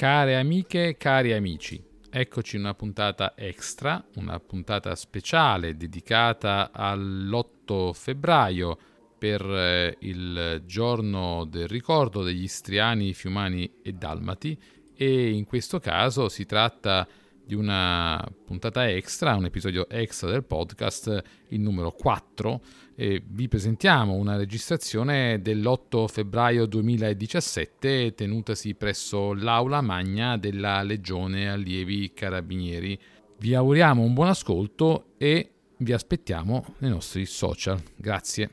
Care amiche, cari amici, eccoci in una puntata extra, una puntata speciale dedicata all'8 febbraio per il giorno del ricordo degli istriani, fiumani e dalmati, e in questo caso si tratta di una puntata extra, un episodio extra del podcast, il numero 4, e vi presentiamo una registrazione dell'8 febbraio 2017 tenutasi presso l'Aula Magna della Legione Allievi Carabinieri. Vi auguriamo un buon ascolto e vi aspettiamo nei nostri social. Grazie.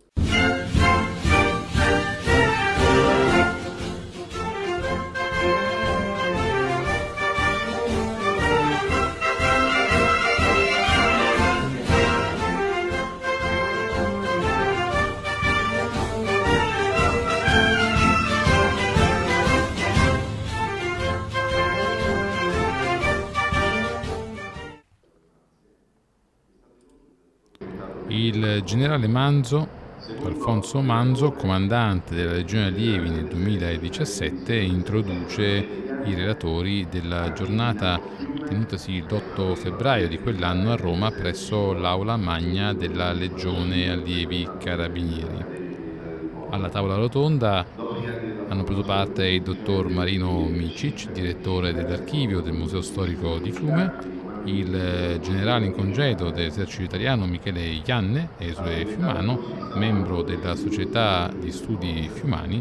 Il generale Alfonso Manzo, comandante della Legione Allievi nel 2017, introduce i relatori della giornata tenutasi l'8 febbraio di quell'anno a Roma presso l'Aula Magna della Legione Allievi Carabinieri. Alla tavola rotonda hanno preso parte il dottor Marino Micic, direttore dell'archivio del Museo Storico di Fiume, il generale in congedo dell'esercito italiano Michele Ianne, esule fiumano, membro della Società di Studi Fiumani,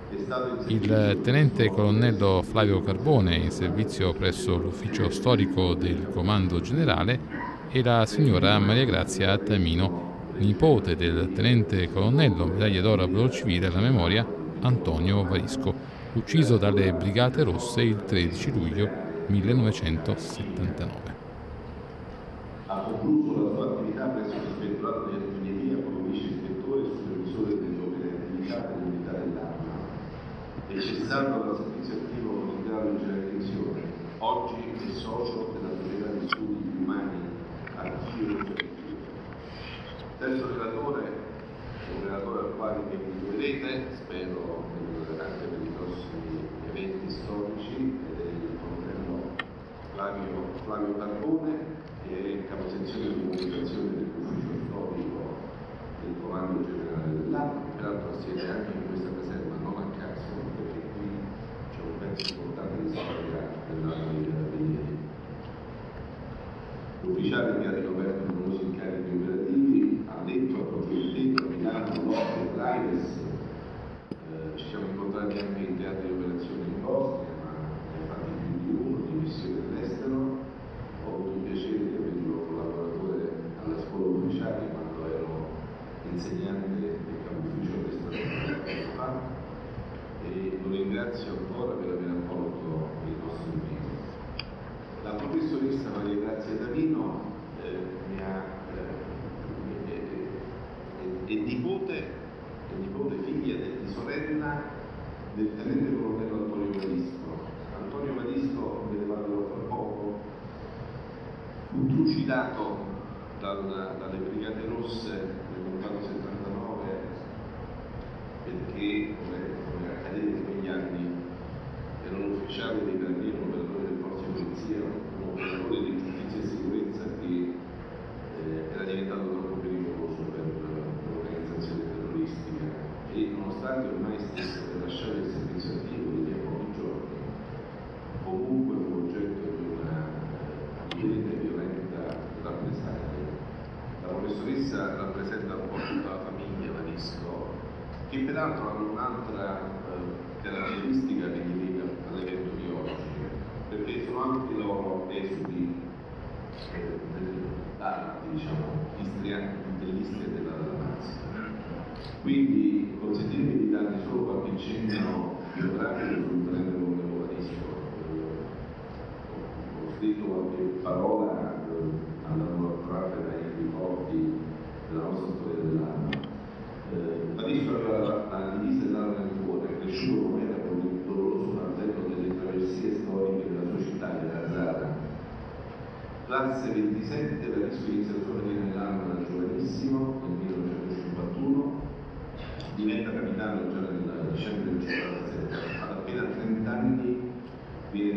il tenente colonnello Flavio Carbone, in servizio presso l'ufficio storico del Comando Generale, e la signora Maria Grazia Attamino, nipote del tenente colonnello medaglia d'oro al valor civile alla memoria Antonio Varisco, ucciso dalle Brigate Rosse il 13 luglio 1979. Ha concluso la sua attività presso l'ispettorato di artiglieria come vice ispettore e supervisore dell'operatività dell'unità dell'arma. È cessato dal servizio attivo con il grado di generalizzazione. Oggi è socio della Società di Studi Fiumani Archivio del Servizio. Terzo relatore è un relatore al quale vi abituerete, spero anche per i prossimi eventi storici, ed è il colonnello Flavio Carbone, che è caposezione di comunicazione dell'ufficio storico del Comando Generale dell'Arma, che peraltro siede anche in questa caserma, non a caso, perché qui c'è un pezzo importante di storia dell'Arma dei Carabinieri. L'ufficiale che ha ricoperto numerosi incarichi operativi, ha detto a Progetto, a Milano, Lodi e Trailes. Ci siamo incontrati anche in teatri di operazioni in Bosnia, ma ne ha fatti più di uno, di missioni all'estero. Ho avuto il piacere di averlo collaboratore alla scuola ufficiale quando ero insegnante del capo ufficio tempo fa, e lo ringrazio ancora per aver accolto il nostro invito. La professoressa Maria Grazia Davino è nipote figlia di sorella del tenente colonnello Antonio Vadisco. Antonio Vadisco, vedevamo fra poco, fu trucidato dalle Brigate Rosse nel lontano 79 perché, come accadeva in quegli anni, era un ufficiale dei carabinieri, un operatore delle forze di polizia, un operatore di giustizia e sicurezza che era diventato troppo pericoloso per l'organizzazione terroristica, e nonostante ormai stesse per lasciare il servizio attivo di pochi giorni, comunque fu oggetto di una violenta e violenta rappresaglia. La professoressa rappresenta un po' tutta la famiglia Varisco, che peraltro hanno un'altra caratteristica che gli lega all'evento di oggi, perché sono anche loro esuli dell'Istria della Dalmazia. Quindi consentitemi di darvi solo qualche cenno biografico sul tenente colonnello Varisco. Ho scritto qualche parola andando a trarre dai ricordi della nostra storia dell'arma. Varisco aveva la divisa dell'arma nel cuore, è cresciuto come era con il doloroso fardello delle traversie storiche della sua città, della Zara. Classe 27, Varisco inizia la sua carriera nell'arma da giovanissimo, nel 1951, diventa capitano già nel dicembre del 1957. Ad appena 30 anni viene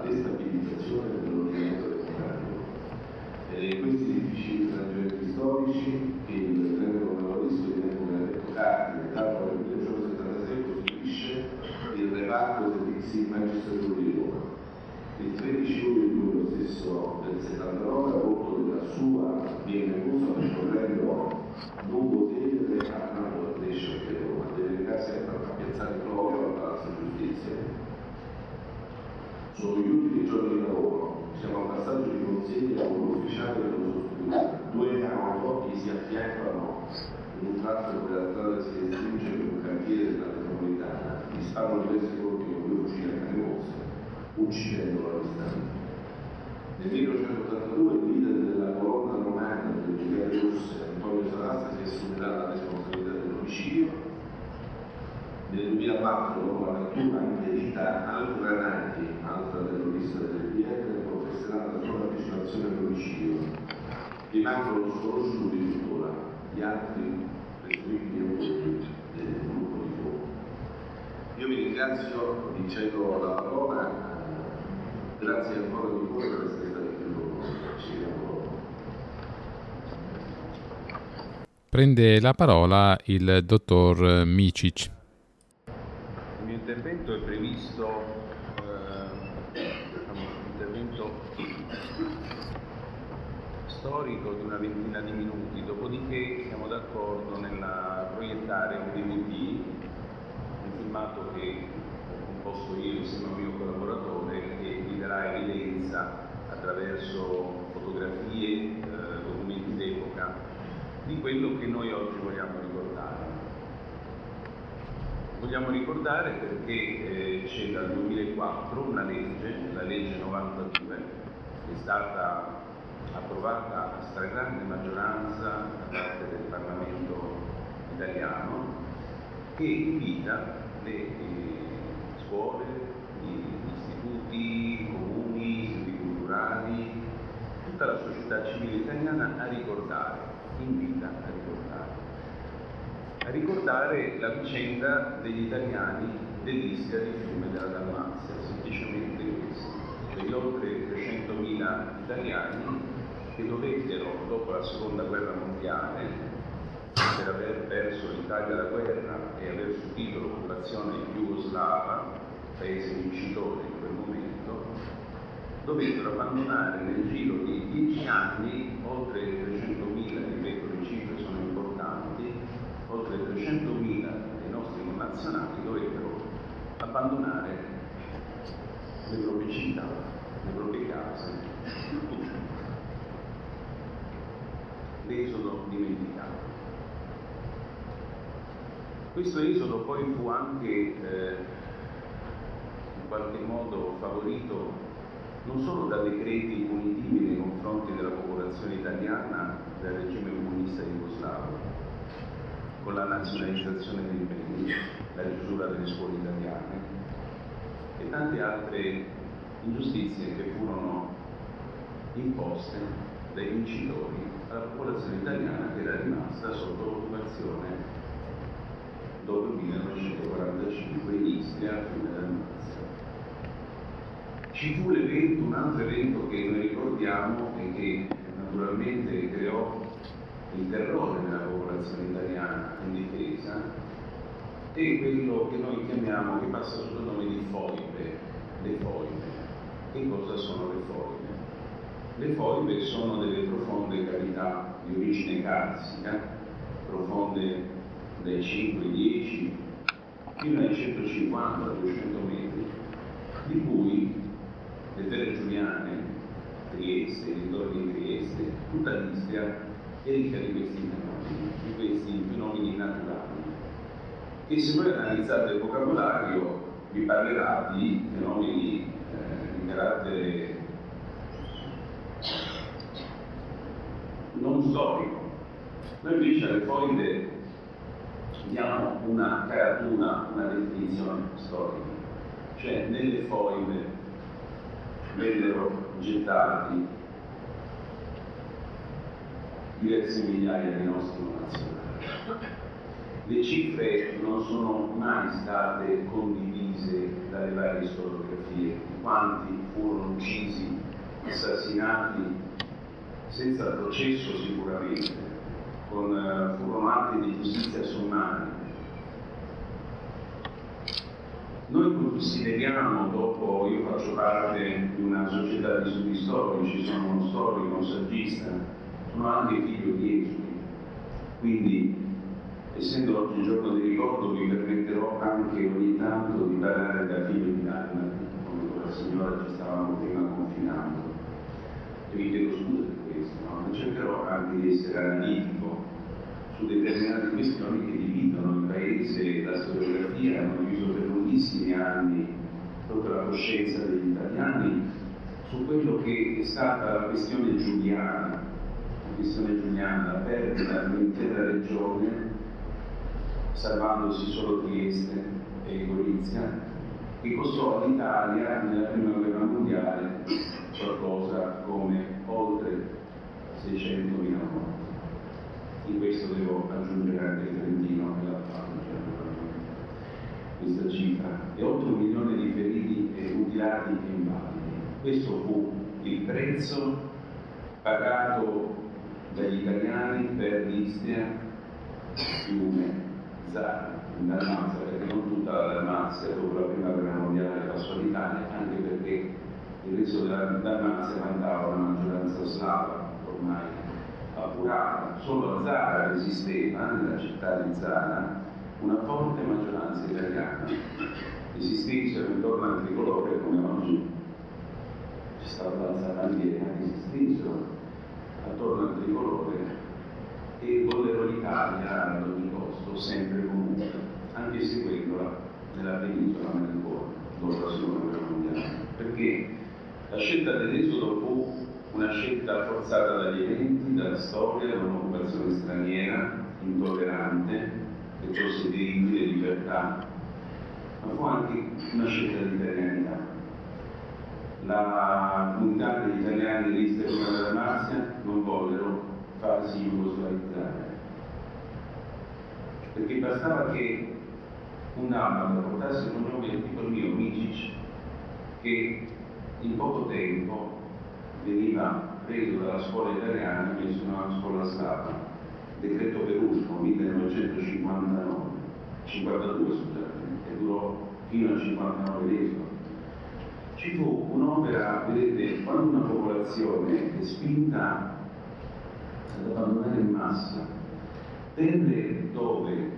destabilizzazione dell'ordinamento democratico. Ed è questi difficili frangenti storici che il grande conservatorismo di Roberto Carpi, dato nel 1976, costituisce il reparto servizi magistratura di Roma. Il 13 luglio del 79, a volto della sua bienevosa percorrendo lungo tenere a Napoli, Brescia e Roma, deve recarsi a piazzale Clodio al Palazzo Giustizia. Sono gli ultimi giorni di lavoro, siamo al passaggio di consegna a un ufficiale dello sostituto. Due auto che si affiancano in un tratto dove la strada si restringe per un cantiere della metropolitana, gli sparano diversi colpi con due fucili a canne mosse, uccidendolo all'istante. Nel 1982 il leader della colonna romana delle Brigate Rosse, Antonio Sagasta, si assumerà la responsabilità dell'omicidio. Nel 2004, dopo la cattura impedita al Granati, altra terrorista del PDL, confesserà la sua partecipazione all'omicidio. Rimangono sconosciuti tuttora gli altri presumibili autori del gruppo di fuoco. Io vi ringrazio, vi cedo la parola. Grazie ancora di cuore per essere stati qui con noi. Ci vediamo dopo. Prende la parola il dottor Micic. Il mio intervento è previsto, un intervento storico di una ventina di minuti, dopodiché siamo d'accordo nel proiettare un DVD, un filmato che ho composto io insieme a un mio collaboratore, che vi darà evidenza attraverso fotografie, documenti d'epoca, di quello che noi oggi vogliamo ricordare. Vogliamo ricordare perché c'è dal 2004 una legge, la legge 92, che è stata approvata a stragrande maggioranza da parte del Parlamento italiano, che invita le scuole, gli istituti, comuni, istituti culturali, tutta la società civile italiana a ricordare, invita a ricordare la vicenda degli italiani dell'Istria, di Fiume e della Dalmazia, semplicemente questo, degli oltre 300.000 italiani che dovettero, dopo la seconda guerra mondiale, per aver perso l'Italia alla guerra e aver subito l'occupazione jugoslava, paese vincitore in quel momento, dovettero abbandonare nel giro di 10 anni oltre 300.000, ripeto, le cifre sono importanti, oltre 300.000 dei nostri connazionali dovettero abbandonare le proprie città, le proprie case, tutto. L'esodo dimenticato. Questo esodo poi fu anche in qualche modo favorito non solo da decreti punitivi nei confronti della popolazione italiana del regime comunista jugoslavo, con la nazionalizzazione dei beni, la chiusura delle scuole italiane e tante altre ingiustizie che furono imposte dai vincitori alla popolazione italiana, che era rimasta sotto l'occupazione dopo il 1945 in Istria, Fiume e Dalmazia. Ci fu l'evento, un altro evento che noi ricordiamo e che naturalmente creò il terrore nella popolazione italiana indifesa, è quello che noi chiamiamo, che passa sotto il nome di foibe, le foibe. Che cosa sono le foibe? Le foibe sono delle profonde cavità di origine carsica, profonde dai 5, 10 fino ai 150-200 metri, di cui le terre giuliane, Trieste, dintorni di Trieste, tutta l'Istria è ricca di questi fenomeni naturali, che se voi analizzate il vocabolario vi parlerà di fenomeni di carattere non storico. Noi invece alle foibe diamo una caratura, una definizione storica, cioè nelle foibe vennero gettati diverse migliaia di nostri connazionali. Le cifre non sono mai state condivise dalle varie storiografie, quanti furono uccisi, assassinati senza processo sicuramente, furono atti di giustizia sommari. Noi consideriamo, dopo, io faccio parte di una società di studi storici, sono uno storico, un saggista, sono anche figlio di esuli, quindi essendo oggi giorno di ricordo mi permetterò anche ogni tanto di parlare da figlio di dalmati, come con la signora ci stavamo prima confinando. E vi chiedo scusa per questo, no? Ma cercherò anche di essere analitico su determinate questioni che dividono il paese e la storiografia. Hanno diviso per lunghissimi anni proprio la coscienza degli italiani su quello che è stata la questione giuliana, la perdita di un'intera regione, salvandosi solo Trieste e Gorizia, che costò all'Italia nella prima guerra mondiale qualcosa come oltre 600.000 morti. In questo devo aggiungere anche il Trentino e la questa cifra, e oltre 1 milione di feriti e mutilati e invalidi. Questo fu il prezzo pagato dagli italiani per l'Istria, Fiume, Zara, in Dalmazia, perché non tutta la Dalmazia dopo la prima guerra mondiale passò all'Italia, anche perché il resto della Dalmazia vantava una maggioranza slava ormai appurata. Solo a Zara resisteva, nella città di Zara, una forte maggioranza italiana. Esistensero intorno al tricolore, come oggi ci sta la bandiera, esistensero attorno al tricolore e vollero l'Italia ad ogni costo, sempre e comunque, anche seguendola nella penisola, ma nel cuore, dopo la seconda guerra mondiale. Perché la scelta dell'esodo fu una scelta forzata dagli eventi, dalla storia, da un'occupazione straniera, intollerante, che tolse diritti e libertà, ma fu anche una scelta di italianità. La comunità degli italiani dell'Istria e della Dalmazia non vollero farsi jugoslavizzare, perché bastava che un dalmata portasse il cognome tipo il mio, Micic, che in poco tempo veniva preso dalla scuola italiana e messo in una scuola slava. Decreto Perusco 1952, scusate, che durò fino al 59 l'esodo. Ci fu un'opera, vedete, quando una popolazione è spinta ad abbandonare in massa terre dove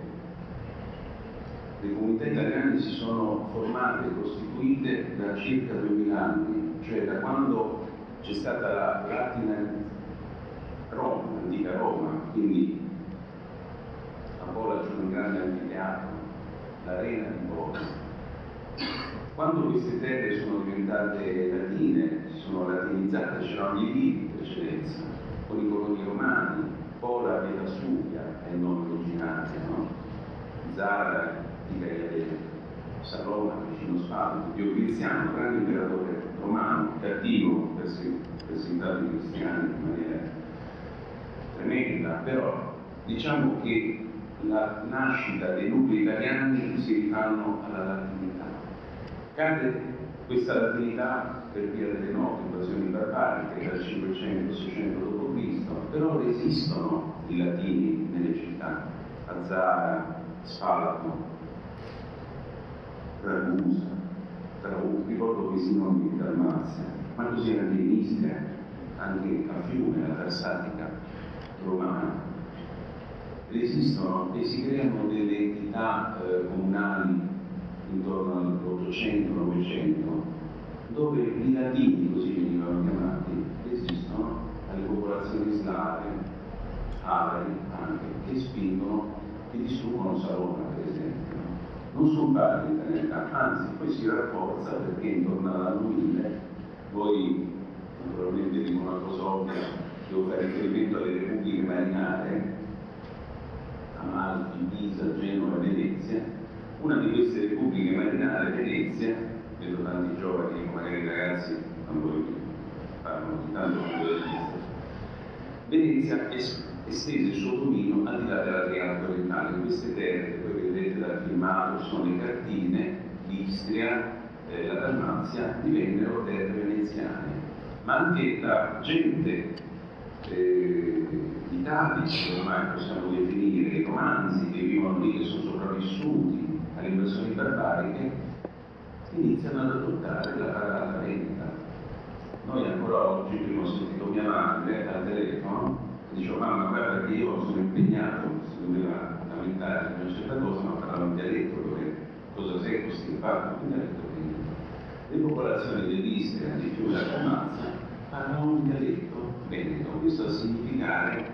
le comunità italiane si sono formate e costituite da circa 2000 anni, cioè da quando c'è stata la Latina Roma, l'antica Roma, quindi a Pola c'è un grande anfiteatro, l'arena di Pola. Quando queste terre sono diventate latine, si sono latinizzate, c'erano gli Livi in precedenza, con i coloni romani, Pola e Vesuviana è il nome originario, no? Zara di Gaialea, Salona, vicino Spalto, Diocleziano, grande imperatore romano, cattivo, perseguitato i cristiani in maniera tremenda, però diciamo che la nascita dei nuclei italiani si rifanno alla latinità. Cade questa latinità per via delle note invasioni barbariche dal 500-600 d.C., però resistono i latini nelle città, a Zara, Spalato, Ragusa, ricordo questi nomi di Dalmazia, ma così anche in Istria, anche a Fiume, la Tarsatica romana. Resistono e si creano delle entità comunali intorno all'800-900, dove i latini, così venivano chiamati, resistono alle popolazioni slave, avari anche, che spingono e distruggono Salona, per esempio. Non sono parte di italianità, anzi poi si rafforza perché intorno all'anno 1000 voi naturalmente dico una cosa ovvia, devo fare riferimento alle repubbliche marinare, Amalfi, Pisa, Genova e Venezia. Una di queste repubbliche marinare, Venezia, vedo tanti giovani, magari ragazzi, non voi parlano di tanto quando Venezia estese il suo dominio al di là della Triade orientale. In queste terre, voi vedrete dal filmato, ci sono le cartine, l'Istria, la Dalmazia divennero terre veneziane, ma anche la gente, i Tadici, ormai possiamo definire, i romanzi che vivono lì, che sono sopravvissuti alle invasioni barbariche, iniziano ad adottare la parata veneta. Noi ancora oggi, prima ho sentito mia madre al telefono, e dicevo: mamma, guarda che io sono impegnato, si doveva lamentare di una certa cosa, ma parlava un dialetto, dove cosa sei costipato, un dialetto veneto. Le popolazioni dell'Istria, di Fiume e Dalmazia, parlano un dialetto veneto. Questo a significare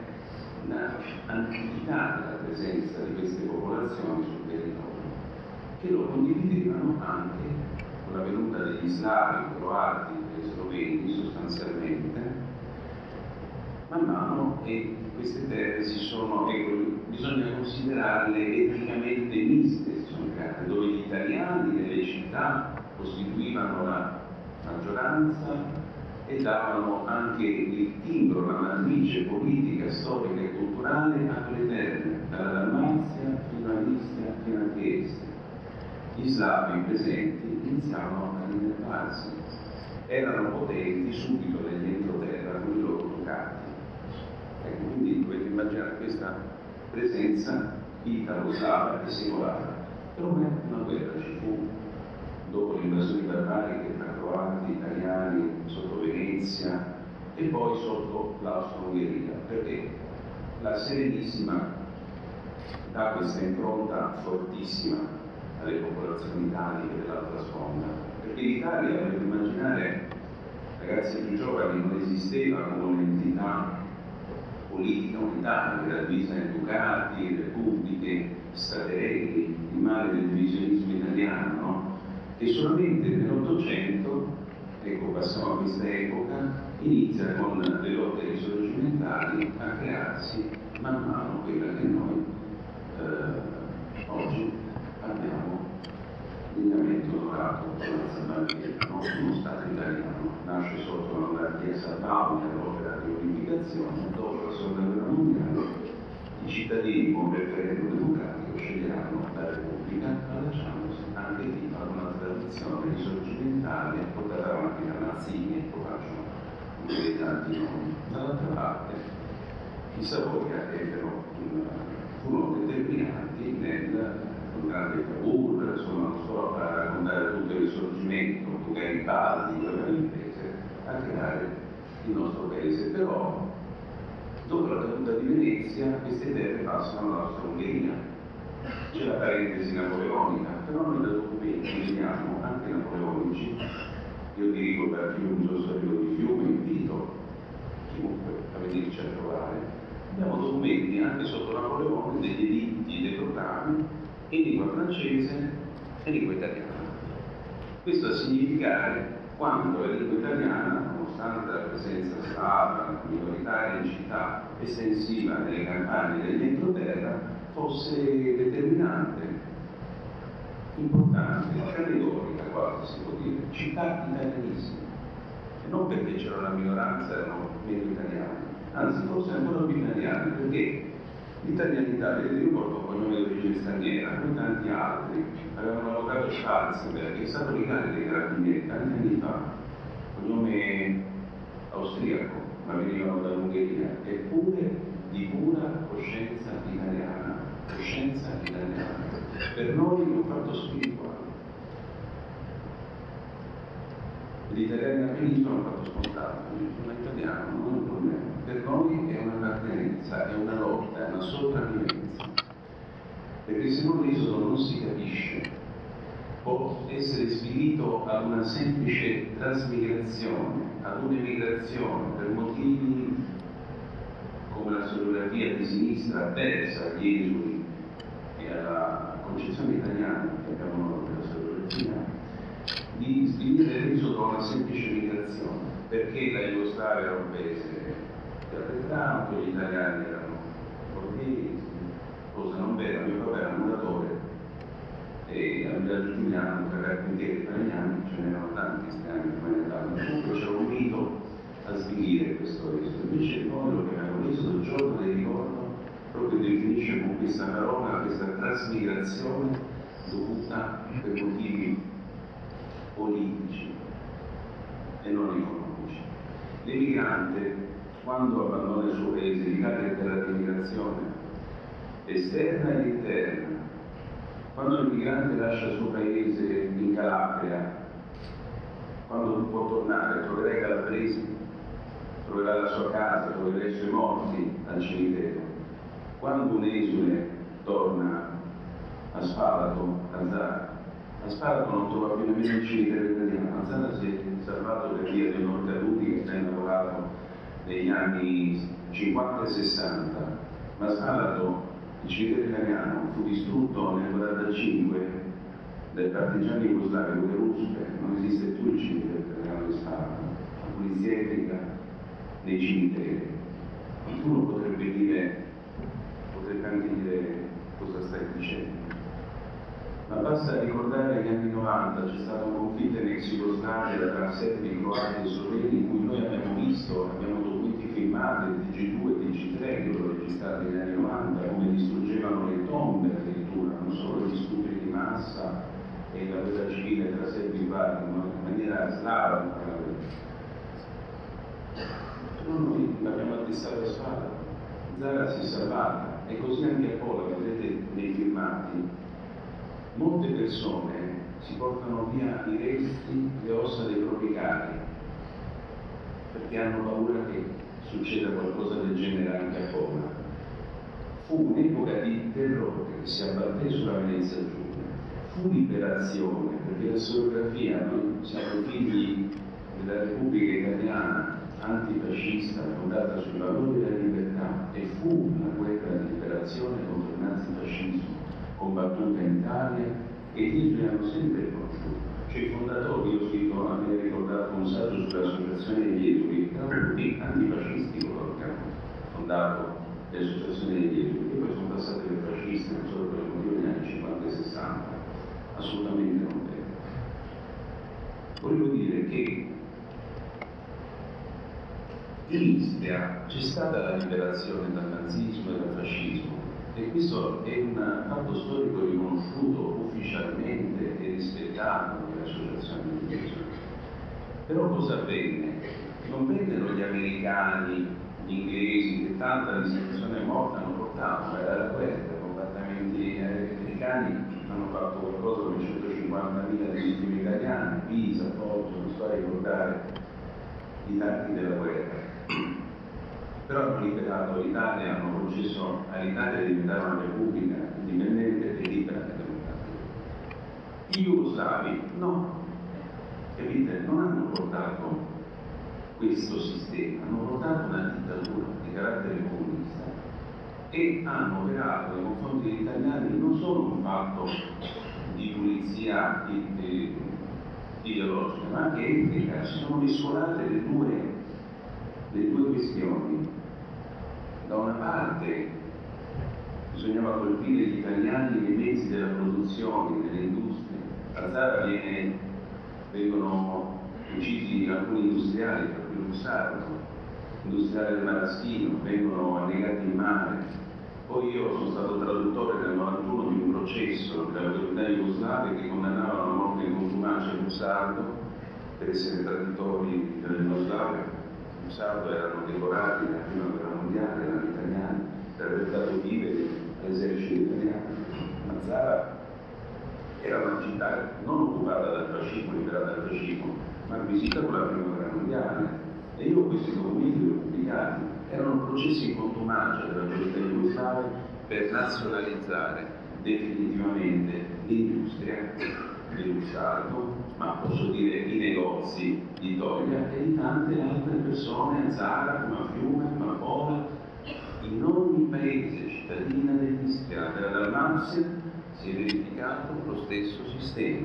l'antichità della presenza di queste popolazioni sul territorio, che lo condividevano anche con la venuta degli slavi, croati e sloveni sostanzialmente, man mano, e queste terre si sono, bisogna considerarle etnicamente miste, si sono create, dove gli italiani nelle città costituivano la maggioranza e davano anche il timbro, la matrice politica, storica e culturale a quelle terre, dalla Dalmazia fino all'Istria fino a Trieste. Gli slavi presenti iniziavano a innervarsi, erano potenti subito nell'entroterra con i loro ducati. Ecco, quindi dovete immaginare questa presenza italo-slava e secolare. Però una guerra ci fu, dopo le invasioni barbariche tra croati, italiani, sotto Venezia e poi sotto l'Austro-Ungheria, perché la Serenissima dà questa impronta fortissima alle popolazioni italiche dell'altra sponda, perché l'Italia, dovete immaginare, ragazzi più giovani, non esisteva come un'entità politica unitaria, era divisa in ducati, repubbliche, staterelli, il male del divisionismo italiano, no? E solamente nell'Ottocento, ecco, passiamo a questa epoca, inizia con le lotte risorgimentali a crearsi man mano quella che noi oggi abbiamo degnamente onorato con la Sabaudia, no? Uno Stato italiano nasce sotto la monarchia Sabaudia, l'opera di unificazione. Dopo la seconda guerra mondiale i cittadini con referendum democratico sceglieranno la Repubblica, allacciandosi anche lì ad una tradizione risorgimentale portata avanti da Mazzini, ecco, faccio dei tanti nomi. Dall'altra parte i Savoia furono determinanti nel grande Cavour, insomma, non sto a raccontare tutto il risorgimento, con Garibaldi, le imprese, a creare il nostro paese. Però, dopo la caduta di Venezia, queste terre passano alla nostra Ungheria. C'è la parentesi napoleonica, però noi da documenti vediamo anche napoleonici. Io dirigo per il Museo Storico di Fiume, invito chiunque a venirci a trovare. Abbiamo documenti anche sotto Napoleone degli editti, dei proclami in lingua francese e lingua italiana. Questo a significare quanto la lingua italiana, nonostante la presenza slava, minoritaria in città, estensiva nelle campagne dell'entroterra, fosse determinante, importante, categorica quasi si può dire, città italianissime. E non perché c'era una minoranza, erano meno italiani, anzi forse ancora più italiani, perché l'italianità, vedete, io porto un cognome di origine straniera, come tanti altri. Avevamo l'avvocato Schwarzenberg, che è stato legale dei carabinieri tanti anni fa, cognome austriaco, ma venivano dall'Ungheria, eppure di pura coscienza italiana. Coscienza italiana. Per noi è un fatto spirituale. Gli italiani nella penisola è un fatto scontato, sono italiano, non è un problema. Per noi è un'appartenenza, è una lotta, è una sopravvivenza. Perché se non l'esodo non si capisce, può essere spinto ad una semplice trasmigrazione, ad un'emigrazione per motivi come la storiografia di sinistra avversa agli esuli e alla concezione italiana che abbiamo noi della storiografia, di spinire l'esodo a una semplice migrazione, perché la Jugoslavia era un paese che arretrato, gli italiani erano borghesi, cosa non vera. Mio papà era muratore e a Villaggio Giuliano, tra carpentieri italiani, ce n'erano tanti strani che me ne davano. Comunque c'era un mito a svilire questo esodo. Invece noi lo chiamiamo l'esodo, il giorno del ricordo, proprio definisce con questa parola questa trasmigrazione dovuta per motivi politici e non economici. L'emigrante, quando abbandona il suo paese, l'Italia è terra di migrazione esterna e interna. Quando l'immigrante lascia il suo paese in Calabria, quando non può tornare, troverà i calabresi, troverà la sua casa, troverà i suoi morti al cimitero. Quando un esule torna a Spalato, a Zara, a Spalato non trova più nemmeno il cimitero italiano. A Zara si è salvato per via di un caduti che ha lavorato negli anni 50 e 60, ma Spalato, il cimitero italiano, fu distrutto nel 1945 dai partigiani jugoslavi, con le ruspe. Non esiste più il cimitero italiano di Spalato, la polizia etnica nei cimiteri. Qualcuno potrebbe anche dire cosa stai dicendo, ma basta ricordare gli anni 90, c'è stato un conflitto in ex Jugoslavia tra serbi, croati e sloveni, in cui noi abbiamo visto, abbiamo documenti filmati di G2 e di G3 che lo registrati negli anni 90, come distruggevano le tombe addirittura, non solo gli stupri di massa e la guerra civile tra serbi e croati, ma in maniera slava. Però noi abbiamo attestato a spada, Zara si è salvata, e così anche a Pola, vedete nei filmati. Molte persone si portano via i resti, le ossa dei propri cari, perché hanno paura che succeda qualcosa del genere anche a Pola. Fu un'epoca di terrore che si abbatté sulla Venezia Giulia, fu liberazione, perché la storiografia, noi siamo figli della Repubblica Italiana antifascista fondata sui valori della libertà, e fu una guerra di liberazione contro il nazifascismo combattuta in Italia, e i titoli hanno sempre conosciuto. Cioè i fondatori, io ho scritto, avevo ricordato un saggio sull'associazione degli esuli, erano tutti antifascisti coloro che hanno fondato le associazioni degli esuli, e poi sono passate le fasciste, non solo per il motivo degli anni 50 e 60, assolutamente non vero. Volevo dire che in Istria c'è stata la liberazione dal nazismo e dal fascismo, e questo è un fatto storico riconosciuto ufficialmente e rispettato nelle associazioni di esuli. Però cosa avvenne? Non vennero gli americani, gli inglesi, che tanta distruzione morta hanno portato, ma era la guerra, i combattimenti americani hanno fatto qualcosa come 150.000 di vittime italiane, Pisa, Foggia, non sto a ricordare i dati della guerra. Però hanno liberato l'Italia, hanno concesso all'Italia di diventare una repubblica indipendente e libera e democratica. I jugoslavi no, capite? Non hanno portato questo sistema, hanno portato una dittatura di carattere comunista e hanno operato nei confronti degli italiani non solo un fatto di pulizia ideologica, ma anche etnica. Si sono mescolate le due questioni. Da una parte bisognava colpire gli italiani nei mezzi della produzione, nelle industrie. A Zara vengono uccisi alcuni industriali, tra cui Lussardo, industriali del Maraschino, vengono annegati in mare. Poi io sono stato traduttore nel 91 di un processo delle autorità jugoslave che condannavano a morte in contumacia Lussardo per essere traditori delle Jugoslavie. Lussardo erano decorati nella prima guerra mondiale, erano italiani, per aver dato vivere all'esercito italiano. Ma Zara era una città non occupata dal fascismo, liberata dal fascismo, ma acquisita con la prima guerra mondiale. E io questi documenti li ho pubblicati. Erano processi in contumacia delle autorità jugoslave per nazionalizzare definitivamente l'industria di Lussardo, ma posso dire i negozi di Toia e di tante altre persone a Zara, come a Fiume, come a Pola. In ogni paese cittadina dell'Istria, della Dalmazia, si è verificato lo stesso sistema.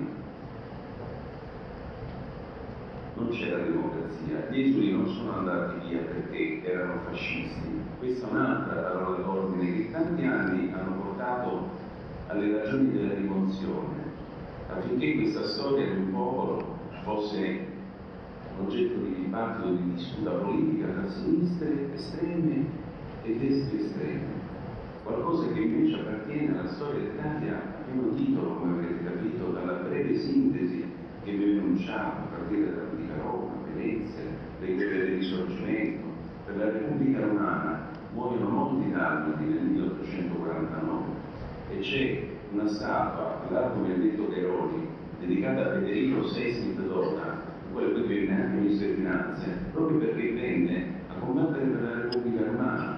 Non c'era democrazia, gli esuli non sono andati via perché erano fascisti. Questa è un'altra parola d'ordine che tanti anni hanno portato alle ragioni della rimozione, affinché questa storia di un popolo fosse oggetto di dibattito, di disputa politica tra sinistre estreme e destre estreme. Qualcosa che invece appartiene alla storia d'Italia a primo titolo, come avrete capito, dalla breve sintesi che vi ho enunciato, a partire dall'antica Roma, Venezia, le guerre del Risorgimento. Per la Repubblica Romana muoiono molti dalmati nel 1849 e c'è una statua all'Arco Benedetto Cairoli dedicata a Federico VI Donna, quello che venne anche ministro di Finanze, proprio perché venne a combattere per la Repubblica Romana.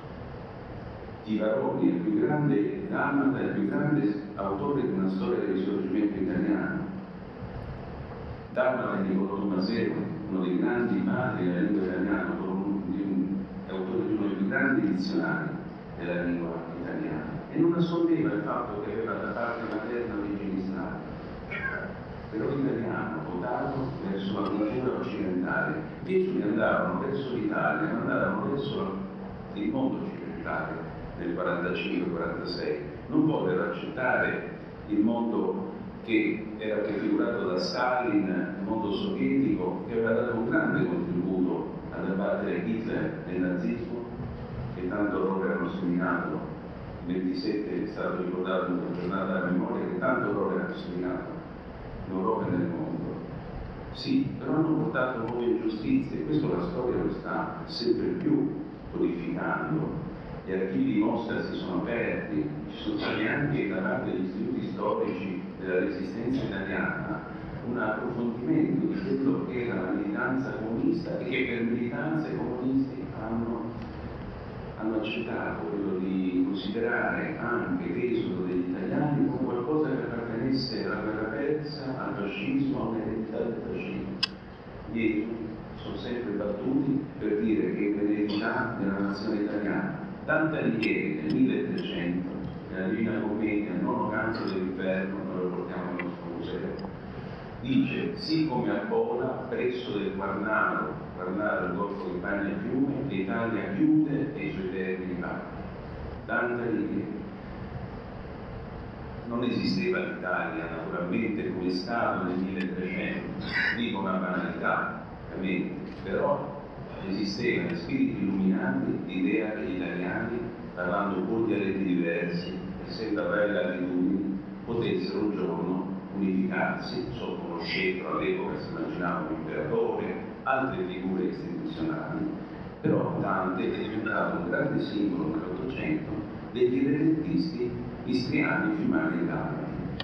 Tivaroli, il più grande dalmata, il più grande autore di una storia del risorgimento italiano. Dalmata di Nicolò Tommaseo, uno dei grandi padri della lingua italiana, autore di uno dei più grandi dizionari della lingua italiana, e non nascondeva il fatto che aveva da parte materna origini islamiche, però l'italiano votato verso la cultura occidentale. Gli esuli andavano verso l'Italia, ma andavano verso il mondo occidentale nel 45-46, non vollero accettare il mondo che era prefigurato da Stalin, il mondo sovietico, che aveva dato un grande contributo ad abbattere Hitler e il nazismo, che tanto orrore hanno seminato. Il 27 è stato ricordato in una giornata della memoria, che tanto orrore hanno seminato in Europa e nel mondo. Sì, però hanno portato nuove ingiustizie, e questo la storia lo sta sempre più codificando. Gli archivi di Mosca si sono aperti, ci sono stati anche da parte degli istituti storici della resistenza italiana un approfondimento di quello che era la militanza comunista e che per militanza i comunisti hanno accettato quello di considerare anche l'esodo degli italiani come qualcosa che appartenesse alla guerra persa, al fascismo, a un'eredità del fascismo. Gli esuli sono sempre battuti per dire che è l'eredità della nazione italiana. Dante Alighieri nel 1300, nella Divina Commedia, il nono canto dell'inferno, noi lo portiamo nel nostro museo, dice: sì come a Pola, presso del Quarnaro, il golfo che bagna il fiume, l'Italia chiude e i suoi termini vanno. Dante Alighieri. Non esisteva l'Italia naturalmente come Stato nel 1300, dico una banalità, però esisteva in spiriti illuminati l'idea che gli italiani, parlando pur dialetti diversi, essendo a varie latitudini, potessero un giorno unificarsi sotto uno scettro. All'epoca si immaginava un imperatore, altre figure istituzionali, però Dante è diventato un grande simbolo nell'Ottocento degli irredentisti istriani, fiumani e dalmati.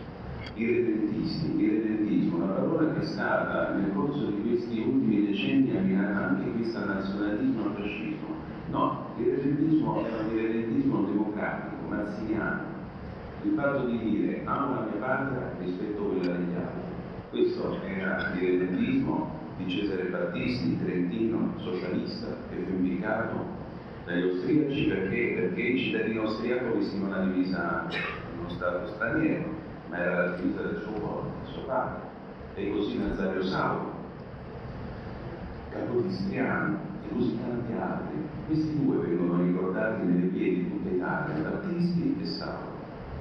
Irredentismo, una parola che è stata nel corso di questi ultimi decenni abbinata anche questa nazionalismo al fascismo. No, l'irredentismo è un irredentismo democratico, mazziniano. Il fatto di dire amo la mia patria rispetto a quella degli altri. Questo era l'irredentismo di Cesare Battisti, trentino, socialista, che fu impiccato dagli austriaci perché il cittadino austriaco vestiva una divisa in uno stato straniero, ma era la divisa del suo cuore, del suo padre. E così Nazario Sauro, Capodistriano e così tanti altri. Questi due vengono ricordati nelle vie di tutta Italia, Battisti e Sauro.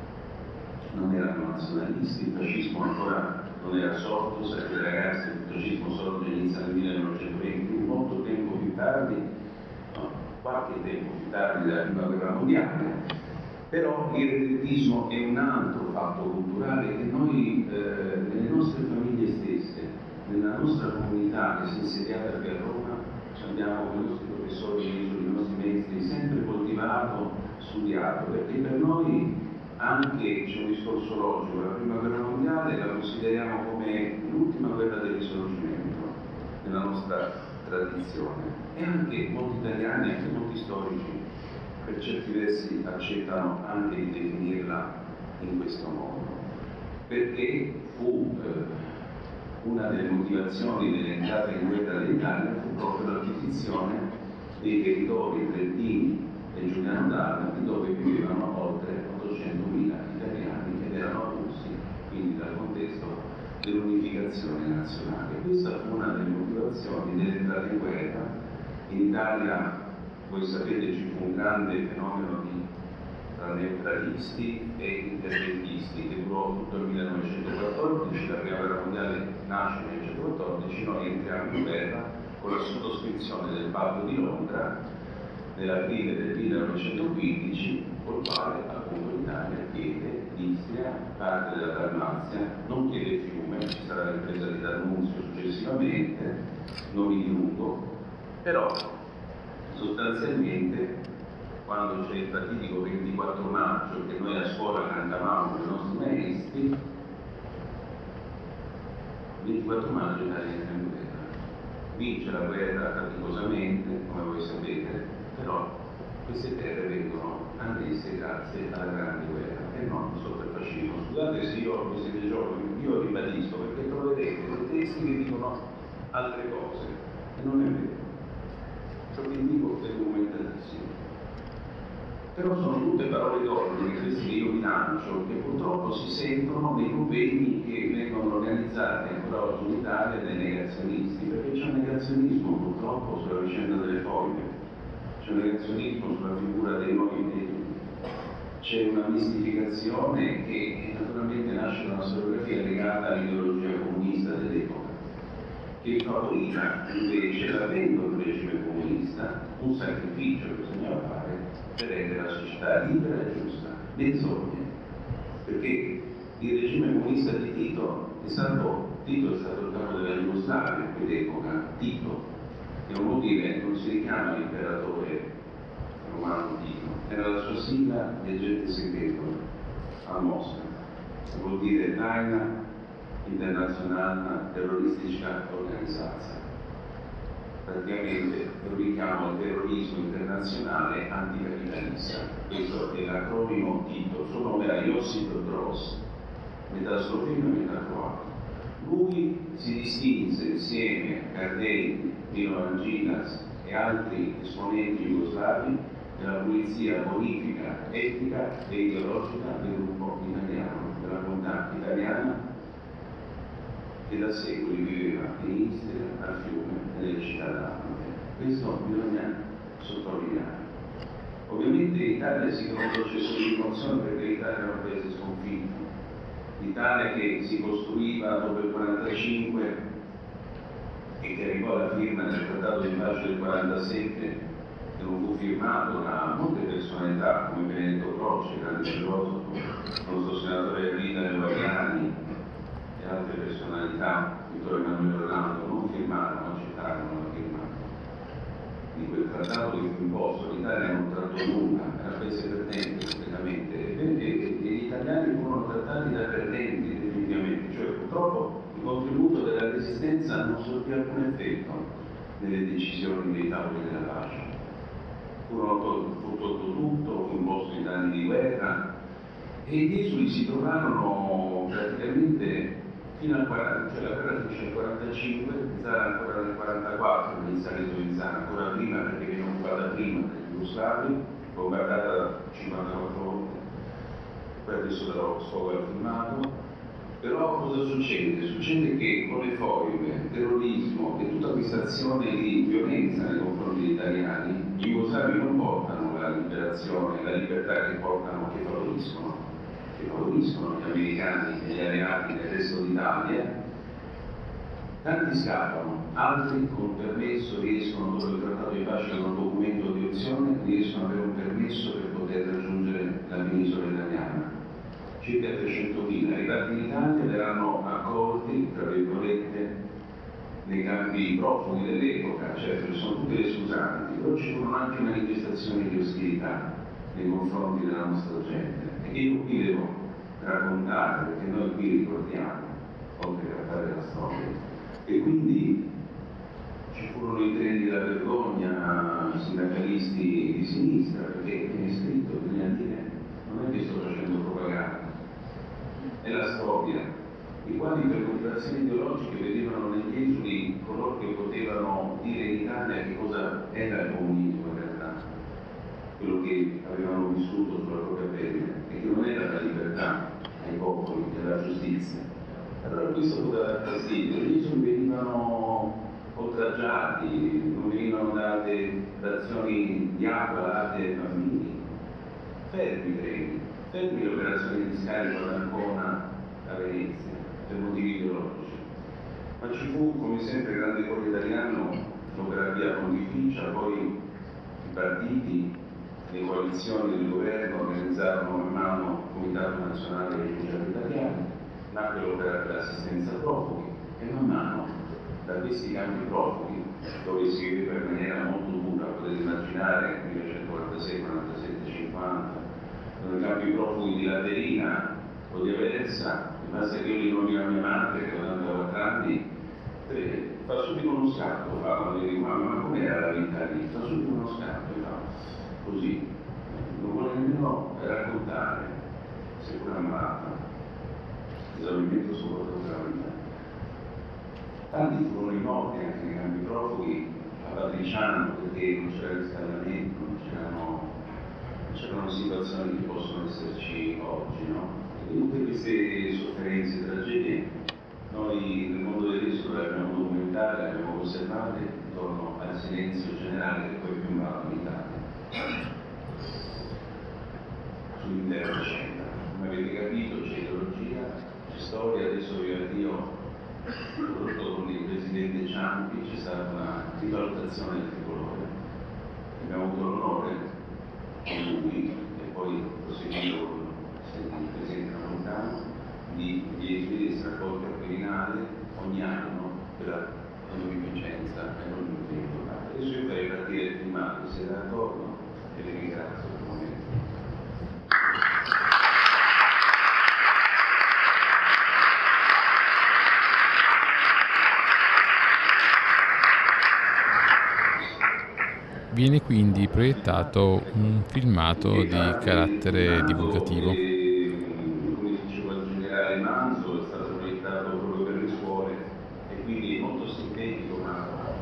Non erano nazionalisti, il fascismo ancora non era sorto, sapete ragazzi, il fascismo sorge inizia nel 1920, molto tempo più tardi, qualche tempo più tardi della Prima Guerra Mondiale. Però l'irredentismo è un altro fatto culturale che noi, nelle nostre famiglie stesse, nella nostra comunità che si è insediata qui a Roma, abbiamo con i nostri professori, i nostri maestri, sempre coltivato, studiato, perché per noi anche, c'è un discorso logico, la Prima Guerra Mondiale la consideriamo come l'ultima guerra del Risorgimento nella nostra tradizione, e anche molti italiani, anche molti storici, per certi versi accettano anche di definirla in questo modo, perché fu una delle motivazioni dell'entrata in guerra dell'Italia fu proprio l'acquisizione dei territori trentini e giuliano-dalmati, dove vivevano oltre 800.000 italiani ed erano russi, quindi dal contesto dell'unificazione nazionale. Questa fu una delle motivazioni dell'entrata in guerra. In Italia, voi sapete, ci fu un grande fenomeno tra neutralisti e interventisti che durò tutto il 1914. La Prima Guerra Mondiale nasce nel 1914, noi entriamo in guerra con la sottoscrizione del Patto di Londra nell'aprile del 1915, col quale appunto l'Italia chiede l'Istria, parte della Dalmazia, non chiede il fiume, ci sarà la ripresa di D'Annunzio successivamente, non mi dilungo, però sostanzialmente quando c'è il fatidico 24 maggio che noi a scuola cantavamo con i nostri maestri, 24 maggio l'Italia entra in guerra, vince la guerra faticosamente, come voi sapete, però queste terre vengono annesse grazie alla grande guerra e non sotto il fascismo. Scusate se io questi 3 giorni, io ribadisco perché troverete dei testi che dicono altre cose e non è vero. Ciò che dico è documentatissimo. Però sono tutte parole d'ordine, queste che io vi lancio, che purtroppo si sentono nei convegni che vengono organizzati ancora oggi in Italia dai negazionisti, perché c'è un negazionismo purtroppo sulla vicenda delle foibe, c'è un negazionismo sulla figura dei nuovi medici, c'è una mistificazione che naturalmente nasce da una storiografia legata all'ideologia comunista dell'epoca, che favoriva invece, avendo il regime comunista, un sacrificio che bisognava fare per rendere la società libera e giusta. Menzogne, perché il regime comunista di Tito è stato il capo della Jugoslavia in quell'epoca, Tito, che non vuol dire, non si richiama l'imperatore romano Tito, era la sua sigla di agente segreto a Mosca, vuol dire Tajna internazionale terroristica organizzata. Praticamente è un richiamo al terrorismo internazionale anticapitalista. Questo è l'acronimo Tito. Suo nome era Josip Broz, metà sloveno e metà croato. Lui si distinse insieme a Kardelj, Milovan Djinas e altri esponenti jugoslavi della pulizia bonifica, etica e ideologica del gruppo italiano, della comunità italiana che da secoli viveva in Istria, al fiume e nelle città d'Africa. Questo bisogna sottolineare. Ovviamente l'Italia si trova in un processo di rimozione perché l'Italia era un paese sconfitto. L'Italia che si costruiva dopo il 1945 e che arrivò alla firma del Trattato di pace del 1947, che non fu firmato da molte personalità come Benedetto Croce, grande filosofo, il nostro senatore Rita Levagliani e altre personalità, Vittorio Emanuele Orlando, non firmarono, accettarono la firma di quel trattato che fu imposto. L'Italia non trattò nulla, era paese perdente completamente e gli italiani furono trattati da perdenti definitivamente, cioè purtroppo il contributo della resistenza non sortì alcun effetto nelle decisioni dei tavoli della pace. Fu tolto tutto, fu imposto in danni di guerra e gli esuli si trovarono praticamente fino al 40, cioè la guerra finisce nel 45, Zara ancora nel 44, inizia l'esoizzare ancora prima perché viene occupata prima dagli jugoslavi, bombardata 54 volte, poi adesso darò sfogo al filmato. Però cosa succede? Succede che con le foibe, il terrorismo e tutta questa azione di violenza nei confronti degli italiani, gli jugoslavi non portano la liberazione, la libertà che portano, che favoriscono gli americani e gli alleati nel resto d'Italia. Tanti scappano, altri con permesso riescono, dopo il trattato di pace con un documento di opzione, riescono ad avere un permesso per poter raggiungere la penisola italiana. Circa 300.000 arrivati in Italia verranno accolti, tra virgolette, nei campi profughi dell'epoca, certo ci sono tutte le scusanti, però ci furono anche manifestazioni di ostilità nei confronti della nostra gente e che io qui devo raccontare perché noi qui ricordiamo, oltre che a fare la storia. E quindi ci furono i treni della vergogna, sindacalisti di sinistra, perché è scritto, bisogna dire, non è che sto facendo propaganda, è la storia, i quali per motivazioni ideologiche vedevano negli esuli coloro che potevano dire in Italia che cosa era il comunismo in realtà, quello che avevano vissuto sulla propria pelle e che non era la libertà ai popoli e la giustizia. Allora questo poteva dar fastidio, gli esuli venivano oltraggiati, non venivano date razioni di acqua, latte ai bambini, fermi i treni, fermi le operazioni di scarico da Ancona a Venezia per motivi ideologici. Ma ci fu, come sempre, grande cuore italiano, l'opera via pontificia, poi i partiti, le coalizioni del governo organizzarono man mano il Comitato Nazionale dei Rifugiati Italiani, nacque l'opera per l'assistenza ai profughi e man mano da questi campi profughi, dove si viveva in maniera molto dura, potete immaginare 1946, 47, 50, nei campi profughi di Laterina o di Aversa, basta che io li nomini a mia madre che aveva 94 anni, fa subito uno scatto, quando gli dico ma com'era la vita lì? Fa subito uno scatto e fa così, non vuole nemmeno raccontare, seppur ammalata, esaurimento soprattutto della vita. Tanti furono i morti anche nei campi profughi a Patriciano perché non c'era riscaldamento, non c'erano situazioni che possono esserci oggi, no? E tutte queste sofferenze e tragedie noi nel mondo dell'Esodo le abbiamo documentate, le abbiamo osservate intorno al silenzio generale che poi piomba in Italia sull'intera vicenda. Come avete capito c'è ideologia, c'è storia, adesso vi avvio soprattutto con il presidente Ciampi c'è stata una rivalutazione del tricolore. Abbiamo avuto l'onore con lui e poi proseguito con il presidente Napolitano di vedere raccolta al Quirinale ogni anno per la onorificenza e non il ritornare. Adesso io farei partire il filmato, siete d'accordo? E vi ringrazio per il momento. Viene quindi proiettato un filmato di carattere divulgativo. Come diceva il generale Manzo, è stato proiettato proprio per le scuole e quindi è molto sintetico, ma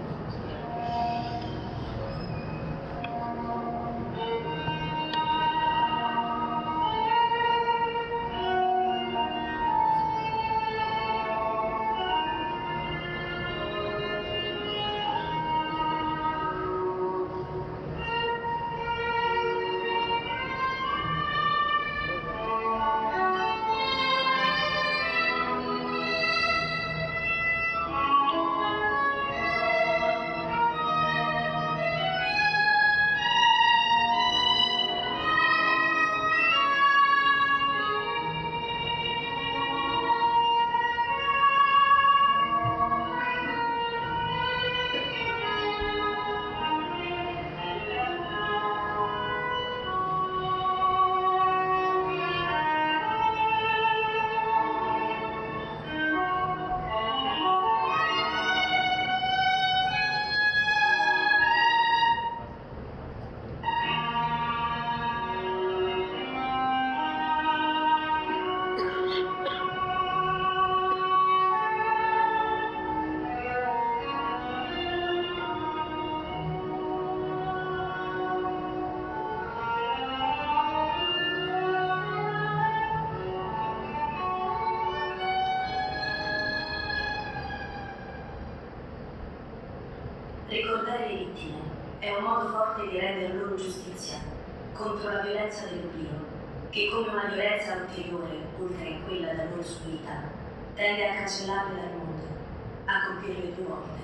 Ricordare le vittime è un modo forte di rendere loro giustizia contro la violenza dell'oblio, che come una violenza ulteriore, oltre a quella da loro subita, tende a cancellarle dal mondo, a compirle 2 volte.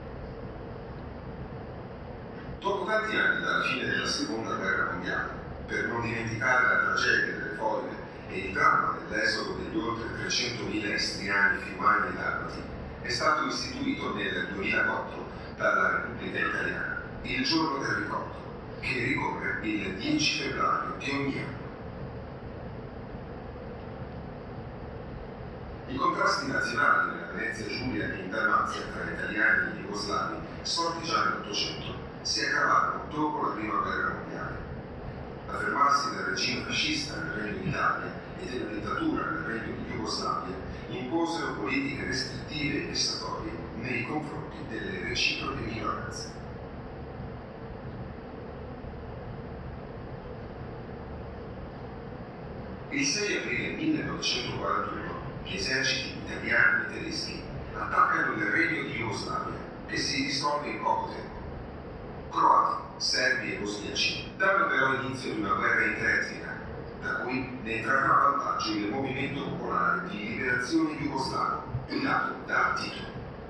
Dopo tanti anni dalla fine della Seconda Guerra Mondiale, per non dimenticare la tragedia delle foibe e il dramma dell'esodo degli oltre 300.000 istriani, fiumani e dalmati, è stato istituito nel 2004 dalla Repubblica Italiana il Giorno del Ricordo, che ricorre il 10 febbraio di ogni anno. I contrasti nazionali nella Venezia Giulia e in Dalmazia tra italiani e jugoslavi, sorti già nell'Ottocento, si aggravarono dopo la Prima Guerra Mondiale. L'affermarsi del regime fascista nel Regno d'Italia e della dittatura nel Regno di Jugoslavia imposero politiche restrittive e vessatorie nei confronti delle reciproche minoranze. Il 6 aprile 1941 gli eserciti italiani e tedeschi attaccano il Regno di Jugoslavia, che si dissolve in poco tempo. Croati, serbi e bosniaci danno però inizio ad una guerra interetnica, da cui ne trarrà vantaggio il movimento popolare di liberazione jugoslavo, guidato da Tito.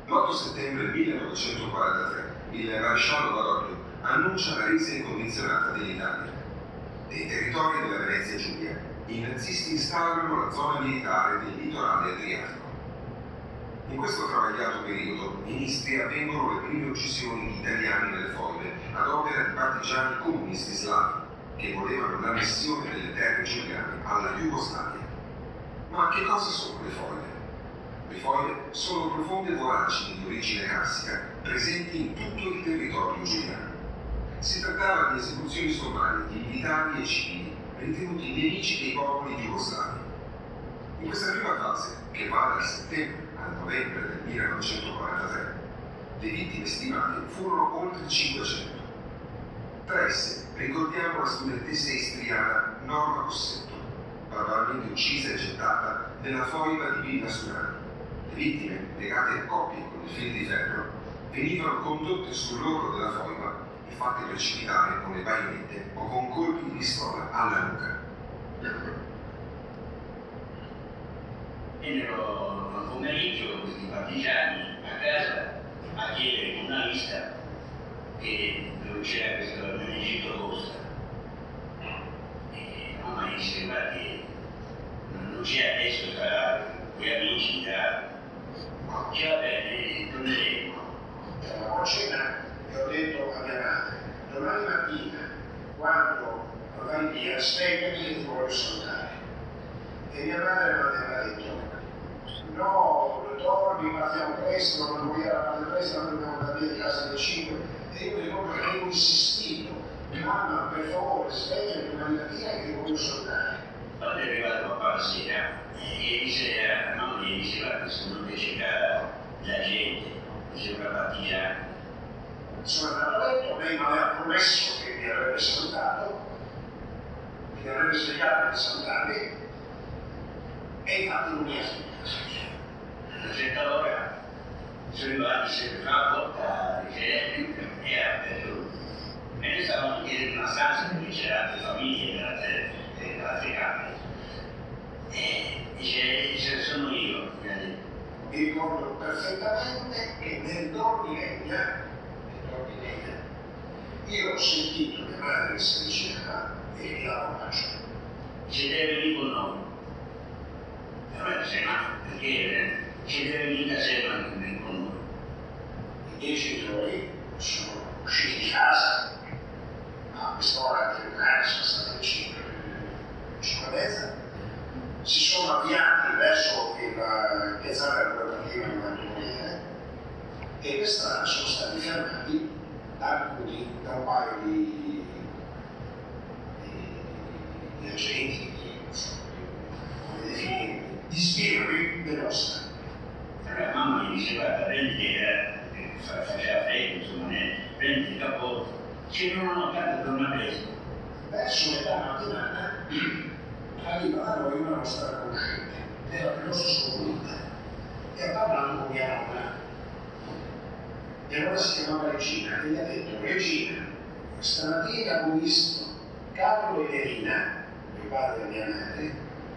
L'8 settembre 1943 il maresciallo Badoglio annuncia la resa incondizionata dell'Italia. Nei territori della Venezia Giulia i nazisti instaurano la zona militare del litorale adriatico. In questo travagliato periodo in Istria avvengono le prime uccisioni di italiani nelle foibe ad opera di partigiani comunisti slavi che volevano l'annessione delle terre giuliane alla Jugoslavia. Ma che cosa sono le foibe? Le foibe sono profonde voragini di origine carsica presenti in tutto il territorio giuliano. Si trattava di esecuzioni sommarie di militari e civili ritenuti nemici dei popoli jugoslavi. In questa prima fase, che va dal settembre al novembre del 1943, le vittime stimate furono oltre 500. Tra esse ricordiamo la studentessa istriana Norma Cossetto, barbaramente uccisa e gettata nella foiba di Villa Surani. Le vittime, legate a coppie con il filo di ferro, venivano condotte sull'orlo della foiba e fatte precipitare con le baionette o con colpi di pistola alla nuca. Vennero al pomeriggio questi partigiani a casa a chiedere con una lista dove c'era questo Menegitto Costa. E mamma disse: guardi, non c'è adesso, sarà quei amici, ce va bene, torneremo. Eravamo a cena e ho detto a mia madre: domani mattina, quando vai via, svegliami che ti voglio salutare. E mia madre mi aveva detto: no, dormi, partiamo presto, non vuoi andare presto, non dobbiamo andare via di casa alle 5. E io mi ricordo che avevo insistito: mamma, per favore, svegliami domani mattina che ti voglio salutare. Quando è arrivato papà la sera, ieri sera, mamma gli diceva che sono piaciuta la gente, diceva partigiani. Sono andato a letto, lei mi aveva promesso che mi avrebbe salutato, che mi avrebbe svegliato per salutarmi, e infatti non mi ha svegliato. A una certa ora sono arrivati sempre fra la porta e ha aperto. E noi stavamo chiedendo una stanza dove c'erano altre famiglie e altre camere. E dice: sono io. Mi ricordo perfettamente che nel dormiveglia io ho sentito mia madre che si diceva e mi dava un bacio. Ci deve venire con noi. E allora dice: ma perché ci deve venire da sé con noi? I miei genitori sono usciti di casa a quest'ora che sono state le 5 e mezza, si sono avviati verso il piazzale dove partivano in Mantovania e per strada sono stati fermati da un paio di agenti, di spiriti dell'ossa. Allora mamma gli diceva: prendi che faceva freddo, insomma, prendi il cappotto. Dice: no, tanto torna presto. Verso metà mattinata arriva da noi una nostra conoscente, della nostra comunità, e parlando con mia nonna. E allora si chiamava Regina e gli ha detto: Regina, stamattina ho visto Carlo e Nerina, mio padre e mia madre,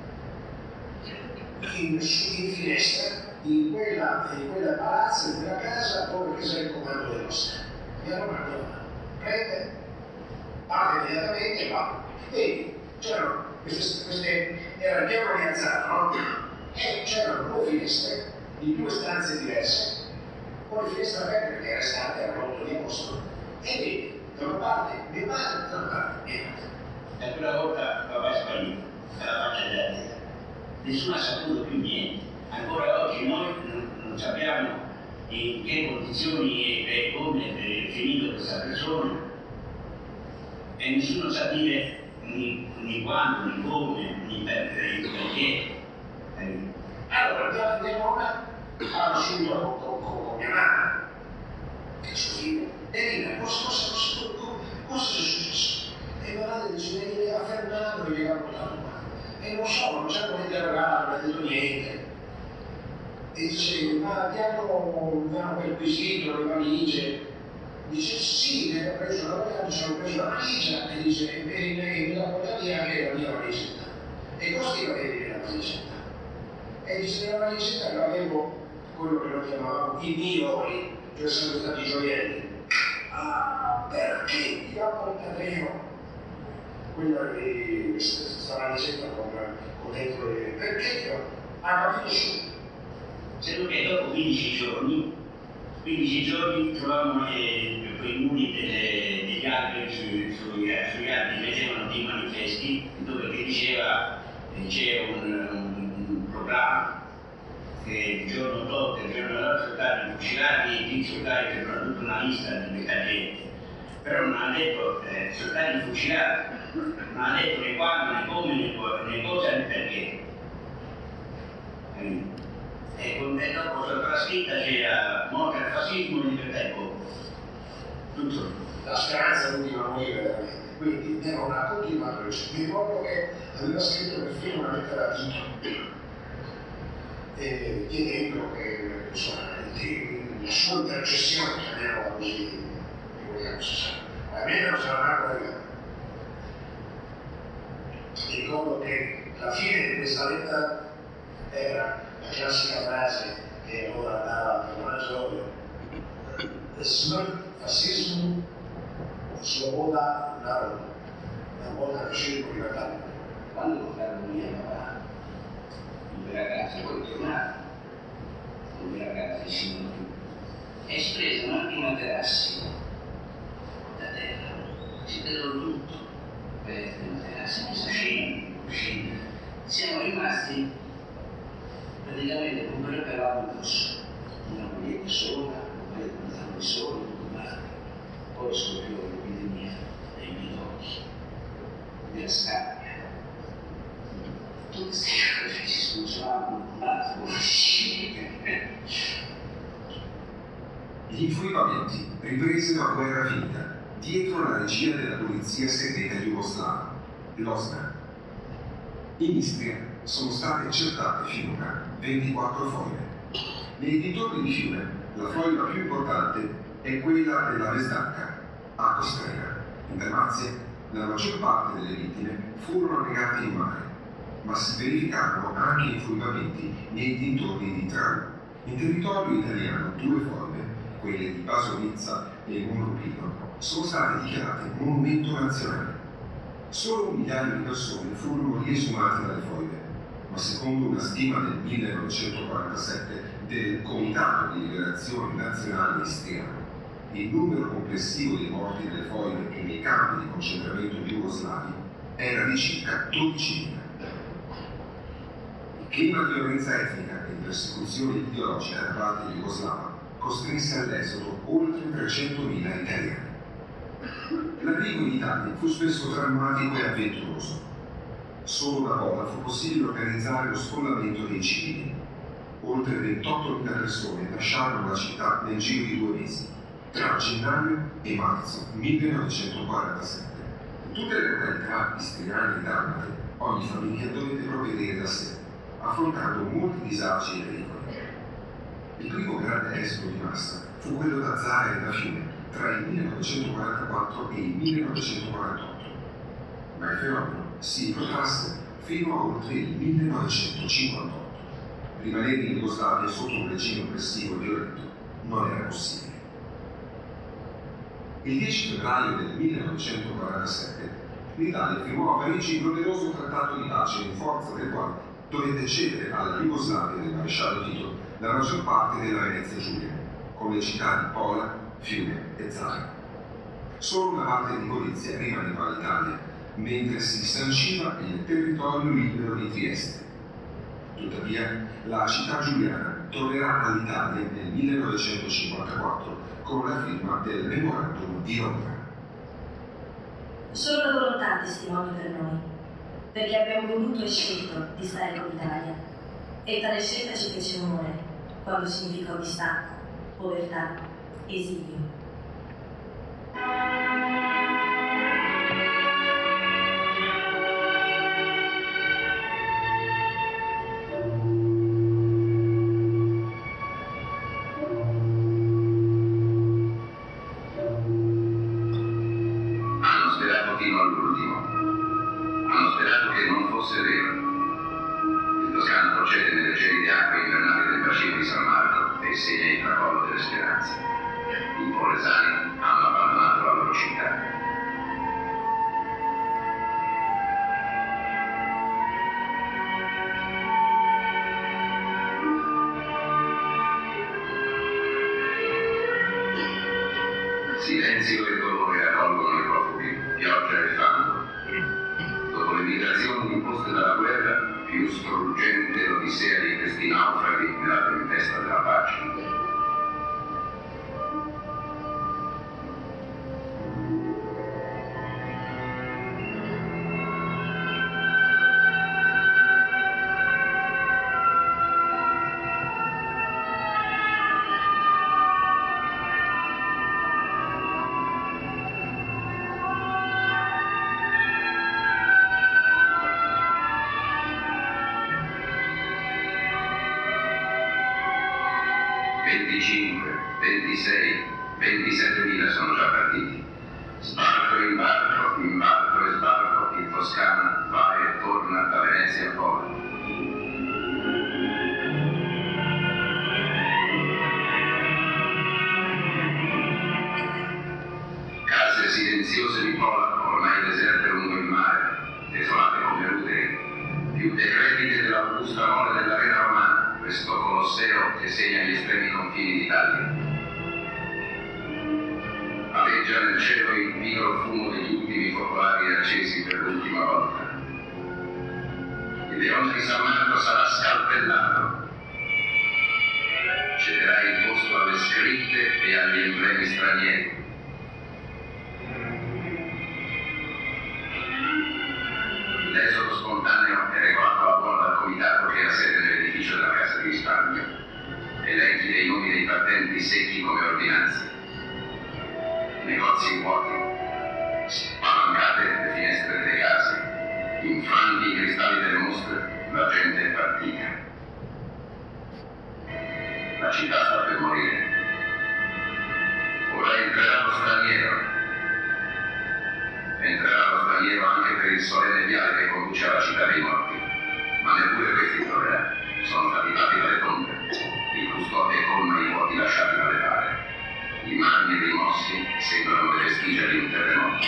in finestra in quella palazzo, in quella casa dove c'è il comando dell'Ostia. E allora andiamo, prende, parte immediatamente e va. Vedi, c'erano queste era il piano rialzato, no? E c'erano due finestre in due stanze diverse, con le finestre aperte perché era estate, era l'8 di agosto, e vedi, da una parte mia madre, da una parte mia madre. E quella volta papà è sparito, dalla faccia della terra. Nessuno ha saputo più niente. Ancora oggi noi non sappiamo in che condizioni e come è finito questa persona, e nessuno sa dire ni quando, ni come, ni perché. Allora mia nonna parla subito con mia mamma e suo figlio: Nerina, cosa è successo? E mia madre dice: mi ha fermato e mi ha portato qua. E non so, non ci hanno interrogato, non ha detto niente. E dice: ma abbiamo perquisito le valigie. Dice: sì, mi ha preso la valigia, ci hanno preso la valigia, e dice: e mi la porta via anche la mia valigetta. E cosa ti avevi nella valigetta? E dice: nella valigetta l'avevo quello che noi chiamavamo i migliori, cioè sono stati gioielli. Ah, perché? Ti racconteremo quella che stava dicendo con dentro perché ha capito subito. Se non che dopo 15 giorni trovavamo quei muri degli alberi sugli alberi, mettevano dei manifesti dove diceva c'è un proclama che il giorno dopo, il giorno dopo sono stati fucilati, di soldati che hanno tutta una lista di gente, però non ha detto sono stati fucilati, non ha detto né quando, né come, né cosa, né perché. E dopo sotto la scritta c'era morte al fascismo e libertà del popolo. Tutto. La speranza è l'ultima a morire veramente. Quindi era una continuazione. Mi ricordo che aveva scritto per fine una lettera a Tito chiedendo che insomma, la sua intercessione, chiamiamola così, almeno sarà una cosa. Mi ricordo che la fine di questa lettera era la classica frase che ora andava per una gioia: fascismo, svoboda narodu, una volta facendo con libertà. Quando portarono via papà, il ragazzo poi tornato, con i ragazzi e espresero anche i materassi da terra, si derono tutto per i materassi, uscì. Siamo rimasti praticamente con quello che avevamo addosso, una maglietta sola, un paio di pantaloni soli, tutto male. Poi scoppiò l'epidemia dei bidocchi, della scabbia. Tutte queste cose si sposavano un attimo. Gli infuriamenti ripresero a guerra finita, dietro la regia della polizia segreta jugoslava, l'OSNA. In Istria sono state accertate finora 24 foibe. Nei dintorni di Fiume, la foiba più importante è quella della Vesdanka, a Kostrena. In Dalmazia, la maggior parte delle vittime furono annegate in mare, ma si verificarono anche infuriamenti nei dintorni di Trau. In territorio italiano 2 foibe, quelle di Basovizza e Monrupino, sono state dichiarate monumento nazionale. Solo 1 migliaio di persone furono riesumate dalle foibe, ma secondo una stima del 1947 del Comitato di Liberazione Nazionale Istriano, il numero complessivo dei morti nelle foibe e nei campi di concentramento jugoslavi era di circa 12.000. Il clima di violenza etnica e di persecuzione ideologica da parte jugoslava costrinse all'esodo oltre 300.000 italiani. L'arrivo in Italia fu spesso drammatico e avventuroso. Solo da poco fu possibile organizzare lo sfollamento dei civili. Oltre 28.000 persone lasciarono la città nel giro di 2 mesi, tra gennaio e marzo 1947. In tutte le località istriane e dalmate, ogni famiglia dovette provvedere da sé, affrontando molti disagi e pericoli. Il primo grande esodo di massa fu quello da Zara e da Fiume tra il 1944 e il 1948, ma il fenomeno si protrasse fino a oltre il 1958. Rimanere in Jugoslavia sotto un regime oppressivo e violento non era possibile. Il 10 febbraio del 1947 l'Italia firmò a Parigi il glorioso trattato di pace in forza del quale dovette cedere alla Jugoslavia del maresciallo Tito la maggior parte della Venezia Giulia, con le città di Pola, Fiume e Zara. Solo una parte di Gorizia rimaneva all'Italia, mentre si sanciva il territorio libero di Trieste. Tuttavia, la città giuliana tornerà all'Italia nel 1954 con la firma del Memorandum di Londra. Solo la volontà testimonia per noi, perché abbiamo voluto e scelto di stare con l'Italia. E tale scelta ci fece onore, quando significò distacco, povertà, esilio. Hanno sperato fino all'ultimo. Hanno sperato che non fosse vero. Il Toscano procede nelle gelide acque invernali del bacino di San Marco napoletani hanno abbandonato la loro città. Silenzio e dolore accolgono i profughi, pioggia e fango. Dopo le migrazioni imposte dalla guerra, più struggente l'odissea di questi naufraghi nella tempesta della pace. Sono già partiti. Sbarco e imbarco e sbarco, in Toscana va e torna da Venezia a Pola. Case silenziose di Pola, ormai deserte lungo il mare, desolate come ruderi, più decrepite dell'augusta mole dell'arena romana, questo colosseo che segna gli estremi confini d'Italia. Aleggia nel cielo il pigro fumo degli ultimi focolari accesi per l'ultima volta. Il leone di San Marco sarà scalpellato. Cederà il posto alle scritte e agli emblemi stranieri. L'esodo spontaneo è regolato alla buona dal comitato che ha sede nell'edificio della Casa di Risparmio. Elenchi dei nomi dei battenti secchi come ordinanze. Negozi vuoti, spalancate le finestre delle case, infranti i cristalli delle mostre, la gente è partita. La città sta per morire. Ora entrerà lo straniero. Entrerà lo straniero anche per il solenne viale che conduce alla città dei morti. Ma neppure questi troverà. Sono stati dati dalle tombe. Il custode colma i vuoti lasciati dalle bare. I marmi rimossi sembrano le vestigia di un terremoto.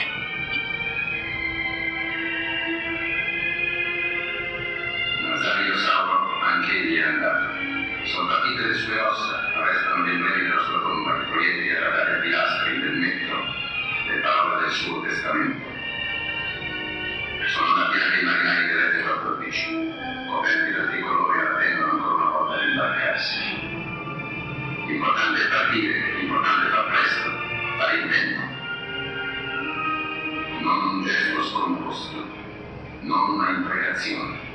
Nazario Sauro anche egli è andato. Sono partite le sue ossa, restano gli emblemi della sua tomba, i proiettili attaccati ai pilastri del metro, le parole del suo testamento. Sono andati anche i marinai delle F-14, coperti dal tricolore, attendono ancora una volta ad imbarcarsi. L'importante è partire, l'importante è far presto, fare in tempo. Non un gesto scomposto, non una imprecazione.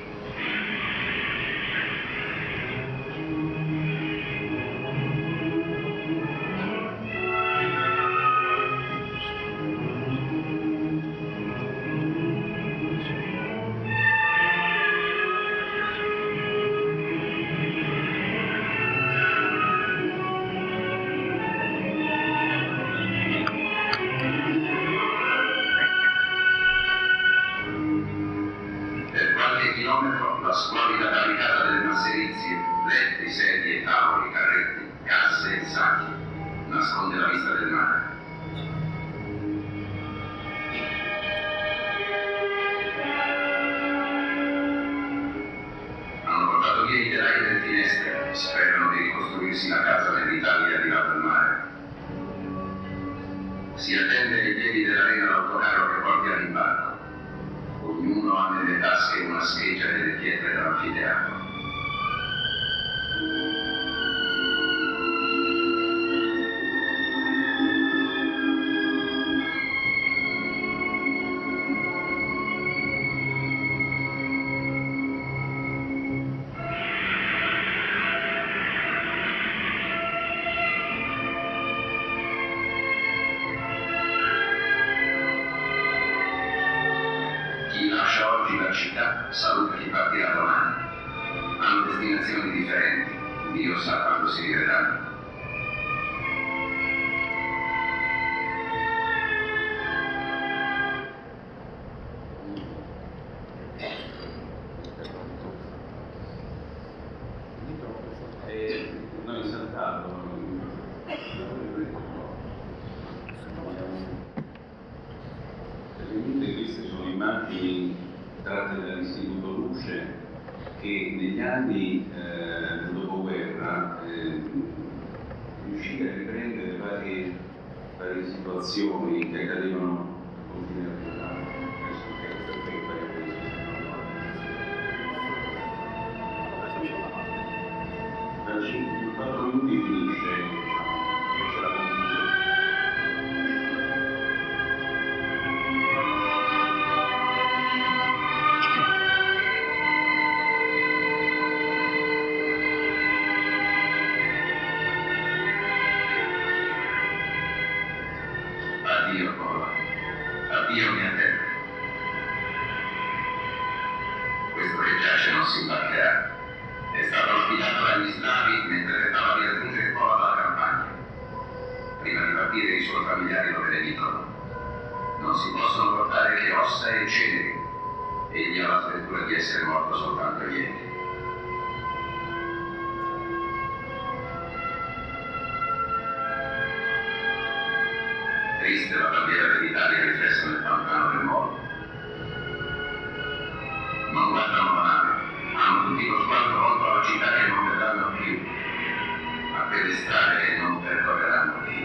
La squalida barricata delle masserizie, letti, sedie, tavoli, carretti, casse e sacchi, nasconde la vista del mare. Hanno portato via i telai delle finestre, sperano di ricostruirsi la casa nell'Italia di là dal mare. Si attende ai piedi dell'arena l'autocarro che porti all'imbarco. Ognuno ha nelle tasche una scheggia delle pietre dell'anfiteatro. Chi lascia oggi la città saluta chi partirà domani. Hanno destinazioni differenti. Dio sa quando si rivedranno. Noi saltato immagini tratte dall'Istituto Luce che negli anni del dopoguerra riuscì a riprendere varie situazioni che accadevano al confine regionale. In 4 minuti finisce, c'è la conclusione. Addio Paola, addio mia terra. Questo che giace non si imbarcherà. È stato ospitato dagli slavi mentre tentava di raggiungere Pola dalla campagna. Prima di partire i suoi familiari lo benedicono. Non si possono portare che ossa e ceneri. Egli ha la sventura di essere morto soltanto ieri. Triste la bandiera dell'Italia riflessa nel pantano del molo. Non guardano la nave, hanno tutti lo sguardo volto alla città che non vedranno più, a quelle strade che non percorreranno più.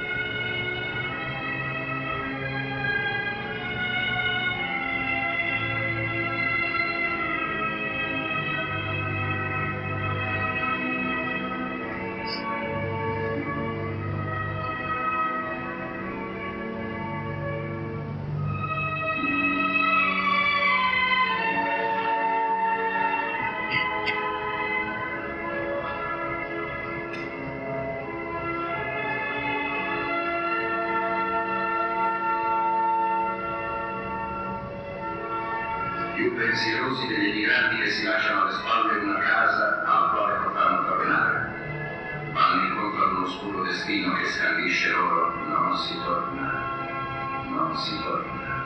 Più pensierosi degli emigranti che si lasciano alle spalle una casa alla quale potranno tornare. Vanno incontro ad uno scuro destino che scandisce loro: non si torna, non si torna.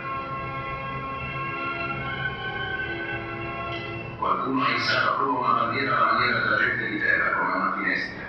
Qualcuno ha issato a prova una bandiera alla maniera della gente di terra, come una finestra.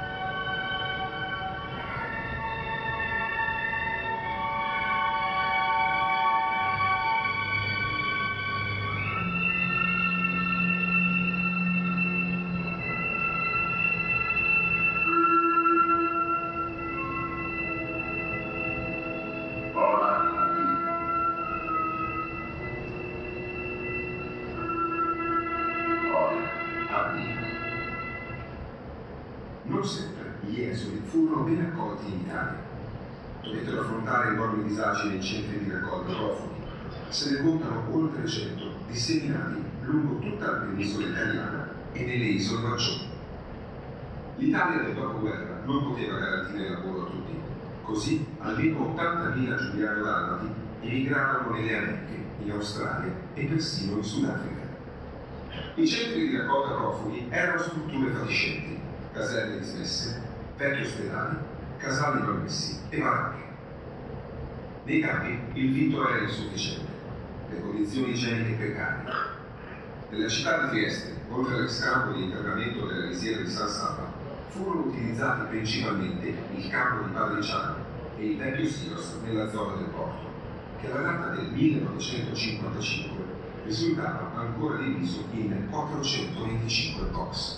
Non sempre gli esuli furono ben accolti in Italia. Dovettero affrontare enormi disagi nei centri di raccolta profughi. Se ne contano oltre 100 disseminati lungo tutta la penisola italiana e nelle isole maggiori. L'Italia del dopoguerra non poteva garantire lavoro a tutti. Così almeno 80.000 giuliano-dalmati emigrarono nelle Americhe, in Australia e persino in Sudafrica. I centri di raccolta profughi erano strutture fatiscenti, caserme dismesse, vecchi ospedali, casali malmessi e baracche. Nei campi il vitto era insufficiente, le condizioni igieniche precarie. Nella città di Trieste, oltre all'ex campo di internamento della risiera di San Saba, furono utilizzati principalmente il campo di Padriciano e il vecchio Silos nella zona del porto, che alla data del 1955 risultava ancora diviso in 425 box.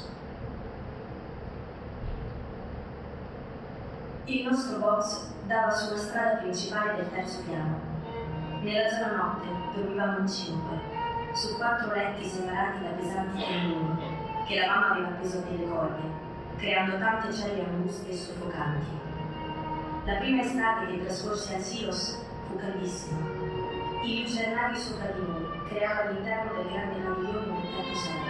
Il nostro box dava sulla strada principale del terzo piano. Nella zona notte dormivamo in 5, su 4 letti separati da pesanti tendoni che la mamma aveva appeso a delle corde, creando tante celle anguste e soffocanti. La prima estate che trascorse a Silos fu caldissima. I lucernari sopra di noi creavano all'interno del grande padiglione un effetto sereno.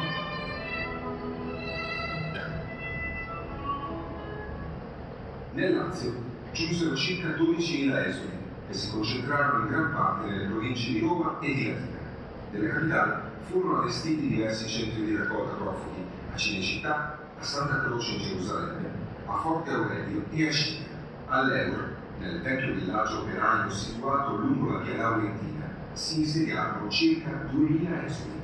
Nel Lazio giunsero circa 12.000 esuli e si concentrarono in gran parte nelle province di Roma e di Latina. Nella capitale furono allestiti diversi centri di raccolta profughi a Cinecittà, a Santa Croce in Gerusalemme, a Forte Aurelio e a Cigna. All'Euro, nel vecchio villaggio operaio situato lungo la via Laurentina, si insediarono circa 2.000 esuli.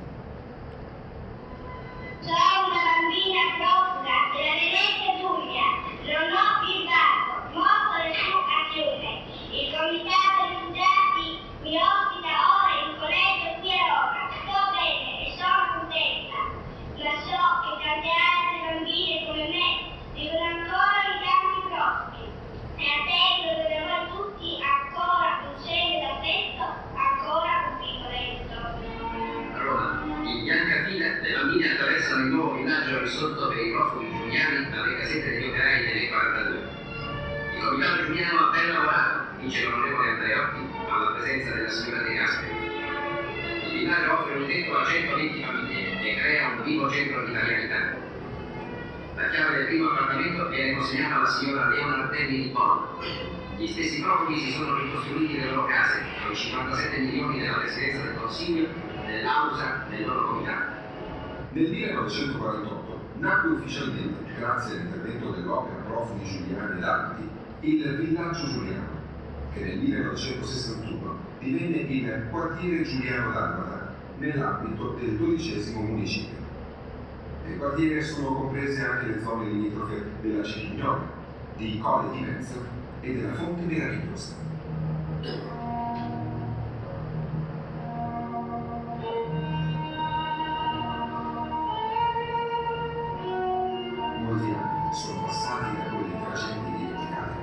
Sono una bambina profuga della Venezia Giulia, non ho il barco, morto nel suo cantione. Il comitato rifugiati mi ospita ora in collegio. casette degli operai nel 42. Il comitato giuliano ha ben lavorato, dice l'onorevole Andreotti, alla presenza della signora De Gasperi. Il villaggio offre un tetto a 120 famiglie e crea un vivo centro di italianità. La chiave del primo appartamento viene consegnata alla signora Leonardelli di Bonn. Gli stessi profughi si sono ricostruiti le loro case con i 57 milioni della Presidenza del Consiglio, dell'AUSA, del loro comitato. Nel 1948 nacque ufficialmente, grazie all'intervento dell'opera Profughi Giuliani ed Altri, il Villaggio Giuliano, che nel 1961 divenne il Quartiere Giuliano Dalmata nell'ambito del 12° municipio. Nel quartiere sono comprese anche le zone limitrofe della Cecchignola, di Colle di Mezzo e della Fonte Meravigliosa. Molti anni sono passati da quelle tragedie dimenticate.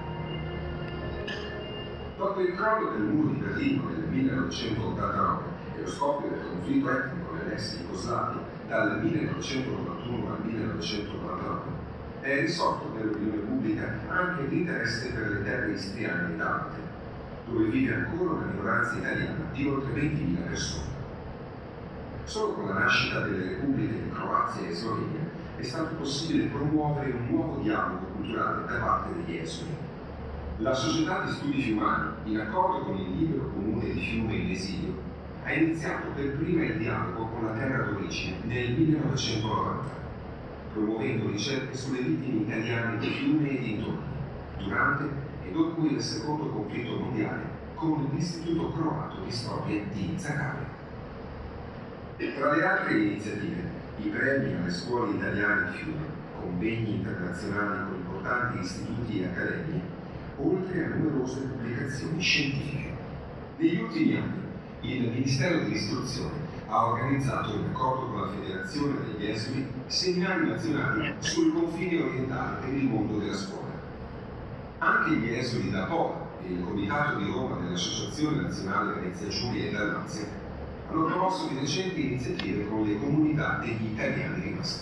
Dopo il crollo del muro di Berlino nel 1989 e lo scoppio del conflitto etnico nell'ex Jugoslavia dal 1991 al 1999, è risorto nell'opinione pubblica anche l'interesse per le terre istriane ed altre, dove vive ancora una minoranza italiana di oltre 20.000 persone. Solo con la nascita delle repubbliche di Croazia e Slovenia è stato possibile promuovere un nuovo dialogo culturale da parte degli esuli. La Società di Studi Fiumani, in accordo con il Libero Comune di Fiume in esilio, ha iniziato per prima il dialogo con la terra d'origine nel 1990, promuovendo ricerche sulle vittime italiane di Fiume e dintorni, durante e dopo il secondo conflitto mondiale, con l'Istituto Croato di Storia di Zagabria. Tra le altre iniziative, i premi alle scuole italiane di Fiume, convegni internazionali con importanti istituti e accademie, oltre a numerose pubblicazioni scientifiche. Negli ultimi anni, il Ministero dell'Istruzione ha organizzato, in accordo con la Federazione degli Esuli, seminari nazionali sul confine orientale per il mondo della scuola. Anche gli esuli da Pola e il Comitato di Roma dell'Associazione Nazionale Venezia Giulia e Dalmazia hanno promosso di recenti iniziative con le comunità degli italiani rimasti.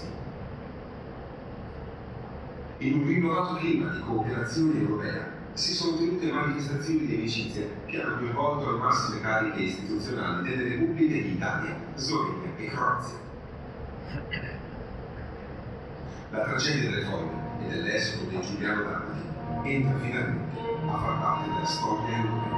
In un rinnovato clima di cooperazione europea si sono tenute manifestazioni di amicizia che hanno coinvolto le massime cariche istituzionali delle repubbliche di Italia, Slovenia e Croazia. La tragedia delle folle e dell'esodo dei Giuliano Dalmati entra finalmente a far parte della storia europea.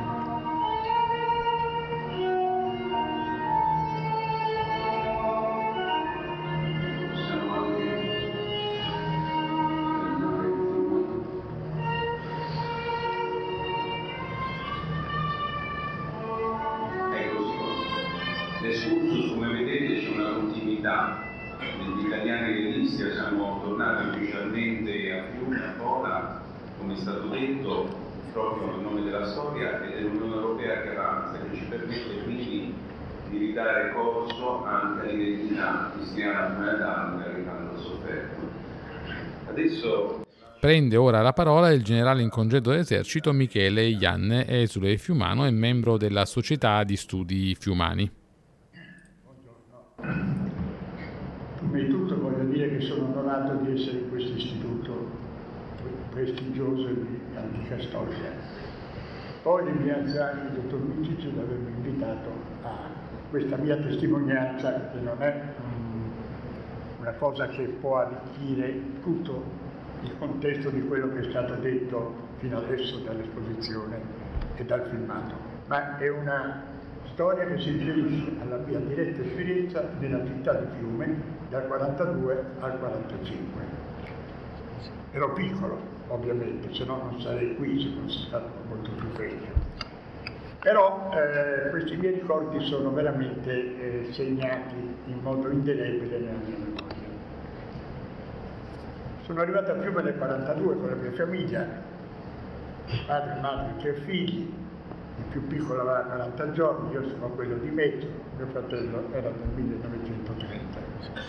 L'escursus, come vedete, c'è una continuità. Gli italiani dell'Istria siamo tornati ufficialmente a Fiume, a Pola, come è stato detto, proprio nel nome della storia e dell'Unione Europea che avanza, che ci permette quindi di ridare corso anche all'identità cristiana fondamentale che hanno sofferto. Adesso prende ora la parola il generale in congedo dell'esercito Michele Ianne, esule fiumano e membro della Società di Studi Fiumani. Prima di tutto voglio dire che sono onorato di essere in questo istituto prestigioso di antica storia. Poi ringraziare il dottor Micic di avermi invitato a questa mia testimonianza, che non è una cosa che può arricchire tutto il contesto di quello che è stato detto fino adesso dall'esposizione e dal filmato, ma è una storia che si riferisce alla mia diretta esperienza nella città di Fiume dal 42 al 45. Ero piccolo, ovviamente, se no non sarei qui, se fossi stato molto più vecchio. Però questi miei ricordi sono veramente segnati in modo indelebile nella mia memoria. Sono arrivato a Fiume nel 42 con la mia famiglia, padre, madre, 3 figli. Il più piccolo aveva 40 giorni, io sono quello di mezzo, mio fratello era nel 1930.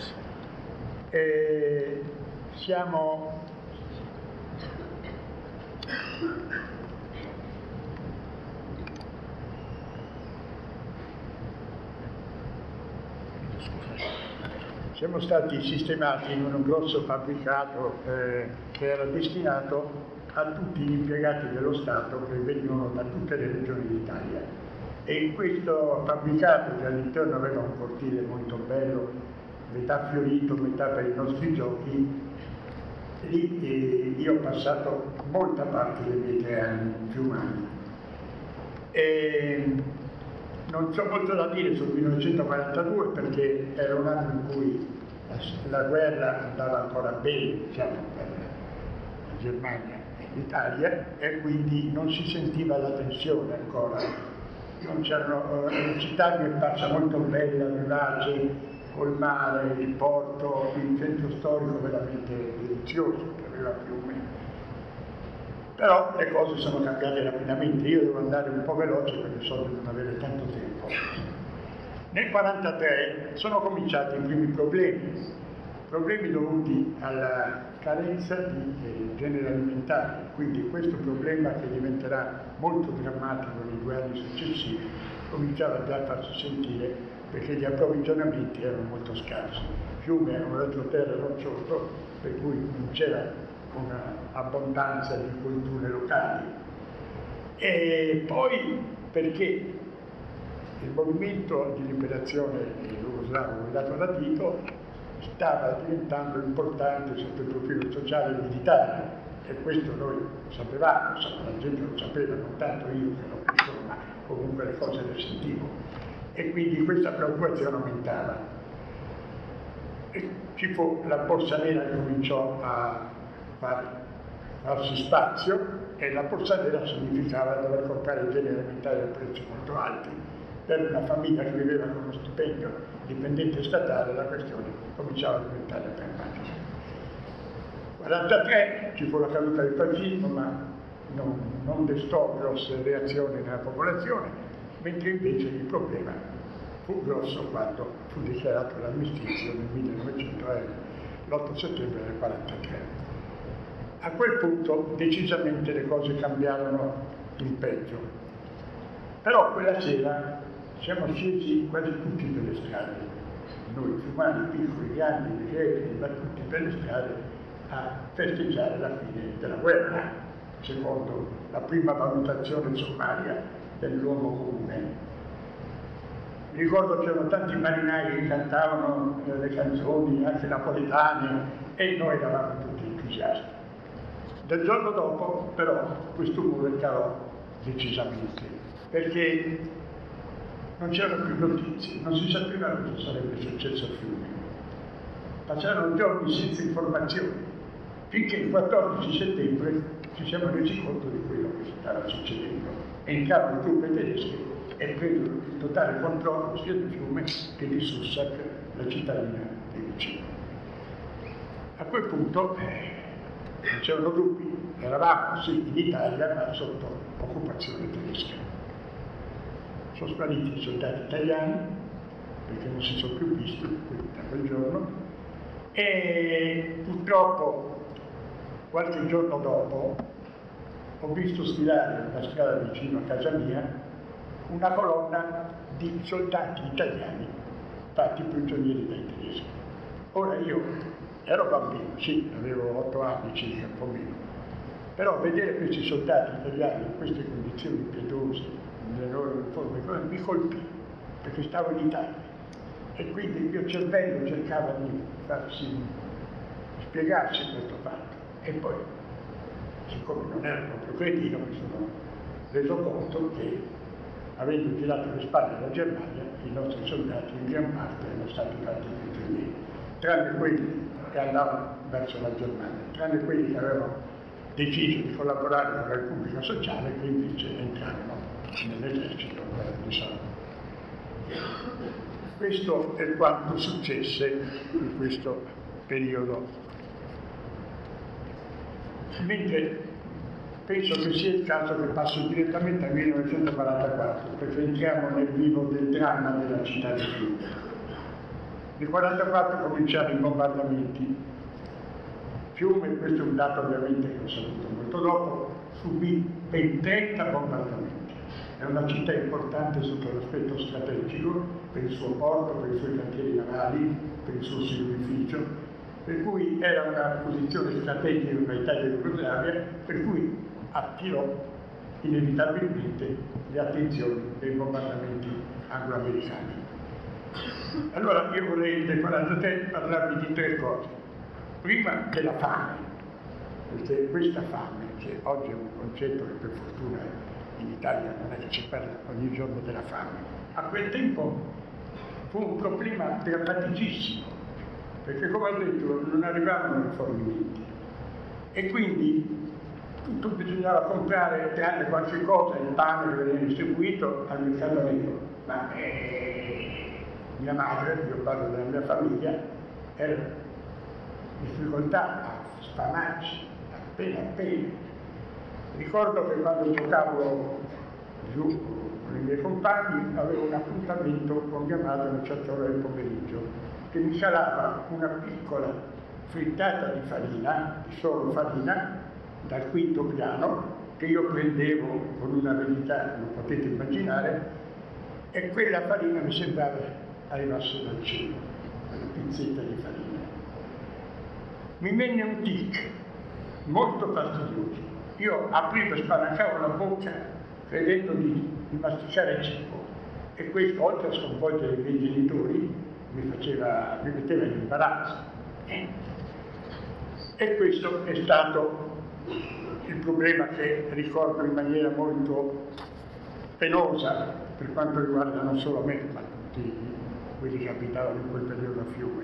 E siamo siamo stati sistemati in un grosso fabbricato che era destinato a tutti gli impiegati dello Stato che venivano da tutte le regioni d'Italia. E in questo fabbricato, che all'interno aveva un cortile molto bello, metà fiorito, metà per i nostri giochi, lì io ho passato molta parte dei miei 3 anni fiumani. E non c'ho molto da dire sul 1942 perché era un anno in cui la guerra andava ancora bene, diciamo, per la Germania e l'Italia, e quindi non si sentiva la tensione ancora. Non c'erano, la città mi è parsa molto bella, vivace, col mare, il porto, il centro storico veramente delizioso, che aveva fiume. Però le cose sono cambiate rapidamente, io devo andare un po' veloce perché so di non avere tanto tempo. Nel 1943 sono cominciati i primi problemi dovuti alla carenza di generi alimentari, quindi questo problema, che diventerà molto drammatico nei 2 anni successivi, cominciava già a farsi sentire perché gli approvvigionamenti erano molto scarsi. Fiume era un retroterra roccioso, per cui non c'era un'abbondanza di culture locali. E poi perché il movimento di liberazione jugoslavo guidato da Tito stava diventando importante sotto il profilo sociale e militare, e questo noi sapevamo, la gente lo sapeva, non tanto io che l'ho visto, ma comunque le cose le sentivo, e quindi questa preoccupazione aumentava. E ci fu la borsa nera che cominciò a farsi spazio, e la borsa nera significava dover comprare generi alimentari a prezzi molto alti. Per una famiglia che viveva con uno stipendio dipendente statale la questione cominciava a diventare drammatica. Nel 1943 ci fu la caduta del fascismo, ma non destò grosse reazioni nella popolazione, mentre invece il problema fu grosso quando fu dichiarato l'armistizio nel l'8 settembre del 1943. A quel punto decisamente le cose cambiarono in peggio. Però quella sera siamo scesi quasi tutti per le strade, noi fiumani, piccoli, grandi, leggeri, ma tutti per le strade a festeggiare la fine della guerra, secondo la prima valutazione sommaria dell'uomo comune. Mi ricordo che c'erano tanti marinai che cantavano le canzoni, anche napoletane, e noi eravamo tutti entusiasti. Del giorno dopo, però, questo umore calò decisamente, perché non c'erano più notizie, non si sapeva cosa sarebbe successo a Fiume. Passarono giorni senza informazioni, finché il 14 settembre ci siamo resi conto di quello che stava succedendo. Entrarono le truppe tedesche e presero il totale controllo sia di Fiume che di Sussak, la cittadina di vicino. A quel punto non c'erano dubbi, eravamo sì in Italia ma sotto occupazione tedesca. Sono spariti i soldati italiani perché non si sono più visti da quel giorno, e purtroppo qualche giorno dopo ho visto sfilare la strada vicino a casa mia una colonna di soldati italiani fatti prigionieri dai tedeschi. Ora io ero bambino, sì, avevo 8 anni circa, un po' meno, però vedere questi soldati italiani in queste condizioni pietose, nelle loro uniformi, mi colpì, perché stavo in Italia, e quindi il mio cervello cercava di spiegarsi questo fatto. E poi, siccome non ero proprio cretino, mi sono reso conto che, avendo girato le spalle alla Germania, i nostri soldati in gran parte erano stati fatti prigionieri, tranne quelli che andavano verso la Germania, tranne quelli che avevano deciso di collaborare con la Repubblica Sociale, che invece entrarono nell'esercito di Salvo. Questo è quanto successe in questo periodo. Mentre penso che sia il caso che passo direttamente al 1944, perché entriamo nel vivo del dramma della città di Fiume. Nel 1944 cominciarono i bombardamenti. Fiume, questo è un dato ovviamente che ho saputo molto dopo, subì ben 30 bombardamenti. è una città importante sotto l'aspetto strategico, per il suo porto, per i suoi cantieri navali, per il suo silvificio, per cui era una posizione strategica per l'Italia e Jugoslavia, per cui attirò inevitabilmente le attenzioni dei bombardamenti anglo-americani. Allora io vorrei nel 1943 parlarvi di 3 cose. Prima della fame, perché questa fame, che oggi è un concetto che per fortuna in Italia non è che si parla ogni giorno della fame, a quel tempo fu un problema drammaticissimo, perché come ho detto non arrivavano rifornimenti e quindi tutto bisognava comprare, tranne qualche cosa, il pane che veniva distribuito al mercato nero. Ma mia madre, io parlo della mia famiglia, era in difficoltà a sfamarsi appena. Ricordo che quando giocavo giù con i miei compagni avevo un appuntamento con mia madre a una certa ora del pomeriggio che mi calava una piccola frittata di farina, di solo farina, dal 5° piano, che io prendevo con una verità che non potete immaginare, e quella farina mi sembrava arrivasse dal cielo, una pizzetta di farina. Mi venne un tic molto fastidioso. Io aprivo e spalancavo la bocca credendo di masticare il cibo, e questo, oltre a sconvolgere i miei genitori, mi metteva in imbarazzo. E questo è stato il problema che ricordo in maniera molto penosa per quanto riguarda non solo me, ma tutti quelli che abitavano in quel periodo a Fiume.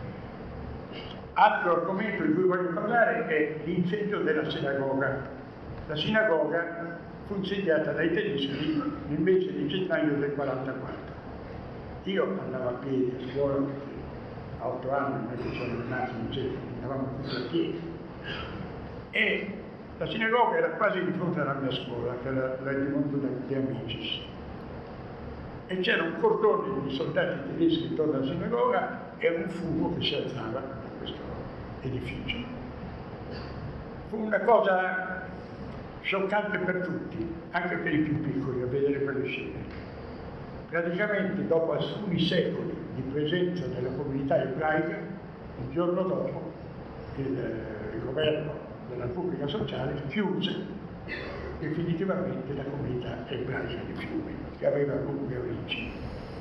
Altro argomento di cui voglio parlare è l'incendio della sinagoga. La sinagoga fu incendiata dai tedeschi nel mese di gennaio del 1944. Io andavo a piedi a scuola, perché a 8 anni non è che sono rimasti in centro, andavamo tutti a piedi. E la sinagoga era quasi di fronte alla mia scuola, che era l'Edimondo de Amicis. E c'era un cordone di soldati tedeschi intorno alla sinagoga e un fumo che si alzava da questo edificio. Fu una cosa scioccante per tutti, anche per i più piccoli, a vedere quelle scene. Praticamente dopo alcuni secoli di presenza della comunità ebraica, il giorno dopo il governo della Repubblica Sociale chiuse definitivamente la comunità ebraica di Fiume, che aveva lunghe origini.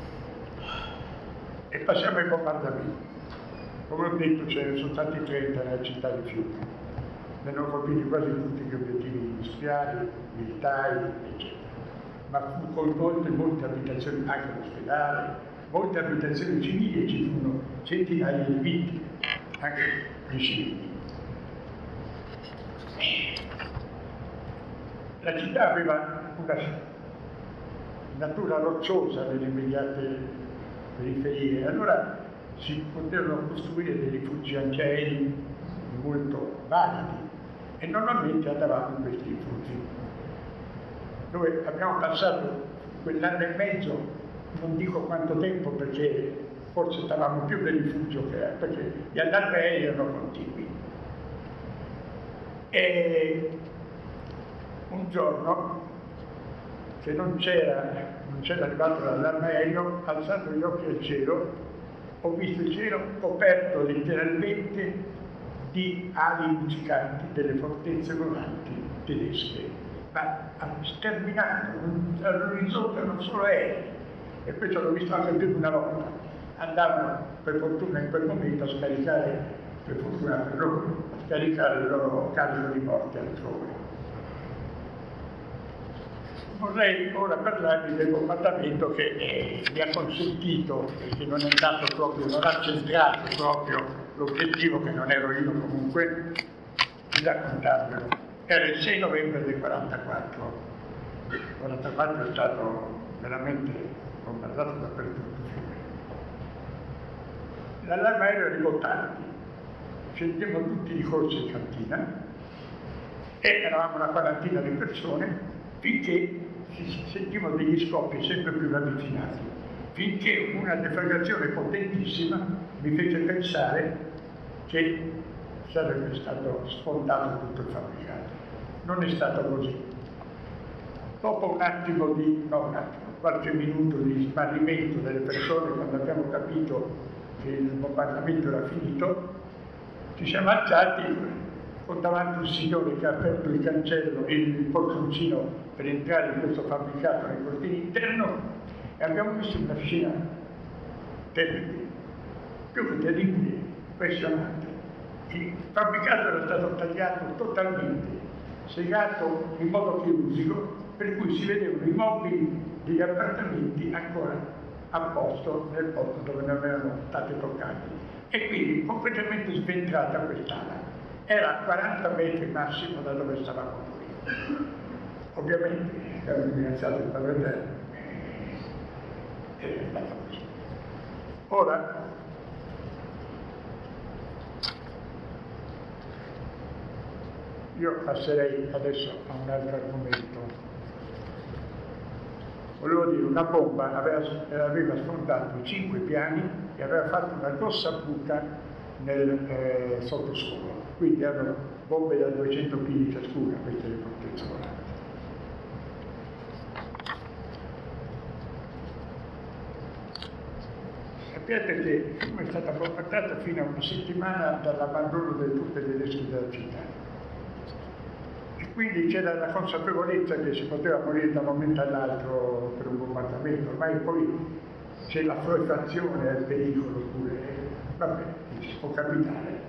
E passiamo ai bombardamenti. Come ho detto, ce ne sono stati 30 nella città di Fiume. Ne hanno colpiti quasi tutti gli obiettivi industriali, militari, eccetera. Ma fu coinvolte molte abitazioni, anche l'ospedale, molte abitazioni civili, e ci furono centinaia di vittime, anche di civili. La città aveva una natura rocciosa nelle immediate periferie, allora si potevano costruire dei rifugi antiaerei molto validi e normalmente andavamo in questi rifugi, dove abbiamo passato quell'anno e mezzo, non dico quanto tempo perché forse stavamo più nel rifugio perché gli allarmi aerei erano continui. E un giorno, che non c'era arrivato l'allarme aereo, alzando gli occhi al cielo, ho visto il cielo coperto letteralmente di ali luccicanti delle fortezze volanti tedesche, ma sterminando, all'orizzonte non solo aerei, e questo l'ho visto anche più di una volta. Andavano per fortuna in quel momento a scaricare, per fortuna per loro, a scaricare il loro carico di morte altrove. Vorrei ora parlarvi del bombardamento che mi ha consentito, perché non è andato proprio, non ha centrato proprio l'obiettivo, che non ero io comunque, di raccontarvelo. Era il 6 novembre del 1944. Il 1944 è stato veramente bombardato dappertutto. L'allarme aereo arrivò tardi, scendiamo tutti di corsa in cantina e eravamo una quarantina di persone, finché si sentivano degli scoppi sempre più ravvicinati, finché una deflagrazione potentissima mi fece pensare che sarebbe stato sfondato tutto il fabbricato. Non è stato così. Dopo un attimo qualche minuto di smarrimento delle persone, quando abbiamo capito che il bombardamento era finito, ci siamo alzati con davanti un signore che ha aperto il cancello e il portoncino per entrare in questo fabbricato nel cortile interno e abbiamo visto una scena terribile, più che terribile, impressionante. Il fabbricato era stato tagliato totalmente, segato in modo chirurgico, per cui si vedevano i mobili degli appartamenti ancora a posto nel posto dove ne avevano state toccati. E quindi completamente sventrata quest'ala. Era a 40 metri massimo da dove stavamo noi. Ovviamente abbiamo ringraziato il Padre Eterno e è stata così. Ora, io passerei adesso a un altro argomento. Volevo dire, una bomba aveva sfondato 5 piani e aveva fatto una grossa buca nel sottosuolo. Quindi erano bombe da 200 kg ciascuna, queste le fortezze volanti. Sappiate che è stata bombardata fino a una settimana dall'abbandono delle truppe tedesche della città. E quindi c'era la consapevolezza che si poteva morire da un momento all'altro per un bombardamento, ormai poi c'è la frazione del pericolo pure, vabbè, ci può capitare.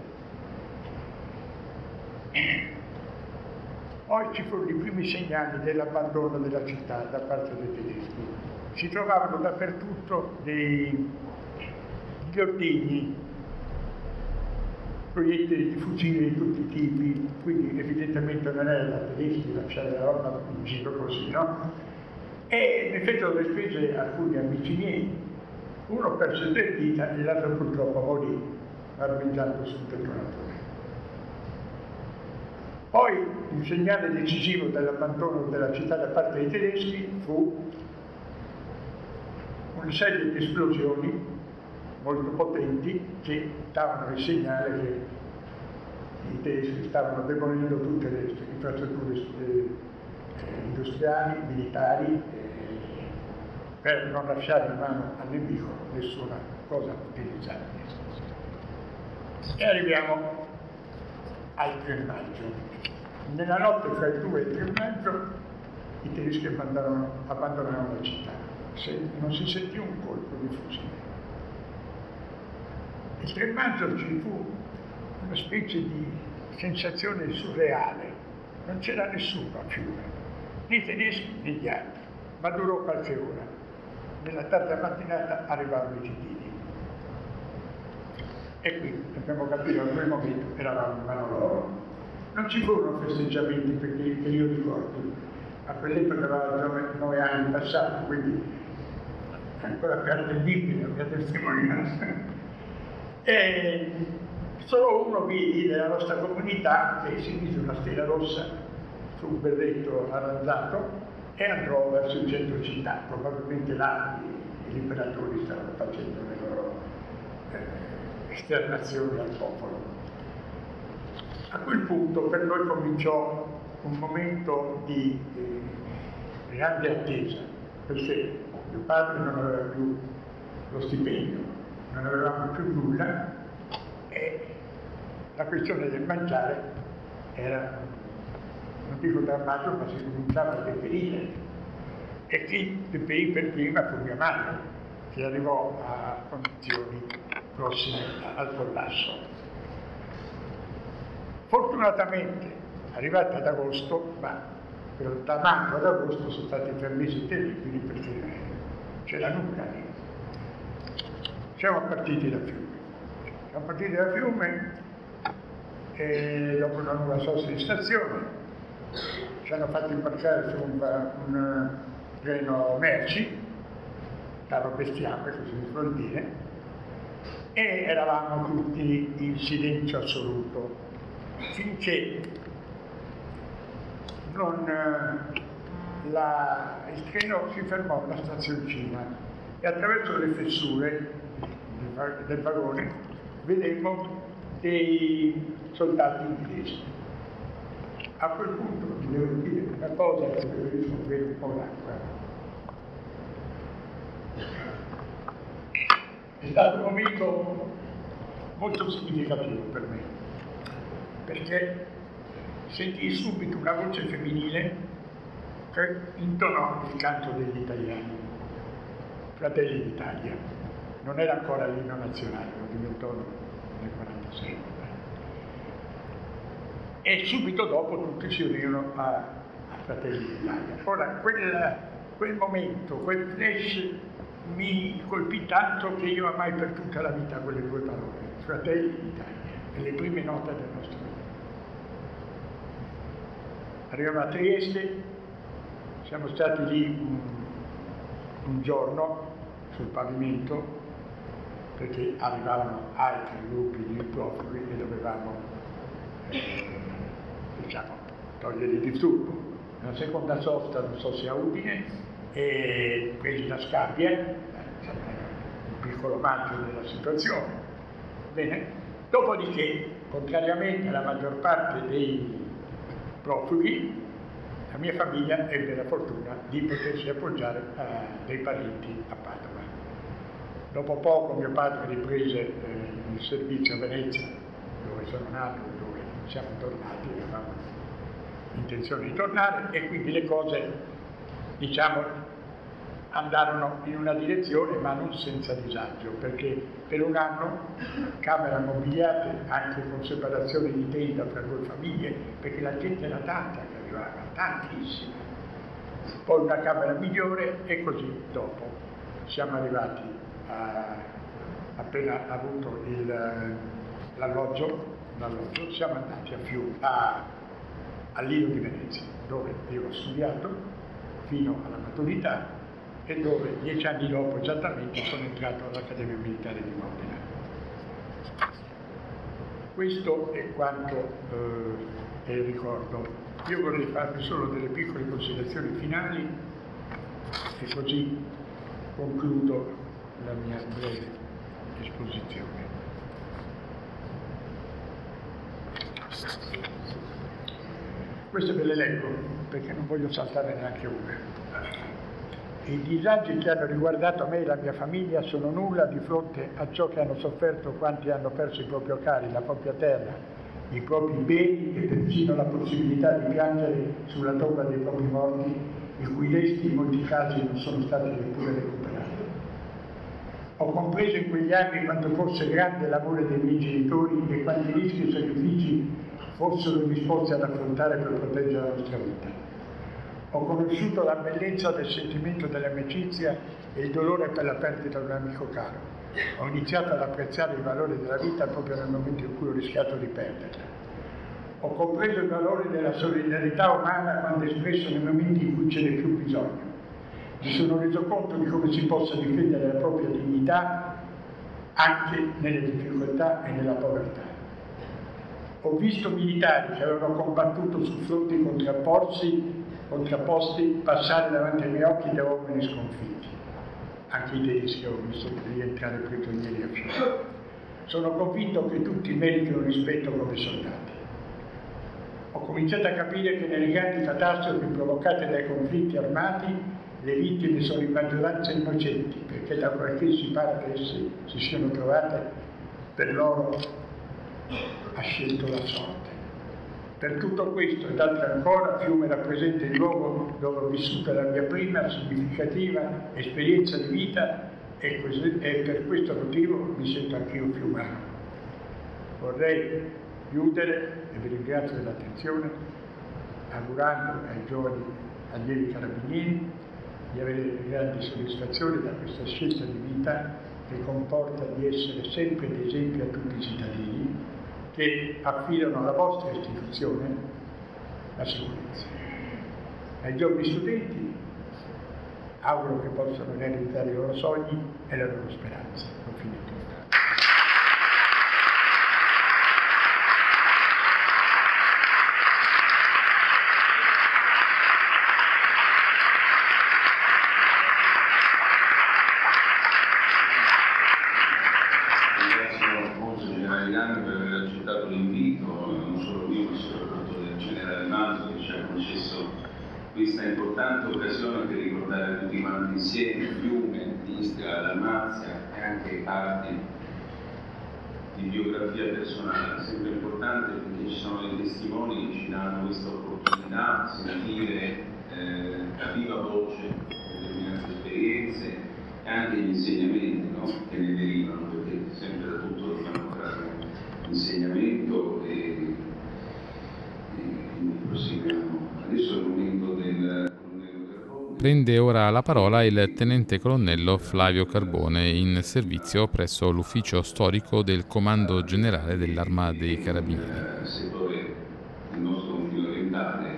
Poi ci furono i primi segnali dell'abbandono della città da parte dei tedeschi. Si trovavano dappertutto degli ordigni, proiettili di fucili di tutti i tipi, quindi evidentemente non era da tedeschi lasciare la roba in giro così, no? E ne fecero le spese alcuni amici miei. Uno perse 3 dita e l'altro purtroppo morì, armeggiando sul detonatore. Poi il segnale decisivo dell'abbandono della città da parte dei tedeschi fu una serie di esplosioni molto potenti che davano il segnale che i tedeschi stavano demolendo tutte le infrastrutture industriali, militari, per non lasciare in mano al nemico nessuna cosa utilizzabile. E arriviamo al 3 maggio. Nella notte fra il 2 e il 3 maggio i tedeschi abbandonarono la città. Non si sentì un colpo di fucile. Il 3 maggio ci fu una specie di sensazione surreale. Non c'era nessuno a Fiume, né i tedeschi né gli altri, ma durò qualche ora. Nella tarda mattinata arrivarono i cittadini. E qui abbiamo capito che in quel momento eravamo in mano loro. Non ci furono festeggiamenti perché io ricordo, a quell'epoca aveva 9 anni passati, quindi è ancora più attendibile la mia testimonianza. E solo uno vidi della nostra comunità che si mise una stella rossa su un berretto arranzato e andò verso il centro città. Probabilmente là i liberatori stavano facendo le loro esternazioni al popolo. A quel punto per noi cominciò un momento di grande attesa, perché mio padre non aveva più lo stipendio, non avevamo più nulla e la questione del mangiare era, non dico drammatico, ma si cominciava a deperire. E chi deperì per prima fu mia madre, che arrivò a condizioni prossime al collasso. Fortunatamente, arrivati ad agosto, ma da maggio ad agosto sono stati 3 mesi terribili perché c'era nulla lì. Siamo partiti da Fiume e dopo una nuova sosta di stazione ci hanno fatto imbarcare su un treno merci, carro bestiame, così si vuol dire, e eravamo tutti in silenzio assoluto. Finché il treno si fermò a una stazioncina e attraverso le fessure del vagone vedemmo dei soldati inglesi. A quel punto vi devo dire una cosa che preferisco bere un po' d'acqua. È stato un momento molto significativo per me, perché sentii subito una voce femminile che intonò il canto degli italiani, Fratelli d'Italia. Non era ancora l'inno nazionale, lo diventò nel 1946. E subito dopo tutti si unirono a Fratelli d'Italia. Ora, quel momento, quel flash mi colpì tanto che io amai per tutta la vita quelle due parole, Fratelli d'Italia, e le prime note del nostro vita. Arriviamo a Trieste, siamo stati lì un giorno sul pavimento perché arrivavano altri gruppi di profughi e dovevamo togliere il disturbo. Una seconda sosta, non so se a Udine, e presi la scabbia, un piccolo omaggio della situazione. Bene, dopodiché, contrariamente alla maggior parte dei profughi, la mia famiglia ebbe la fortuna di potersi appoggiare a dei parenti a Padova. Dopo poco mio padre riprese il servizio a Venezia, dove sono nato, dove siamo tornati, avevamo intenzione di tornare, e quindi le cose, diciamo, andarono in una direzione ma non senza disagio, perché per un anno camere mobiliate, anche con separazione di tenda tra due famiglie, perché la gente era tanta che arrivava, tantissima. Poi una camera migliore, e così dopo siamo arrivati appena avuto l'alloggio, siamo andati a Fiume, al Lido di Venezia, dove io ho studiato fino alla maturità e dove 10 anni dopo esattamente sono entrato all'Accademia Militare di Modena. Questo è quanto è il ricordo. Io vorrei farvi solo delle piccole considerazioni finali e così concludo la mia breve esposizione. Queste ve le leggo perché non voglio saltare neanche una. I disagi che hanno riguardato me e la mia famiglia sono nulla di fronte a ciò che hanno sofferto quanti hanno perso i propri cari, la propria terra, i propri beni e persino la possibilità di piangere sulla tomba dei propri morti, i cui resti in molti casi non sono stati neppure recuperati. Ho compreso in quegli anni quanto fosse grande l'amore dei miei genitori e quanti rischi e sacrifici fossero disposti ad affrontare per proteggere la nostra vita. Ho conosciuto la bellezza del sentimento dell'amicizia e il dolore per la perdita di un amico caro. Ho iniziato ad apprezzare il valore della vita proprio nel momento in cui ho rischiato di perderla. Ho compreso il valore della solidarietà umana quando espresso nei momenti in cui ce n'è più bisogno. Mi sono reso conto di come si possa difendere la propria dignità anche nelle difficoltà e nella povertà. Ho visto militari che avevano combattuto su fronti contrapposti passare davanti ai miei occhi da uomini sconfitti. Anche i tedeschi ho visto rientrare prigionieri a Fiume. Sono convinto che tutti meritino rispetto come soldati. Ho cominciato a capire che nelle grandi catastrofi provocate dai conflitti armati le vittime sono in maggioranza innocenti, perché da qualsiasi parte esse si siano trovate, per loro ha scelto la sorte. Per tutto questo ed altro ancora, Fiume rappresenta il luogo dove ho vissuto la mia prima significativa esperienza di vita e per questo motivo mi sento anch'io fiumano. Vorrei chiudere, e vi ringrazio dell'attenzione, augurando ai giovani allievi carabinieri di avere grandi soddisfazioni da questa scelta di vita che comporta di essere sempre di esempio a tutti i cittadini che affidano alla vostra istituzione la sicurezza. Ai giovani studenti auguro che possano realizzare i loro sogni e le loro speranze. Ho finito. Per aver accettato l'invito, non solo io ma soprattutto del generale Manzo questa importante occasione per ricordare tutti quanti insieme Fiume, Istria, Dalmazia e anche parti di biografia personale. È sempre importante perché ci sono dei testimoni che ci danno questa opportunità di sentire a viva voce determinate esperienze e anche gli insegnamenti, no? Che ne derivano, perché sempre da tutto dobbiamo trarre insegnamento e quindi proseguiamo. Adesso è il momento del colonnello Carbone. Prende ora la parola il tenente colonnello Flavio Carbone, in servizio presso l'ufficio storico del Comando Generale dell'Arma dei Carabinieri. Il settore del nostro confine orientale.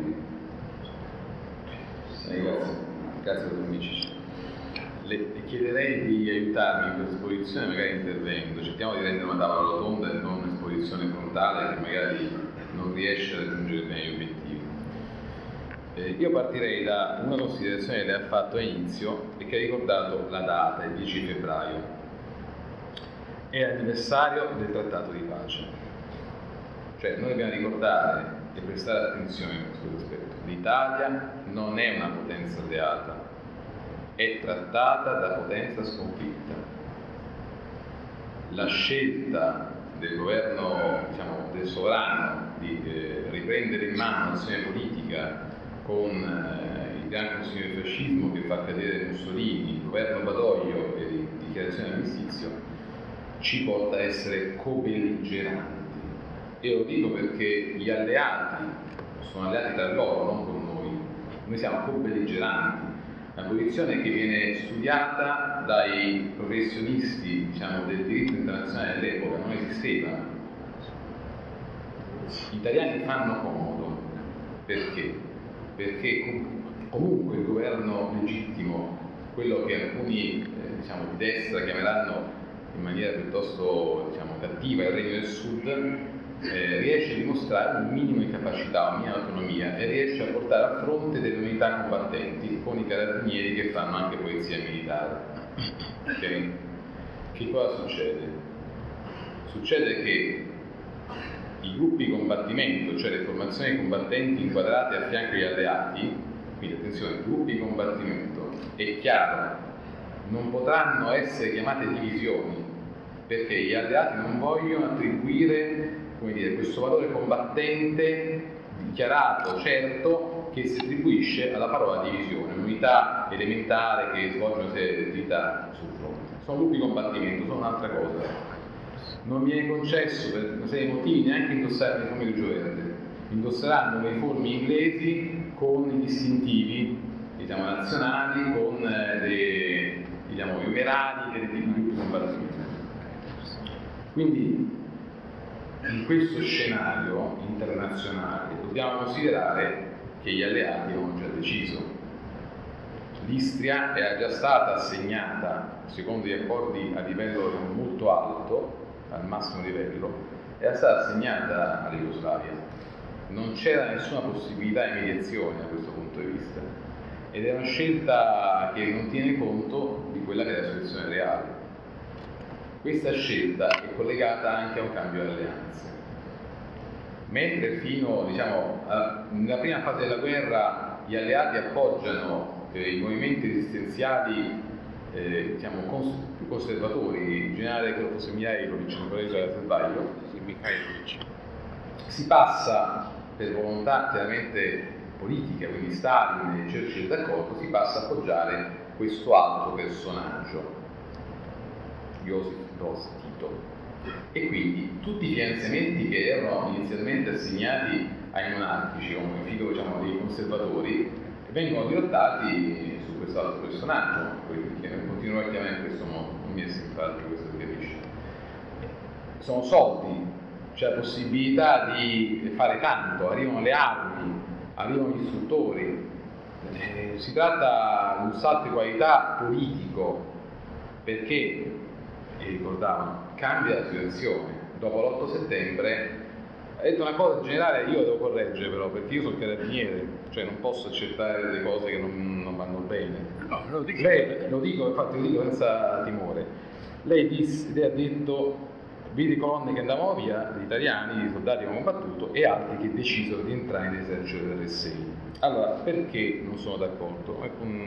Grazie dottor Micici. Le chiederei di aiutarmi in questa esposizione, magari intervenendo. Cerchiamo di rendere una tavola rotonda e non un'esposizione frontale che magari non riesce a raggiungere bene gli obiettivi. Io partirei da una considerazione che lei ha fatto a inizio e che ha ricordato la data, il 10 febbraio. È l'anniversario del trattato di pace. Cioè noi dobbiamo ricordare e prestare attenzione a questo aspetto. L'Italia non è una potenza alleata, è trattata da potenza sconfitta. La scelta del governo, diciamo, del sovrano di riprendere in mano l'azione politica con il gran consiglio del fascismo che fa cadere Mussolini, il governo Badoglio e le dichiarazioni d'armistizio ci porta a essere co-belligeranti. E lo dico perché gli alleati sono alleati tra loro, non con noi siamo co-belligeranti. Una posizione che viene studiata dai professionisti, diciamo, del diritto internazionale dell'epoca, non esisteva. Gli italiani fanno comodo. Perché? Perché comunque il governo legittimo, quello che alcuni diciamo, di destra chiameranno in maniera piuttosto cattiva il Regno del Sud, riesce a dimostrare un minimo di capacità, una minima autonomia e riesce a portare a fronte delle unità combattenti con i carabinieri che fanno anche polizia militare. Okay? Che cosa succede? Succede che i gruppi di combattimento, cioè le formazioni combattenti inquadrate a fianco agli alleati, quindi attenzione, gruppi di combattimento, è chiaro, non potranno essere chiamate divisioni, perché gli alleati non vogliono attribuire, come dire, questo valore combattente dichiarato, certo, che si attribuisce alla parola divisione, un'unità elementare che svolge una serie di attività sul fronte. Sono gruppi di combattimento, sono un'altra cosa. Non viene concesso per una serie di motivi neanche indossare l'uniforme grigio verde. Indosseranno le uniformi inglesi con i distintivi, diciamo, nazionali, con i numerali e dei tipi di combattimento. Quindi in questo scenario internazionale dobbiamo considerare che gli alleati hanno già deciso. L'Istria era già stata assegnata, secondo gli accordi a livello molto alto, al massimo livello, era stata assegnata alla Jugoslavia. Non c'era nessuna possibilità di mediazione da questo punto di vista ed è una scelta che non tiene conto di quella che è la situazione reale. Questa scelta è collegata anche a un cambio di alleanze. Mentre fino, nella prima fase della guerra gli alleati appoggiano i movimenti resistenziali più conservatori, il generale fosse Mihajlović, non vorrei se sbaglio, si passa per volontà chiaramente politica, quindi Stalin e Churchill d'accordo, si passa a appoggiare questo altro personaggio, Josip Broz Tito, e quindi tutti i finanziamenti che erano inizialmente assegnati ai monarchici come figlio dei conservatori vengono dirottati su questo altro personaggio, che continuerò a chiamare in questo modo, non mi è simpatico questo si capisce. Sono soldi, c'è la possibilità di fare tanto, arrivano le armi, arrivano gli istruttori, si tratta di un salto di qualità politico, perché, ricordavano, cambia la situazione. Dopo l'8 settembre ha detto una cosa generale, io la devo correggere però, perché io sono carabiniere, cioè non posso accettare delle cose che non vanno bene. No, lo dico. Lei, lo dico, infatti lo dico senza timore, lei ha detto vidi colonne che andavano via, gli italiani, i soldati che avevano combattuto, e altri che decisero di entrare nell'esercito dell'RSI. Allora, perché non sono d'accordo?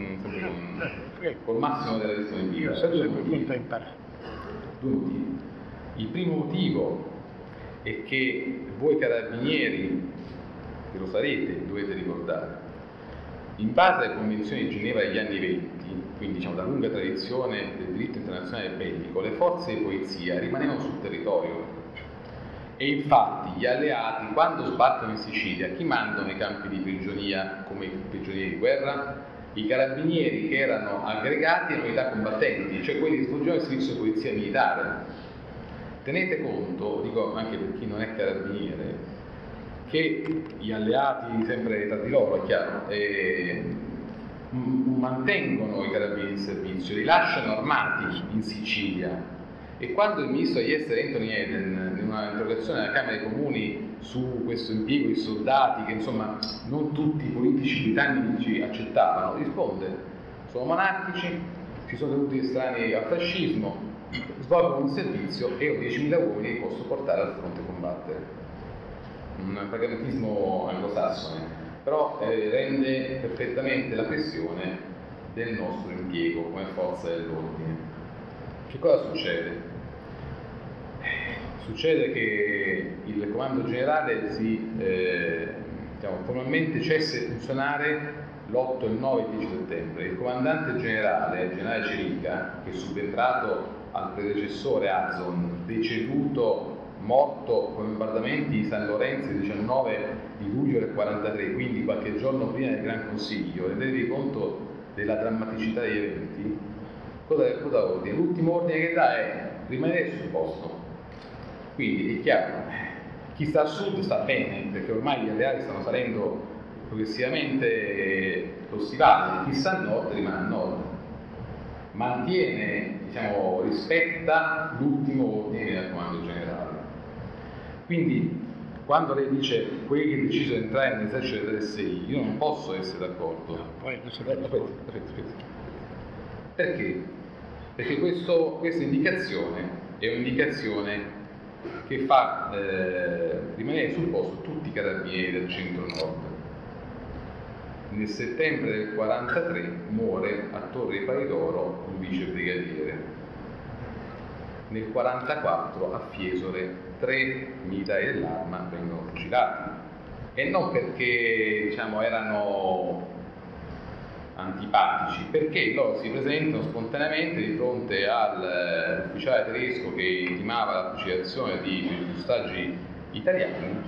Col massimo della disponibilità. Sempre pronto a imparare. Due motivi. Il primo motivo è che voi carabinieri, che lo sarete, dovete ricordare, in base alle convenzioni di Ginevra degli anni 20, quindi diciamo da lunga tradizione del diritto internazionale bellico, le forze di polizia rimanevano sul territorio e infatti gli alleati, quando sbattono in Sicilia, chi mandano nei campi di prigionia come prigionieri di guerra? I carabinieri che erano aggregati a unità combattenti, cioè quelli che svolgevano il servizio di polizia militare. Tenete conto, dico anche per chi non è carabiniere, che gli alleati, sempre tra di loro, è chiaro, mantengono i carabinieri in servizio, li lasciano armati in Sicilia. E quando il ministro degli esteri Anthony Eden, in una interrogazione alla Camera dei Comuni su questo impiego di soldati che insomma non tutti i politici britannici accettavano, risponde: sono monarchici, ci sono tenuti estranei al fascismo, svolgono un servizio e ho 10.000 uomini che posso portare al fronte a combattere. Un pragmatismo anglosassone, però rende perfettamente la questione del nostro impiego come forza dell'ordine. Che cosa succede? Succede che il comando generale formalmente cessa di funzionare l'8, il 9 e il 10 settembre. Il comandante generale, il generale Celica, che è subentrato al predecessore Azon, deceduto, morto con i bombardamenti di San Lorenzo il 19 di luglio del 43, quindi qualche giorno prima del Gran Consiglio, rendetevi conto della drammaticità degli eventi. Cosa ordine? L'ultimo ordine che dà è rimanere sul posto. Quindi è chiaro, chi sta a sud sta bene, perché ormai gli alleati stanno salendo progressivamente lo stivale, chi sta a nord rimane a nord. Mantiene, rispetta l'ultimo ordine del comando generale. Quindi, quando lei dice quelli che deciso di entrare nell'esercito dell'SI, io non posso essere d'accordo. No, poi aspetta. Perché? Perché questa indicazione è un'indicazione che fa rimanere sul posto tutti i carabinieri del centro-nord. Nel settembre del 43 muore a Torre Pari d'Oro un vice brigadiere. Nel 44 a Fiesole 3 militari dell'Arma vengono fucilati, e non perché erano antipatici, perché loro si presentano spontaneamente di fronte all'ufficiale tedesco che intimava la fucilazione di ostaggi italiani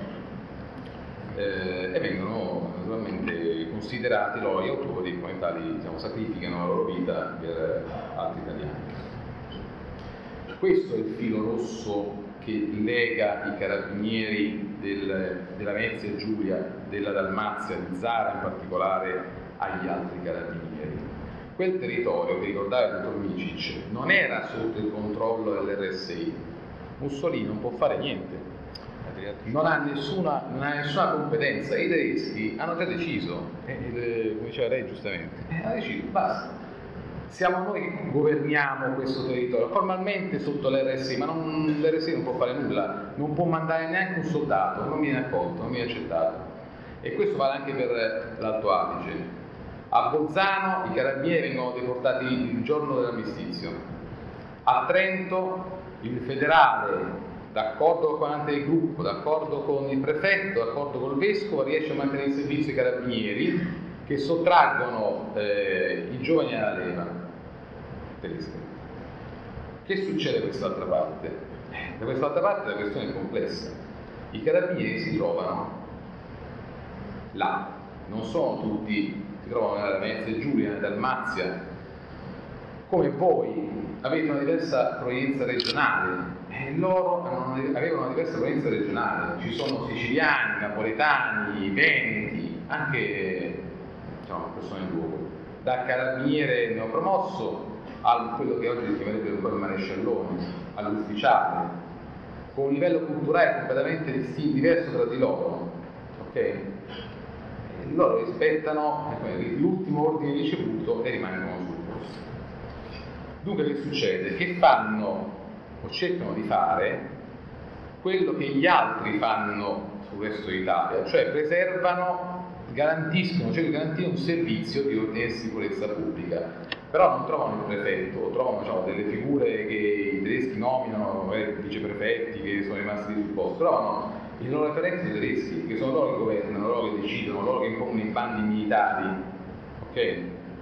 e vengono naturalmente considerati loro gli autori, come tali sacrificano la loro vita per altri italiani. Questo è il filo rosso che lega i carabinieri della Venezia Giulia, della Dalmazia, di Zara in particolare, agli altri carabinieri. Quel territorio, che ricordava il dottor Micic, non era sotto il controllo dell'RSI. Mussolini non può fare niente, non ha nessuna competenza. I tedeschi hanno già deciso, come diceva lei giustamente, hanno deciso, basta. Siamo noi che governiamo questo territorio, formalmente sotto l'RSI, ma l'RSI non può fare nulla, non può mandare neanche un soldato, non viene accolto, non viene accettato. E questo vale anche per l'Alto Adige. A Bolzano i carabinieri vengono deportati il giorno dell'armistizio. A Trento il federale, d'accordo con il comandante del gruppo, d'accordo con il prefetto, d'accordo col vescovo, riesce a mantenere in servizio i carabinieri che sottraggono i giovani alla leva tedesca. Che succede da quest'altra parte? Da quest'altra parte la questione è complessa. I carabinieri si trovano là, non sono tutti, si trovano nella Venezia Giulia, nella Dalmazia. Come voi avete una diversa provenienza regionale, loro avevano una diversa provenienza regionale. Ci sono siciliani, napoletani, veneti, anche persone in luogo, da carabiniere neopromosso a quello che oggi si chiamerebbe un po' il maresciallone, all'ufficiale, con un livello culturale completamente diverso tra di loro, ok? E loro rispettano l'ultimo ordine ricevuto e rimangono sul posto. Dunque che succede? Che fanno o cercano di fare quello che gli altri fanno sul resto d'Italia, cioè preservano, garantiscono, cioè garantire un servizio di ordine e sicurezza pubblica, però non trovano il prefetto, trovano delle figure che i tedeschi nominano, viceprefetti che sono rimasti sul posto, trovano i loro referenti tedeschi, che sono loro che governano, loro che decidono, loro che impongono i bandi militari, ok?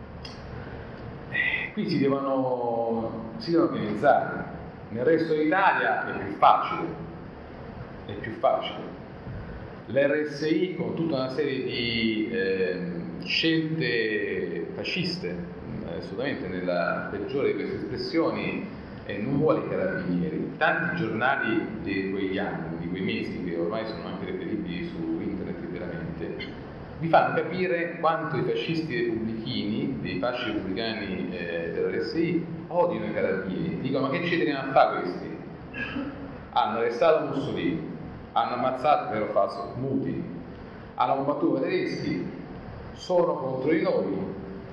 Qui si devono organizzare. Nel resto d'Italia è più facile. L'RSI, con tutta una serie di scelte fasciste, assolutamente nella peggiore di queste espressioni, non vuole i carabinieri. Tanti giornali di quegli anni, di quei mesi, che ormai sono anche reperibili su internet veramente, vi fanno capire quanto i fascisti repubblichini, dei fasci repubblicani dell'RSI, odiano i carabinieri. Dicono: ma che ci teniamo a fare questi? Hanno arrestato Mussolini, hanno ammazzato, vero o falso, Muti, hanno combattuto i tedeschi, sono contro di noi.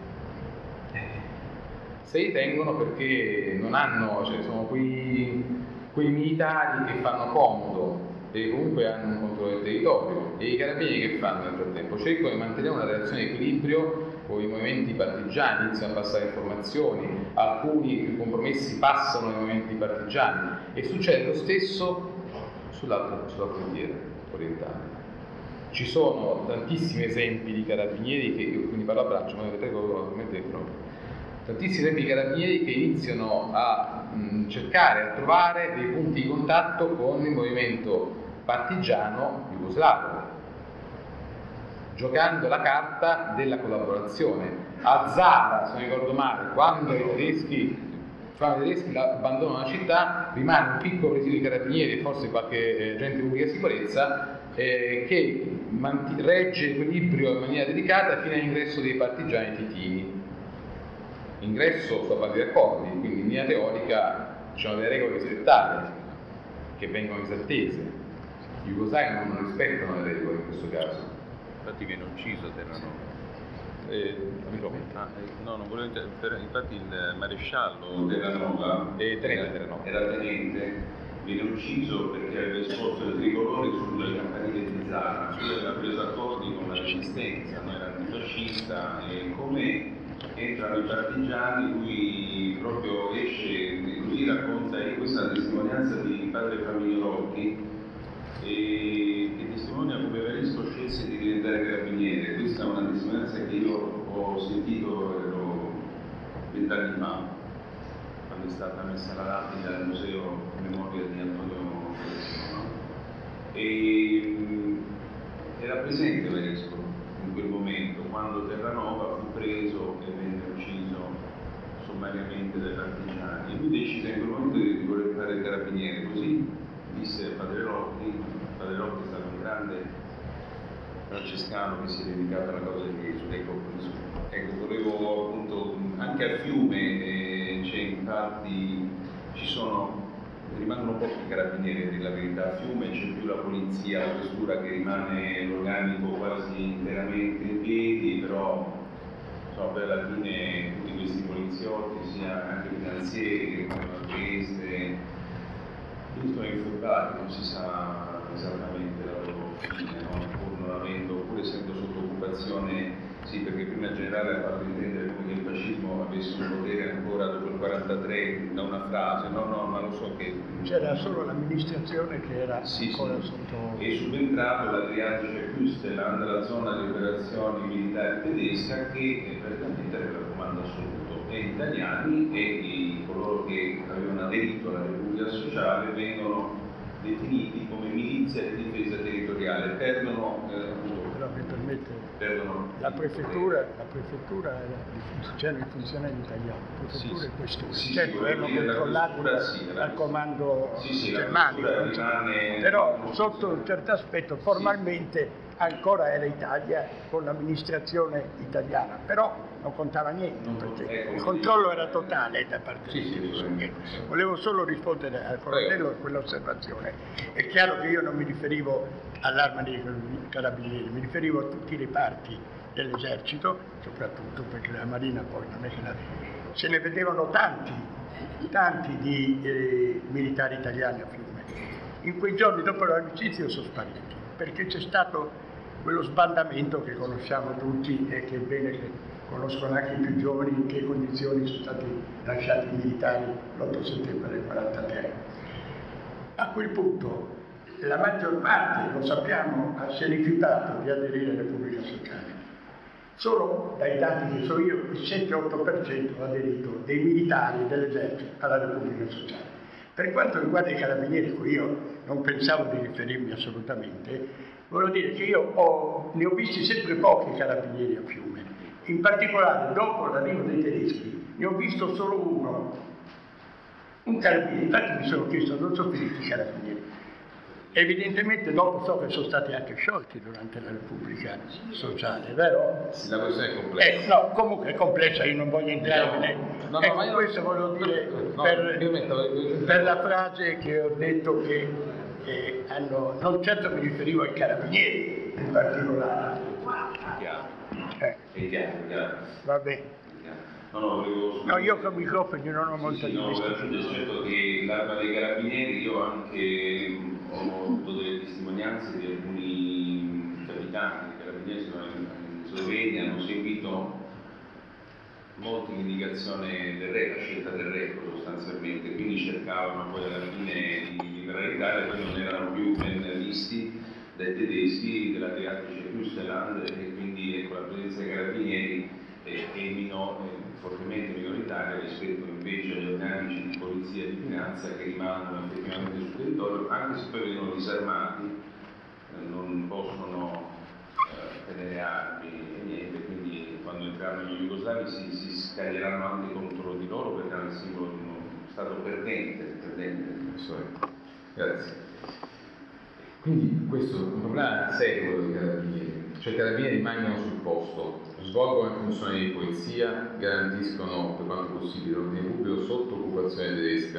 Se li tengono perché non hanno, sono quei militari che fanno comodo e comunque hanno un controllo del territorio, e i carabinieri che fanno nel frattempo? Cercano di mantenere una relazione di equilibrio con i movimenti partigiani, iniziano a passare informazioni, alcuni compromessi passano nei movimenti partigiani, e succede lo stesso sulla frontiera orientale. Ci sono tantissimi esempi di carabinieri quindi parlo a braccio, ma ne prego ovviamente proprio. Tantissimi esempi di carabinieri che iniziano a cercare, a trovare dei punti di contatto con il movimento partigiano jugoslavo, giocando la carta della collaborazione. A Zara, se non ricordo male, quando i tedeschi abbandonano la città, rimane un piccolo presidio di carabinieri e forse qualche agente di pubblica sicurezza che regge l'equilibrio in maniera delicata fino all'ingresso dei partigiani titini. Ingresso sopra dei raccordi, quindi in linea teorica ci sono delle regole rispettate che vengono disattese. Gli jugoslavi non rispettano le regole in questo caso. Infatti viene ucciso Terranova. No, non volevo infatti il maresciallo Terranova era tenente, viene ucciso perché aveva esposto il tricolore sulle campanile di Zara, cioè aveva preso accordi con la resistenza, non era antifascista, e come entrano i partigiani, lui proprio esce, così racconta, questa è la testimonianza di padre Flaminio Rocchi, che testimonia come Evaristo scelse di diventare carabiniere. Questa è una testimonianza che io ho sentito 20 anni fa, quando è stata messa la lapide al museo in memoria di Antonio Colessimo, e era presente Evaristo in quel momento, quando Terranova fu preso e venne ucciso sommariamente dai partigiani, e lui decise in quel momento di voler fare il carabiniere. Così disse Padre Rocchi. Padre Rocchi è stato un grande francescano che si è dedicato alla causa di Gesù. Ecco, volevo appunto, anche a Fiume c'è, infatti rimangono pochi carabinieri, a dire la verità. A Fiume c'è più la polizia, la questura, che rimane l'organico quasi interamente in piedi, però per alla fine tutti questi poliziotti, sia anche finanzieri che rimangono a Trieste, sono infortunati, non si sa esattamente la loro fine, pur non avendo, pur essendo sotto occupazione, sì, perché prima il generale ha fatto intendere come che il fascismo avesse un potere ancora dopo il 43, da una frase, no, ma lo so che c'era solo l'amministrazione che era ancora sotto. E subentrato l'Adriatische Küstenland, la zona di operazioni militari tedesca, che praticamente aveva il comando assoluto, e gli italiani e coloro che avevano aderito alla Repubblica Sociale vengono definiti come milizia di difesa territoriale, perdono però mi permette, la prefettura c'erano i funzionari italiani, prefettura e questura, certo erano controllati dal comando germanico, però sotto un certo aspetto formalmente ancora era Italia con l'amministrazione italiana, però non contava niente, perché il controllo era totale da parte di Volevo solo rispondere al colonnello a quell'osservazione. È chiaro che io non mi riferivo all'arma dei carabinieri, mi riferivo a tutti i reparti dell'esercito, soprattutto perché la Marina poi non è che se ne vedevano tanti di militari italiani a Fiume. In quei giorni dopo l'armistizio sono spariti, perché c'è stato quello sbandamento che conosciamo tutti e che è bene che conoscono anche i più giovani, in che condizioni sono stati lasciati i militari l'8 settembre del 1943. A quel punto la maggior parte, lo sappiamo, si è rifiutato di aderire alla Repubblica Sociale. Solo dai dati che so io, il 7-8% ha aderito dei militari dell'esercito alla Repubblica Sociale. Per quanto riguarda i carabinieri, a cui io non pensavo di riferirmi assolutamente, voglio dire che io ne ho visti sempre pochi carabinieri a Fiume. In particolare, dopo l'arrivo dei tedeschi, ne ho visto solo uno, un carabiniere. Infatti mi sono chiesto, non sono finiti i carabinieri. Evidentemente dopo so che sono stati anche sciolti durante la Repubblica Sociale, vero? Sì, la questione è complessa. No, comunque è complessa, io non voglio entrare questo voglio dire per la frase che ho detto che non certo mi riferivo ai carabinieri in particolare. È chiaro. Va bene. No, io con i microfoni non ho molta dimestichezza. No, certo che l'arma dei carabinieri, io anche ho avuto delle testimonianze di alcuni capitani dei carabinieri in Slovenia, hanno seguito molto l'indicazione del re, la scelta del re sostanzialmente, quindi cercavano poi alla fine di liberare l'Italia, poi non erano più ben visti dai tedeschi dell'Adriatico Fürstenland e quindi ecco, la presenza dei carabinieri è fortemente minoritaria rispetto invece agli organici di polizia e di finanza che rimangono effettivamente sul territorio, anche se poi vengono disarmati, non possono tenere armi e niente, quindi quando entreranno gli jugoslavi si scaglieranno anche contro di loro perché hanno il simbolo di uno stato perdente. Grazie. Quindi questo è un problema serio dei carabinieri, cioè i carabinieri rimangono sul posto, svolgono funzioni di polizia, garantiscono per quanto possibile l'ordine pubblico sotto occupazione tedesca,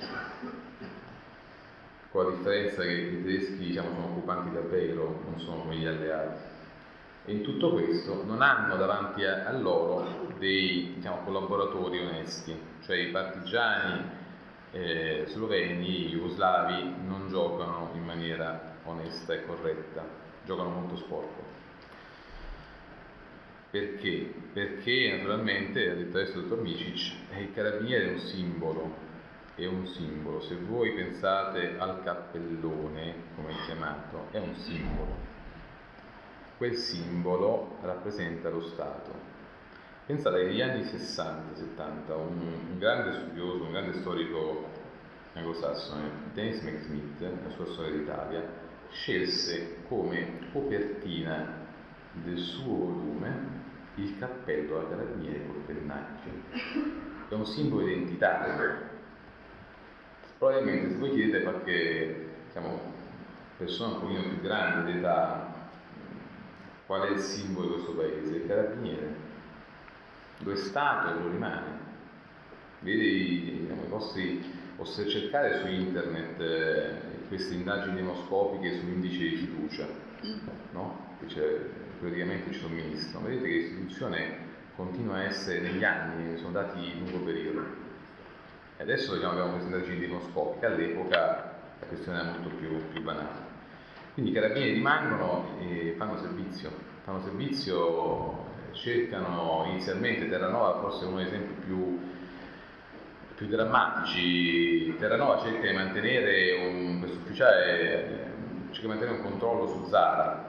con la differenza che i tedeschi sono occupanti davvero, non sono come gli alleati. E in tutto questo non hanno davanti a loro dei collaboratori onesti, cioè i partigiani sloveni, jugoslavi non giocano in maniera onesta e corretta, giocano molto sporco. Perché? Perché naturalmente, ha detto adesso il dottor Micic, il carabiniere è un simbolo, se voi pensate al cappellone, come è chiamato, è un simbolo. Quel simbolo rappresenta lo Stato. Pensate che negli anni 60-70 un grande studioso, un grande storico anglosassone, Dennis McSmith, nella sua storia d'Italia, scelse come copertina del suo volume il cappello da carabiniere col pennacchio. È un simbolo identitario. Probabilmente se voi chiedete a qualche persona un pochino più grande d'età qual è il simbolo di questo paese, il carabiniere. Lo è stato e lo rimane. Vedi posso cercare su internet queste indagini demoscopiche sull'indice di fiducia, no? Che periodicamente ci somministrano. Vedete che l'istituzione continua a essere negli anni, sono dati di lungo periodo. E adesso abbiamo queste indagini demoscopiche, all'epoca la questione era molto più banale. Quindi i carabinieri rimangono e fanno servizio, cercano inizialmente, Terranova forse è uno degli esempi più drammatici. Terranova cerca di mantenere questo ufficiale cerca di mantenere un controllo su Zara,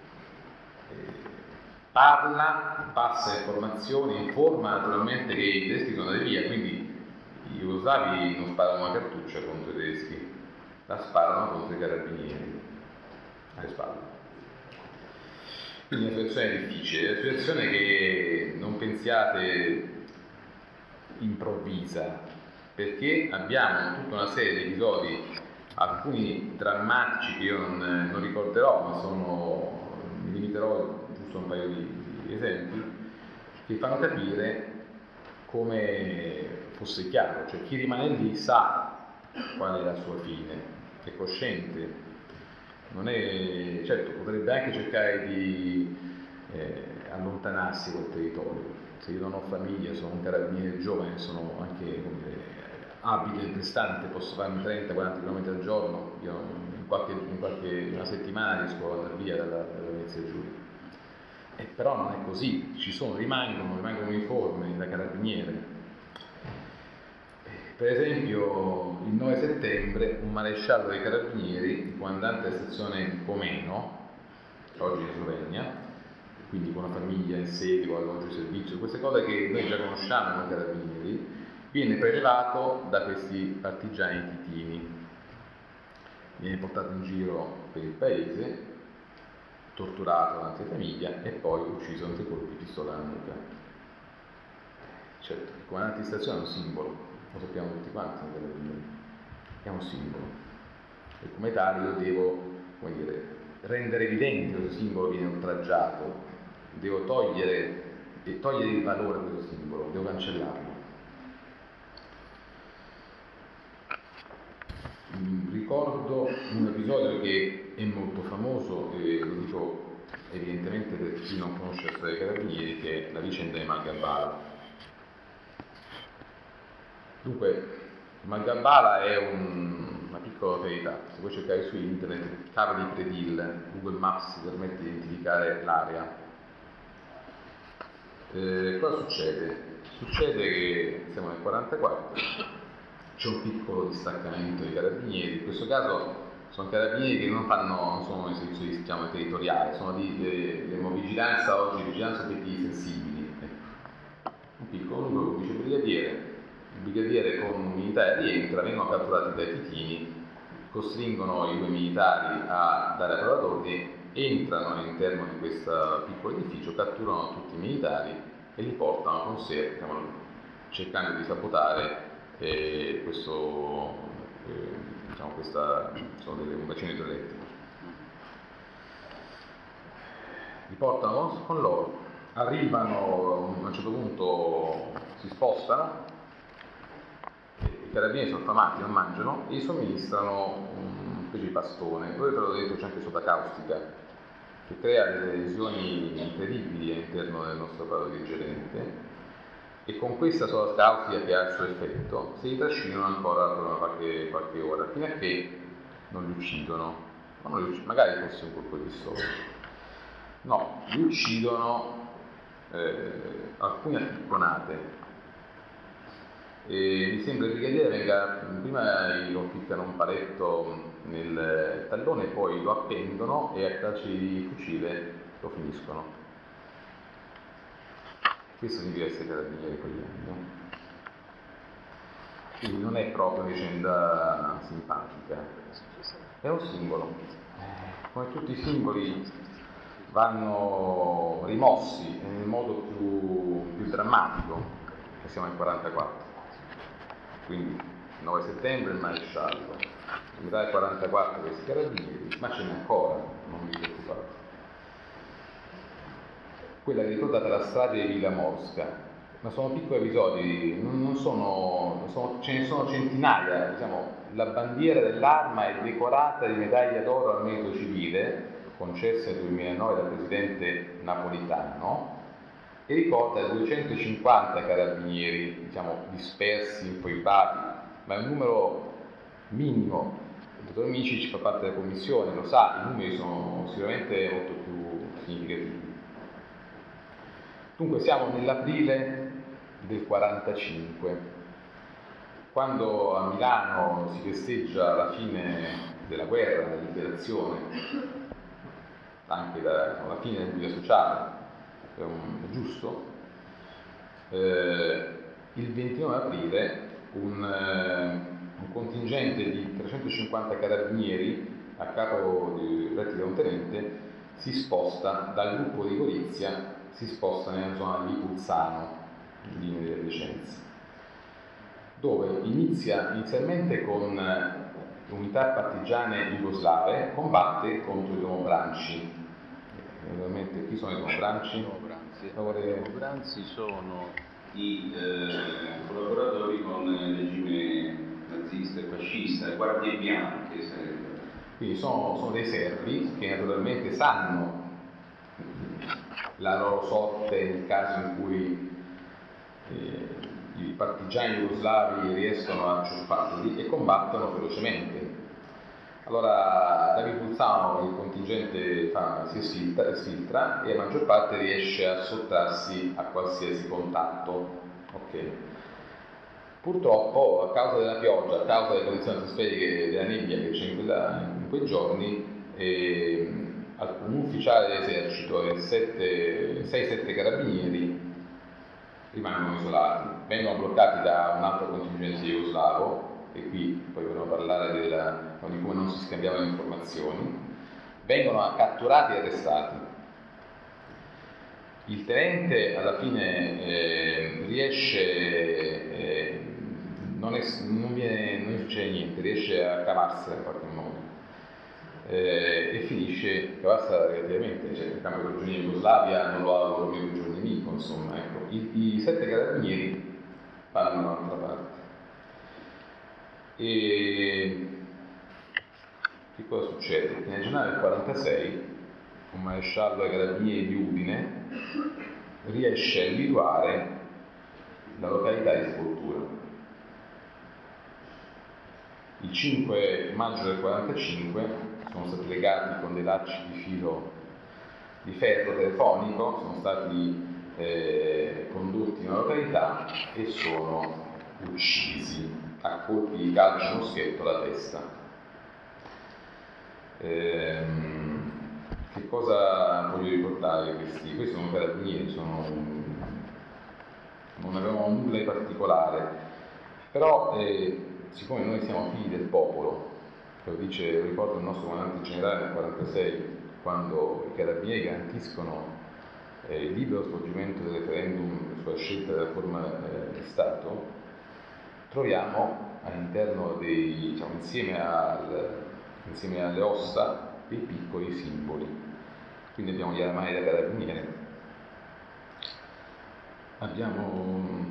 parla, passa informazioni, informa naturalmente che i tedeschi sono andati via, quindi i jugoslavi non sparano una cartuccia contro i tedeschi, la sparano contro i carabinieri alle spalle. Quindi è una situazione difficile, è una situazione che non pensiate improvvisa, perché abbiamo tutta una serie di episodi, alcuni drammatici che io non ricorderò, ma mi limiterò giusto a un paio di esempi, che fanno capire come fosse chiaro, cioè chi rimane lì sa qual è la sua fine, è cosciente. Non è, certo, potrebbe anche cercare di allontanarsi dal territorio. Se io non ho famiglia, sono un carabiniere giovane, sono anche abile e distante, posso farmi 30-40 km al giorno, io in una settimana riesco ad andare via dalla Venezia Giulia. Però non è così, rimangono uniformi da carabiniere. Per esempio il 9 settembre un maresciallo dei carabinieri, comandante della stazione di Comeno, oggi in Slovenia, quindi con una famiglia in sede, con alloggio di servizio, queste cose che noi già conosciamo come carabinieri, viene prelevato da questi partigiani titini, viene portato in giro per il paese, torturato davanti alla famiglia e poi ucciso con 3 colpi di pistola alla nuca. Certo, il comandante di stazione è un simbolo, lo sappiamo tutti quanti, è un simbolo e come tale io devo, come dire, rendere evidente che questo simbolo viene oltraggiato, devo togliere il valore di questo simbolo, devo cancellarlo. Ricordo un episodio che è molto famoso e lo dico evidentemente per chi non conosce la storia dei carabinieri, che è la vicenda di Malgabala. Dunque, Malgabala è una piccola località, se voi cercate su internet Cava di Predil, Google Maps ti permette di identificare l'area. Cosa succede? Succede che siamo nel 1944, c'è un piccolo distaccamento di carabinieri, in questo caso sono carabinieri che non sono i servizi diciamo, territoriali, sono di vigilanza oggi, vigilanza obiettivi sensibili. Un piccolo numero con vicebrigadiere. Il brigadiere con un militare rientra, vengono catturati dai titini, costringono i 2 militari a dare la parola d'ordine, entrano all'interno di questo piccolo edificio, catturano tutti i militari e li portano con sé, diciamo, cercando di sabotare sono delle combacioni idroelettriche. Li portano con loro, arrivano, a un certo punto si spostano, i carabinieri sono affamati, non mangiano e somministrano un specie di bastone, dove però dentro c'è anche soda caustica che crea delle lesioni incredibili all'interno del nostro apparato digerente e con questa soda caustica che ha il suo effetto si ritrascinano ancora per qualche ora fino a che non li uccidono, magari fosse un colpo di pistola. No, li uccidono alcune picconate. Mi sembra il brigadiere prima gli conficcano un paletto nel tallone, poi lo appendono e a calci di fucile lo finiscono. Questo significa essere carabinieri quegli anni, no? Quindi non è proprio una vicenda simpatica, è un simbolo. Come tutti i simboli vanno rimossi nel modo più drammatico, che siamo nel 1944. Quindi il 9 settembre il maresciallo, a metà del 1944 questi carabinieri, ma ce n'è ancora, non vi preoccupate. Quella che ricordate è la strage di Villa Morska, ma sono piccoli episodi, ce ne sono centinaia, diciamo, la bandiera dell'Arma è decorata di medaglia d'oro al merito civile, concessa nel 2009 dal presidente Napolitano, e ricorda 250 carabinieri, diciamo, dispersi, infoibati, ma è un numero minimo. Il dottor Micic fa parte della commissione, lo sa, i numeri sono sicuramente molto più significativi. Dunque siamo nell'aprile del 45, quando a Milano si festeggia la fine della guerra, la liberazione, anche la fine della vita sociale, è giusto. Il 29 aprile un contingente di 350 carabinieri a capo diretti da un tenente si sposta dal gruppo di Gorizia, si sposta nella zona di Pulzano, in linea di Vicenza, dove inizialmente con unità partigiane jugoslave combatte contro i domobranci. Ovviamente chi sono i domobranci? I domobranci sono i collaboratori con il regime nazista e fascista, le guardie bianche. Quindi sono dei servi che naturalmente sanno la loro sorte nel caso in cui gli i partigiani jugoslavi riescono a ciuffarli e combattono ferocemente. Allora David Bolzano, il contingente si esfiltra e la maggior parte riesce a sottrarsi a qualsiasi contatto. Okay. Purtroppo, a causa della pioggia, a causa delle condizioni atmosferiche della nebbia che c'è in quei giorni, un ufficiale dell'esercito e 6-7 carabinieri rimangono isolati, vengono bloccati da un altro contingente jugoslavo, e qui poi vorremmo parlare di come non si scambiavano informazioni, vengono catturati e arrestati. Il tenente alla fine riesce, non succede niente, riesce a cavarsela in qualche modo e finisce cavarsela relativamente, cioè il campo di prigionieri in Jugoslavia non lo ha proprio un giorno nemico, insomma, ecco. I 7 carabinieri vanno da un'altra parte. E che cosa succede? Che nel gennaio del 46 un maresciallo ai carabinieri di Udine riesce a individuare la località di sepoltura. Il 5 maggio del 45 sono stati legati con dei lacci di filo di ferro telefonico, sono stati condotti in una località e sono uccisi a colpi di calcio e moschetto alla testa. Che cosa voglio riportare? Questi sono carabinieri, non avevano nulla di particolare, però siccome noi siamo figli del popolo, lo ricorda il nostro comandante generale nel 1946, quando i carabinieri garantiscono il libero svolgimento del referendum sulla scelta della forma di Stato, troviamo all'interno insieme alle ossa dei piccoli simboli. Quindi abbiamo gli armai da carabiniere, abbiamo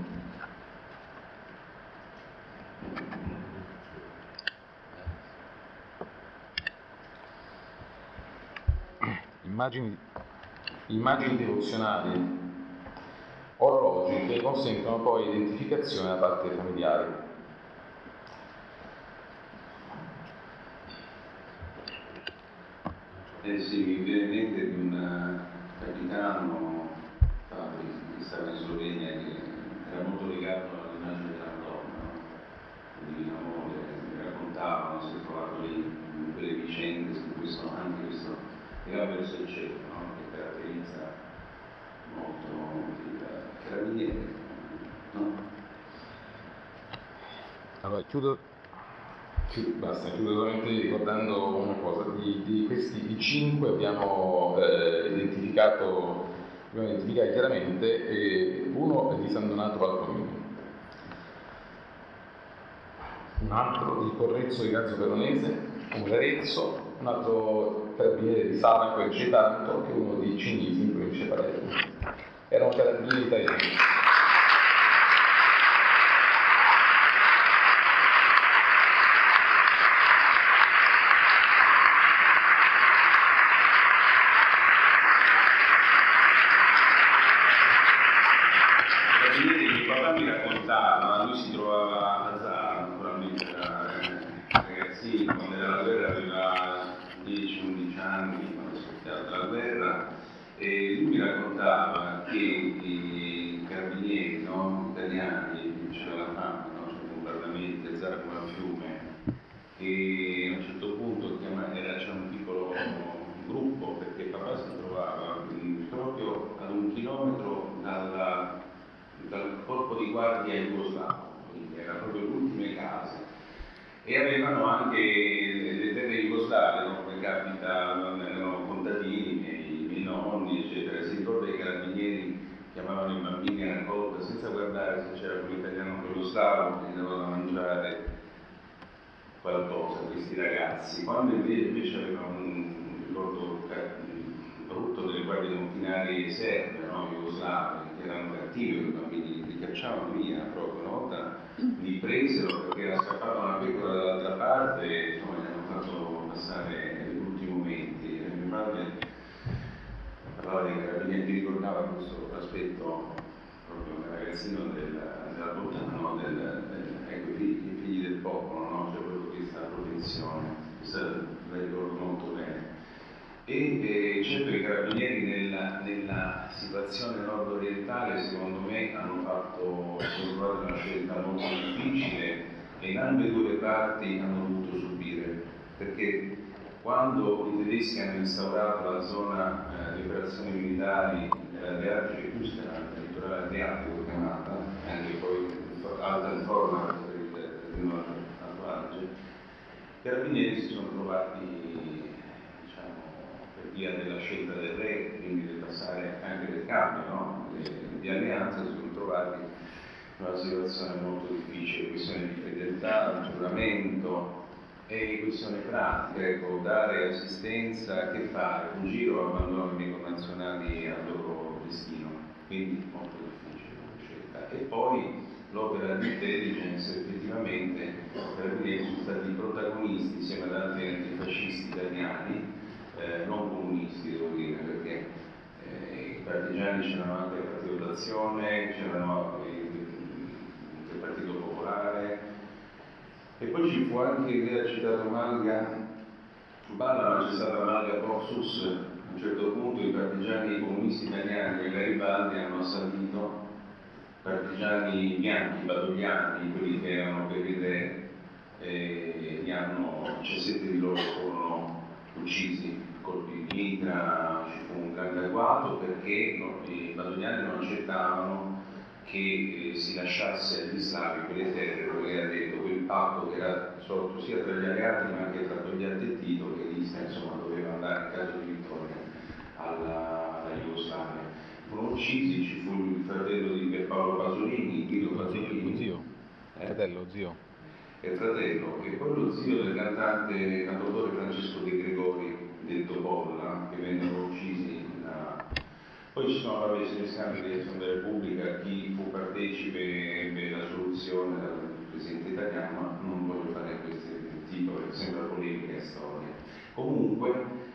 immagini devozionali, orologi che consentono poi l'identificazione da parte dei familiari. Sì, mi viene in mente di un capitano che stava in Slovenia, che era molto legato all'immagine della Madonna, quindi mi raccontavano, si è trovato lì in quelle vicende, su questo, anche questo legame verso il cielo, no? Che caratterizza molto il carabiniere, no? Allora, chiudo solamente ricordando una cosa. Di questi 5 abbiamo identificati chiaramente, e uno è di San Donato Valcomino, un altro di Correzzo di Gazzo Veronese, un Arezzo, un altro carabiniere di Sanaco e Getaranto e uno di Cinisi in provincia di Palermo. Erano carabinieri italiani. Lui si trovava a Zara, naturalmente era ragazzino, quando era la guerra aveva 10-11 anni, quando è scoppiata la guerra, e lui mi raccontava che i carabinieri, no, italiani, c'era la fame, no, c'era bombardamenti, a Zara come a fiume, e a un certo punto c'era un piccolo gruppo, perché papà si trovava proprio ad 1 chilometro dal corpo di guardia jugoslavo, quindi era proprio le ultime case, e avevano anche le terre jugoslave, no? Come capita, erano contadini, i miei nonni, eccetera. Si ricorda che i carabinieri chiamavano i bambini a raccolta senza guardare se c'era quello italiano o quello slavo, che gli davano da mangiare qualcosa a questi ragazzi, quando invece avevano un ricordo brutto delle guardie confinari serbe, no? Jugoslave, che erano cattivi, i bambini li cacciavano via proprio. Una volta li presero perché era scappata una pecora dall'altra parte e insomma gli hanno fatto passare gli ultimi momenti. E mio padre parlava dei carabinieri, mi ricordava questo aspetto proprio un ragazzino della Bolzano, ecco, i figli del popolo, no? Cioè proprio questa protezione, questa la ricordo molto bene. E certo i carabinieri nella situazione nord-orientale secondo me hanno trovato una scelta molto difficile e in ambedue le parti hanno dovuto subire, perché quando i tedeschi hanno instaurato la zona di operazioni militari nell'Adriatico, giusto nel litorale adriatico chiamata, anche poi Altenforna per il nord attuale, i carabinieri si sono trovati, diciamo, per via della scelta del re, quindi del passare anche del cambio, no? di alleanza, si sono trovati in una situazione molto difficile, questione di fedeltà, giuramento e questione pratica, ecco, dare assistenza, che fare, un giro o abbandono i miei connazionali al loro destino, quindi molto difficile la scelta. E poi l'opera di intelligence, effettivamente i carabinieri sono stati protagonisti insieme ad altri antifascisti italiani, non comunisti devo dire, perché i partigiani c'erano anche il Partito d'Azione, c'erano il Partito Popolare, e poi ci fu anche, lei ha citato Balla, ma c'è stata Malga Proxus. A un certo punto i partigiani comunisti italiani e Garibaldi hanno assalito partigiani bianchi, badogliani, quelli che erano per il re, e 17 di loro furono uccisi, colpi di mitra, ci fu un grande agguato perché i badogliani non accettavano che si lasciasse agli slavi quelle terre, dove era detto quel patto che era sorto sia tra gli alleati ma anche tra Togliatti e Tito, che l'Istria insomma doveva andare in caso di vittoria alla Jugoslavia. Furono uccisi, ci fu il fratello di Pierpaolo Pasolini, Guido Pasolini, zio. e poi lo zio del cantautore Francesco De Gregori, detto Bolla, che vennero uccisi. Poi ci sono varie scambi di elezione della Repubblica, chi fu partecipe ebbe la soluzione dal presidente italiano, ma non voglio fare questo titolo, perché sembra polemica e storia. Comunque,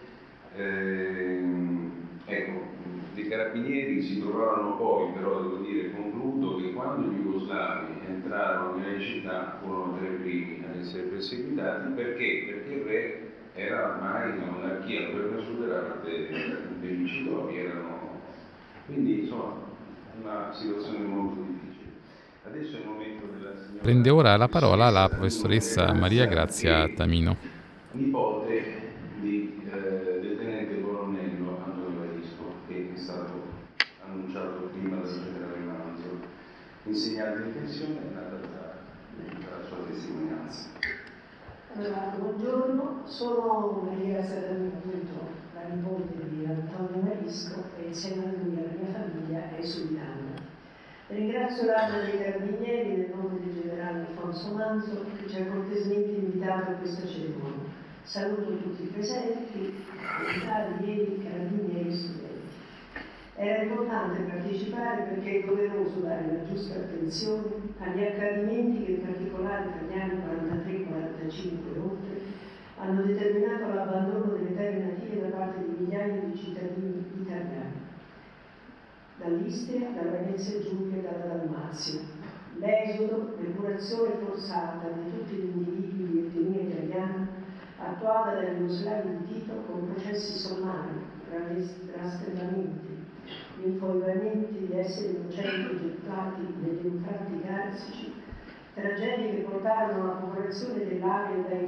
ecco, i carabinieri si trovarono poi, però devo dire, concludo che quando gli jugoslavi entrarono nelle città furono tra i primi ad essere perseguitati, perché il re era ormai una monarchia, il governo sud era parte dei vincitori, quindi insomma una situazione molto difficile. Adesso è il momento della signora... Prende ora la parola la professoressa Maria Grazia Tamino. Nipote del tenente colonnello Antonio Varisco, che è stato annunciato prima dal generale Manzo, insegnante in pensione, è nata la sua testimonianza. Allora, buongiorno, sono Maria Grazia Tamino, appunto la nipote di Antonio Varisco, e insieme a lui e alla mia famiglia esultante. Ringrazio l'Arma dei Carabinieri nel nome del generale Alfonso Manzo che ci ha cortesemente invitato a questa cerimonia. Saluto tutti i presenti, militari, allievi, carabinieri e studenti. Era importante partecipare perché è doveroso dare la giusta attenzione agli accadimenti che in particolare tra gli anni 43, 45 e oltre hanno determinato l'abbandono delle terre native da parte di migliaia di cittadini italiani, dall'Istria, dalla Venezia Giulia e dalla Dalmazia. L'esodo, l'epurazione forzata di tutti gli individui di etnia italiana, attuata dagli jugoslavi di Tito con processi sommari, rastrellamenti, infoibamenti di esseri innocenti gettati negli infranti carsici, tragedie che portarono la popolazione dell'area dai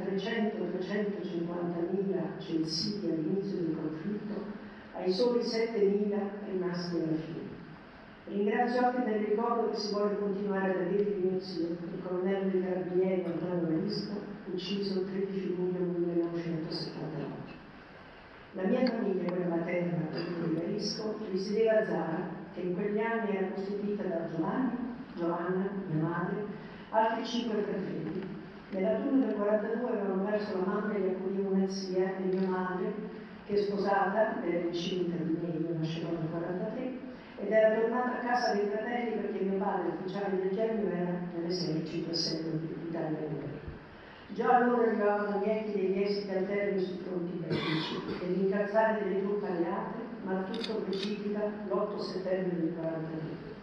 300-350.000 censiti all'inizio del conflitto ai soli 7.000 rimasti alla fine. Ringrazio anche del ricordo che si vuole continuare ad avere di mio zio, il colonnello dei Carabinieri Antonio Varisco, ucciso il 13 luglio 1979. La mia famiglia, quella materna, quella di Varisco, risiedeva a Zara, che in quegli anni era costituita da Giovanni, Giovanna, mia madre, altri 5 fratelli. Nell'autunno del 42 avevano perso la mamma e li accudì una zia e mia madre, che sposata era incinta di me, io nascevo nel 43, ed era tornata a casa dei fratelli perché mio padre, ufficiale del genio, era nell'esercito a seguito d'Italia Guerra. Già allora arrivavano gli echi degli esiti alterni sui fronti bellici e l'incalzare delle truppe alleate, ma tutto precipita l'8 settembre del 42.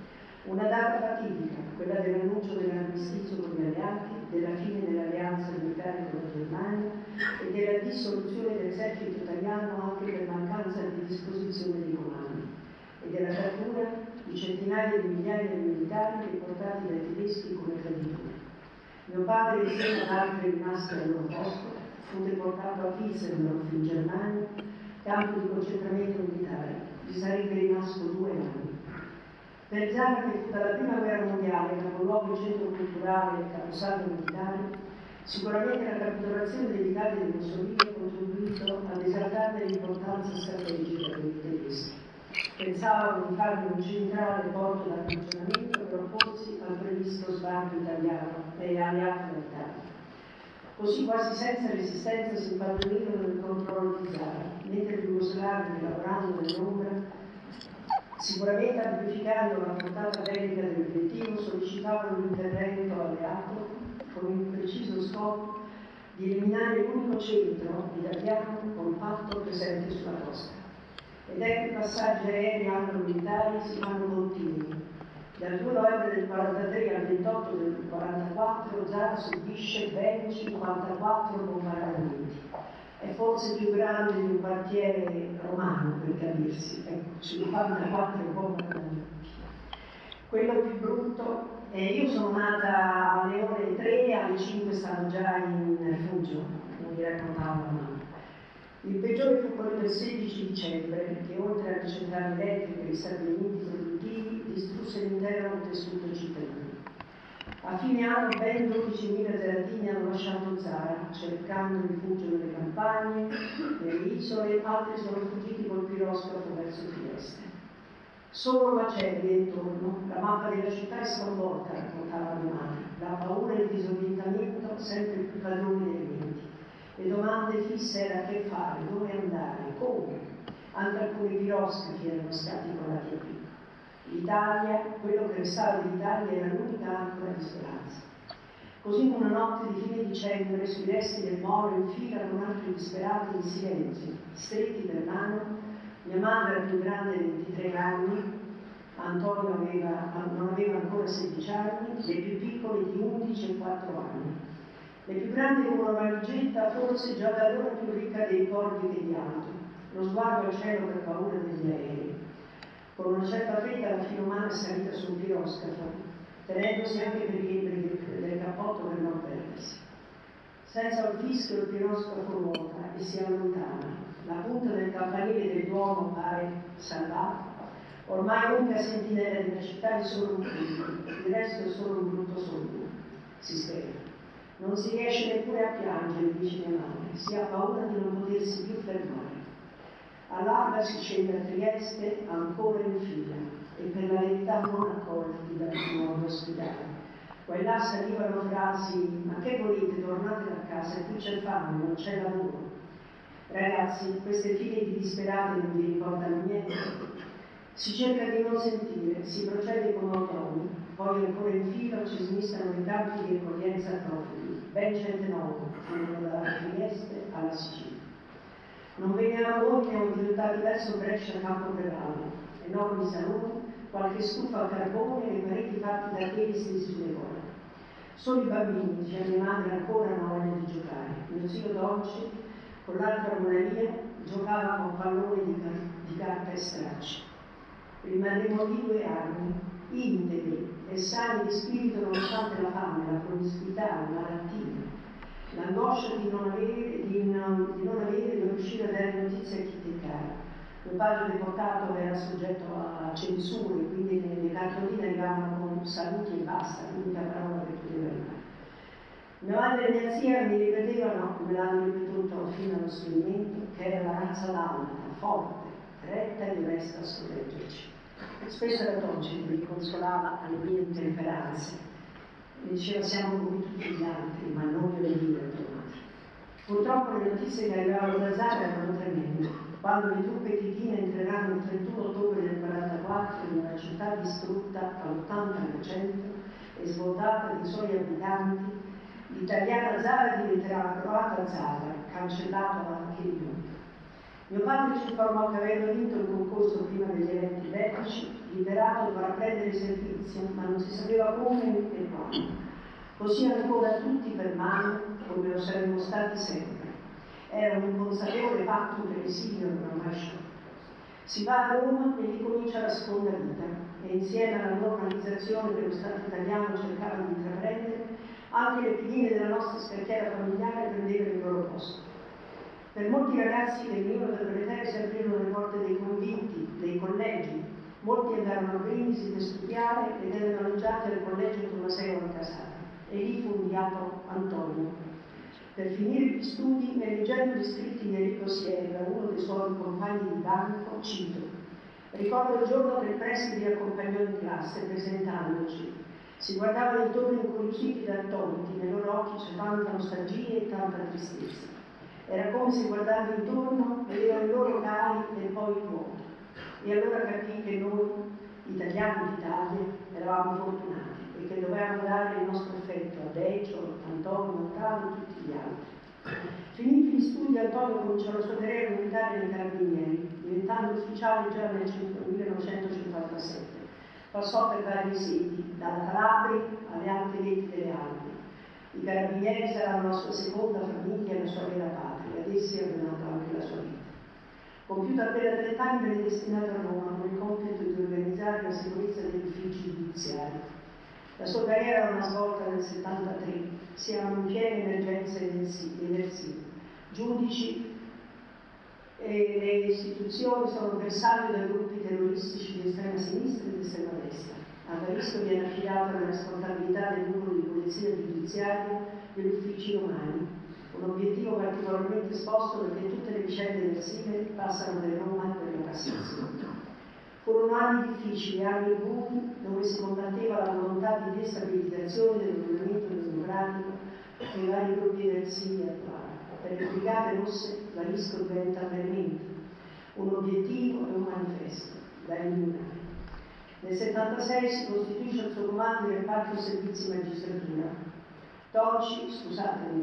Una data fatidica, quella dell'annuncio dell'armistizio con gli alleati, della fine dell'alleanza militare con la Germania e della dissoluzione dell'esercito italiano anche per mancanza di disposizione dei comandi, e della cattura di centinaia di migliaia di militari riportati dai tedeschi come traditori. Mio padre, insieme ad altri rimasti al loro posto, fu deportato a Wiesenhof in Germania, campo di concentramento militare. Vi sarebbe rimasto 2 anni. Per Zara, che fu dalla prima guerra mondiale capoluogo e centro culturale e caposaldo militare, sicuramente la capitolazione dell'Italia di Mussolini ha contribuito ad esaltare l'importanza strategica dei tedeschi. Pensavano di farne un centrale porto d'approvvigionamento per opporsi al previsto sbarco italiano e alleati dall'Italia. Così quasi senza resistenza si impadronirono nel controllo di Zara, mentre gli jugoslavi, lavorando nell'ombra, sicuramente amplificando la portata bellica dell'obiettivo, sollecitavano l'intervento alleato con il preciso scopo di eliminare l'unico centro italiano compatto presente sulla costa. Ed ecco i passaggi aerei anglo-militari si fanno continui. Dal 2 novembre del 43 al 28 del 44 Zara subisce ben 54 bombardamenti. È forse più grande di un quartiere romano, per capirsi, ecco, 54 bombardamenti. Quello più brutto è io sono nata alle ore 3, alle 5 stavo già in rifugio, non mi raccontavo la mamma. Il peggiore fu quello del 16 dicembre, che oltre alle centrali elettriche e agli stabilimenti produttivi distrusse l'intero tessuto cittadino. A fine anno ben 12.000 zeratini hanno lasciato Zara, cercando rifugio nelle campagne, nelle isole, altri sono fuggiti col piroscafo verso Trieste. Solo macelli intorno, la mappa della città è sconvolta, raccontava mia madre, la paura e il disorientamento sempre più padroni delle menti. Le domande fisse era che fare, dove andare, come. Anche alcuni piroscafi erano stati volati a picco. L'Italia, quello che restava dell'Italia, era l'unica ancora di speranza. Così in una notte di fine dicembre, sui resti del molo in fila con altri disperati in silenzio, stretti per mano, mia madre era più grande, 23 anni, Antonio non aveva ancora 16 anni, le più piccole di 11 e 4 anni. Le più grandi con una valigetta, forse già da allora più ricca dei ricordi che di altro, lo sguardo al cielo per paura degli aerei. Con una certa fretta la fila umana è salita sul piroscafo, tenendosi anche per i libri del cappotto per non perdersi. Senza un fischio il piroscafo ruota e si allontana. La punta del campanile del Duomo pare salvata. Ormai l'unica sentinella della città è solo un punto, il resto è solo un brutto sogno. Si spera. Non si riesce neppure a piangere, dice mia madre, si ha paura di non potersi più fermare. All'alba si scende a Trieste ancora in fila e per la verità non accolti dal nuovo ospedale. Qua e là salivano frasi, ma che volete, tornate a casa, qui c'è fame, non c'è lavoro. Ragazzi, queste file di disperati non vi ricordano niente. Si cerca di non sentire, si procede con automi, poi ancora in fila ci smistano i campi di accoglienza profughi, ben 109, furono dalla Trieste alla Sicilia. Non veniamo noi, abbiamo dirottati verso Brescia Camporeale, enormi saloni, qualche stufa a carbone e pareti fatti da piedi stesi sulle corde. Solo i bambini, diceva mia madre, ancora hanno voglia di giocare. Mio zio Dolce, con l'altra monarchia, giocava con palloni di carta e stracci. Rimarremo lì 2 anni, integri e sani di spirito nonostante la fame, la promiscuità, le malattie, l'angoscia di non avere, non riuscire a dare notizie a chi ti è caro. Mio padre deportato era soggetto a censure, quindi le cartoline arrivavano con saluti e basta, l'unica parola che poteva arrivare. Mia madre e mia zia mi ripetevano, me l'hanno ripetuto fino allo sfinimento, che era la razza dalmata, forte, retta e onesta a sorreggerci. Spesso era Dolce che mi consolava alle mie intemperanze. Mi diceva siamo come tutti gli altri, ma non glielo dire a tua madre. Purtroppo le notizie che arrivavano da Zara erano tremende. Quando le truppe titine entreranno il 31 ottobre del 1944 in una città distrutta all'80% e svuotata dei suoi abitanti, l'italiana Zara diventerà la croata Zara, cancellato anche il nome. Mio padre ci informò che avendo vinto il concorso prima degli eventi bellici liberato dovrà prendere servizio, ma non si sapeva come e quando. Così ancora tutti per mano, come lo saremmo stati sempre. Era un inconsapevole patto per l'esilio non ormai sciolto. Si va a Roma e lì comincia la seconda vita e insieme alla normalizzazione che lo Stato italiano cercava di intraprendere, anche le pedine della nostra scacchiera familiare prendevano il loro posto. Per molti ragazzi che venivano da quelle terre si aprirono le porte dei conventi, dei collegi. Molti andarono a Brindisi per studiare ed erano alloggiati al collegio Tommaseo Alcasara e lì fu inviato Antonio. Per finire gli studi e leggendo gli scritti di Enrico Sierra, uno dei suoi compagni di banco, cito: ricordo il giorno che il preside mi accompagnò in classe presentandoci. Si guardavano intorno incuriositi da tonti, nei loro occhi c'è tanta nostalgia e tanta tristezza. Era come se guardando intorno vedevano i loro cari e poi il vuoto. E allora capì che noi, italiani d'Italia, eravamo fortunati e che dovevamo dare il nostro affetto a Decio, Antonio, Ottavio e tutti gli altri. Finiti gli studi, Antonio cominciò la sua carriera militare nei Carabinieri, diventando ufficiale già nel 1957. Passò per vari sedi, dalla Calabria alle alte veti delle Alpi. I Carabinieri saranno la sua seconda famiglia e la sua vera patria, ad essi è donata anche la sua vita. Compiuto appena 30 anni, venne destinato a Roma con il compito di organizzare la sicurezza degli uffici giudiziari. La sua carriera era una svolta nel 73, siamo in piena emergenza eversiva. Giudici e le istituzioni sono bersaglio da gruppi terroristici di estrema sinistra e di estrema destra. A Varisco viene affidata la responsabilità del numero di polizia giudiziaria degli uffici romani, un obiettivo particolarmente esposto perché tutte le vicende del Sile passano per Roma e per la Cassazione. Furono anni difficili, anni bui, dove si combatteva la volontà di destabilizzazione dell'ordinamento democratico che i vari gruppi eversivi attuali. Per le Brigate Rosse Varisco diventa veramente un obiettivo e un manifesto da eliminare. Nel 1976 si costituisce al suo comando il reparto servizi magistratura. Tocci, scusatemi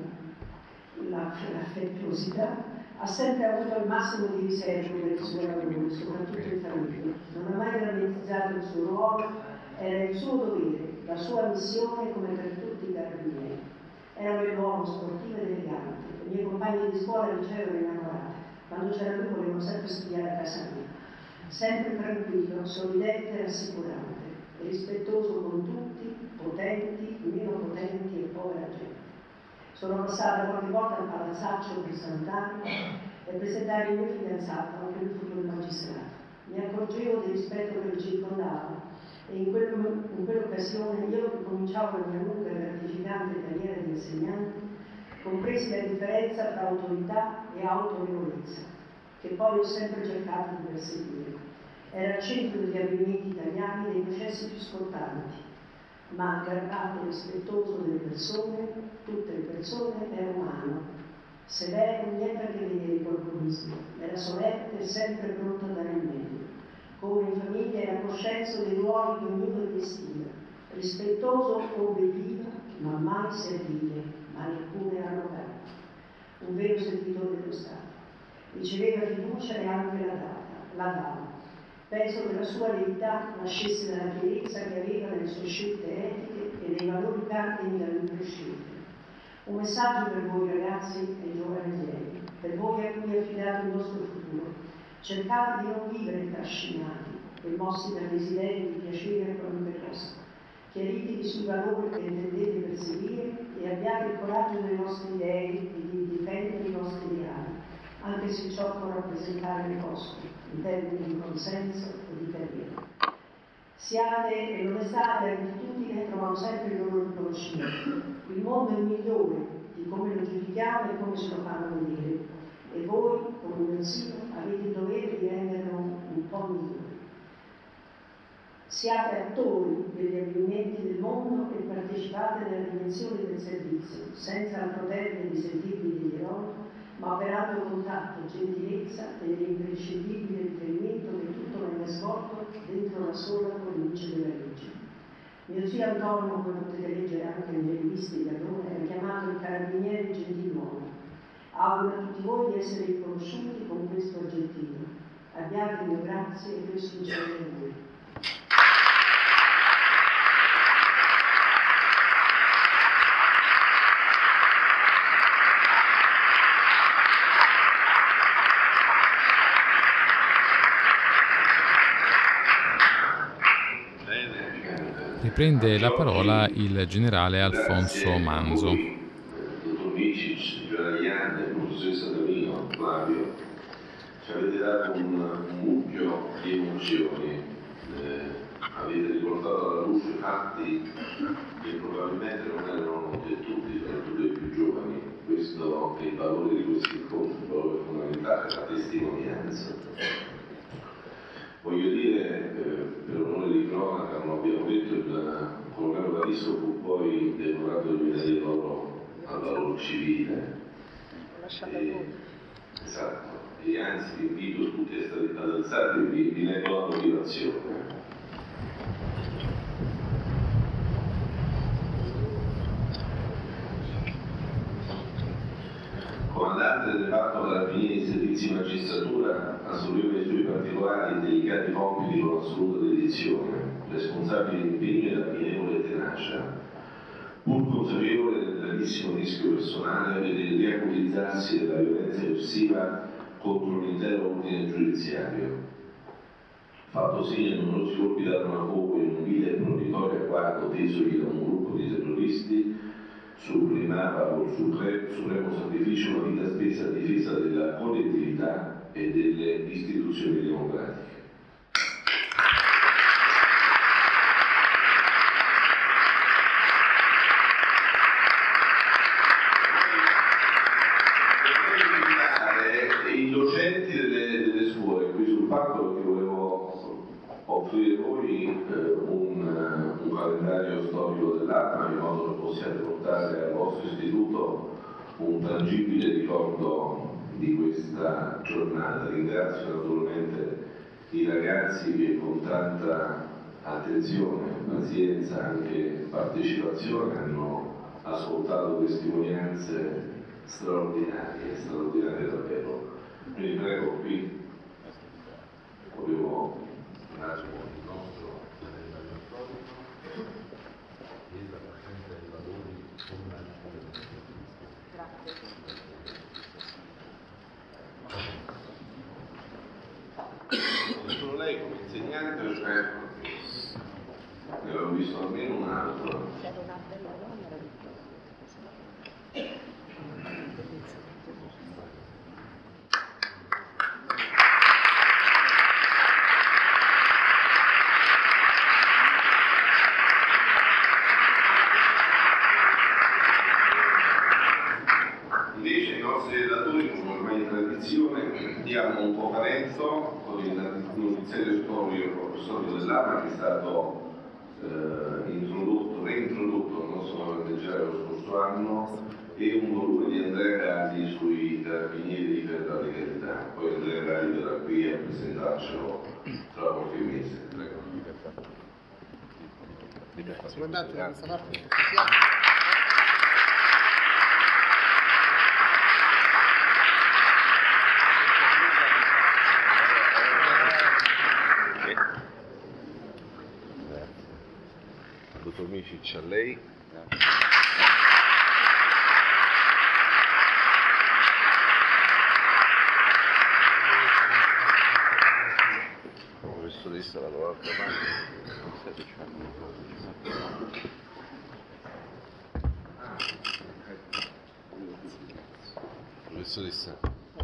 l'affettuosità, ha sempre avuto il massimo di riservo per il suo lavoro, soprattutto in famiglia. Non ha mai drammatizzato il suo ruolo, era il suo dovere, la sua missione come per tutti i carabinieri. Era un uomo sportivo ed elegante. I miei compagni di scuola e liceo erano innamorati. Quando c'era lui volevano sempre studiare a casa mia. Sempre tranquillo, sorridente e rassicurante, rispettoso con tutti, potenti, meno potenti e povera gente. Sono passata qualche volta al palazzaccio per salutare e presentare il mio fidanzato, anche lui futuro magistrato. Mi accorgevo del rispetto che lo circondava e in quell'occasione io che cominciavo la mia lunga e gratificante carriera di insegnante, compresi la differenza tra autorità e autorevolezza, che poi ho sempre cercato di perseguire. Era al centro degli avvenimenti italiani dei processi più scottanti, ma garbato e rispettoso delle persone, tutte le persone, era umano, severo, niente a che vedere col buonismo, era solerte e sempre pronto a dare il meglio. Come in famiglia era coscienza dei ruoli che ognuno vestiva, rispettoso obbediva, ma mai servile, ma neppure arrogante. Un vero servitore dello Stato. Riceveva fiducia e anche la dava. Penso che la sua verità nascesse dalla chiarezza che aveva nelle sue scelte etiche e nei valori cardini da lui prescelti. Un messaggio per voi ragazzi e giovani miei, per voi a cui è affidato il nostro futuro. Cercate di non vivere trascinati e mossi dal desiderio di piacere a qualunque costo. Chiaritevi sui valori che intendete perseguire e abbiate il coraggio delle vostre idee e di difendere i vostri ideali, anche se ciò può rappresentare le costi in termini di consenso e di carriera. Siate e l'onestà e la gratitudine trovano sempre il loro riconoscimento. Il mondo è migliore di come lo giudichiamo e come ce lo fanno vedere. E voi, come mio zio, avete il dovere di renderlo un po' migliore. Siate attori degli avvenimenti del mondo e partecipate nella dimensione del servizio, senza altro termine di sentirvi degli eroi, ma operando contatto, gentilezza e l'imprescindibile riferimento che tutto venga svolto dentro la sola cornice della legge. Mio zio Antonio, come potete leggere anche nelle riviste di allora, era chiamato il carabiniere gentiluomo. Auguro a tutti voi di essere riconosciuti con questo aggettivo. Abbiate il mio grazie e questo sincero di voi. Riprende la parola il generale Alfonso Manzo. Dottor Micic, generale Ianni, il professoressa Tamino, Flavio, ci avete dato un mucchio di emozioni, avete riportato alla luce fatti che probabilmente non erano di tutti, soprattutto i più giovani. Questo è il valore di questi incontri, il valore fondamentale, la testimonianza. Voglio dire, per onore di cronaca, come abbiamo detto, il colonnello Calisto fu poi decorato di medaglia d'oro al valor civile. Esatto, e anzi vi invito tutti ad alzarvi, vi leggo la motivazione. Comandante del reparto Carabinieri di Servizi Magistratura, assolveva i suoi particolari e delicati compiti con assoluta dedizione, responsabile di impegno ed ammirevole tenacia, pur consapevole del gravissimo rischio personale e del riacutizzarsi della violenza eversiva contro l'intero ordine giudiziario. Fatto segno numerosi colpi d'arma a fuoco in un vile e provvisorio agguato tesogli da un gruppo di terroristi, sublimava col supremo sacrificio una vita spesa a difesa della collettività e delle istituzioni democratiche. I docenti delle scuole qui sul palco, perché volevo offrire voi un calendario storico dell'arma in modo che possiate portare al vostro istituto un tangibile ricordo di questa giornata. Ringrazio naturalmente i ragazzi che con tanta attenzione, pazienza e anche partecipazione hanno ascoltato testimonianze straordinarie davvero. Quindi prego qui, volevo un attimo il nostro solo lei come insegnante, ne avevo visto almeno un altro. C'era una bella donna meravigliosa. Invece i nostri relatori, come ormai in tradizione, diamo un po' carenzo con il notiziario storico dell'arma che è stato reintrodotto nel nostro leggerello lo scorso anno, e un volume di Andrea Galli sui carabinieri per la legalità. Poi Andrea Galli verrà qui a presentarcelo tra qualche mese. Prego. Comandante, da questa parte Dottor Micic, a lei. Professoressa dall'altra parte. Professoressa.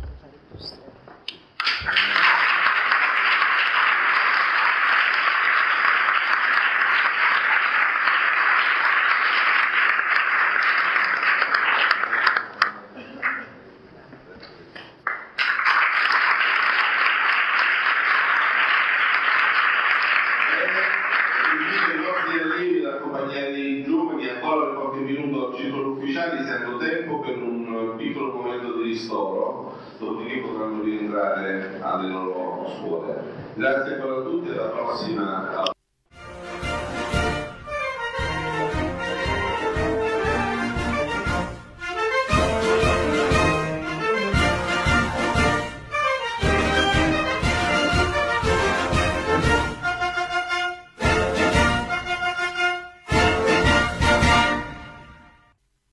I giovani ancora per qualche minuto al circolo ufficiali, se hanno tempo, per un piccolo momento di ristoro, dopodiché potranno rientrare alle loro scuole. Grazie ancora a tutti e alla prossima.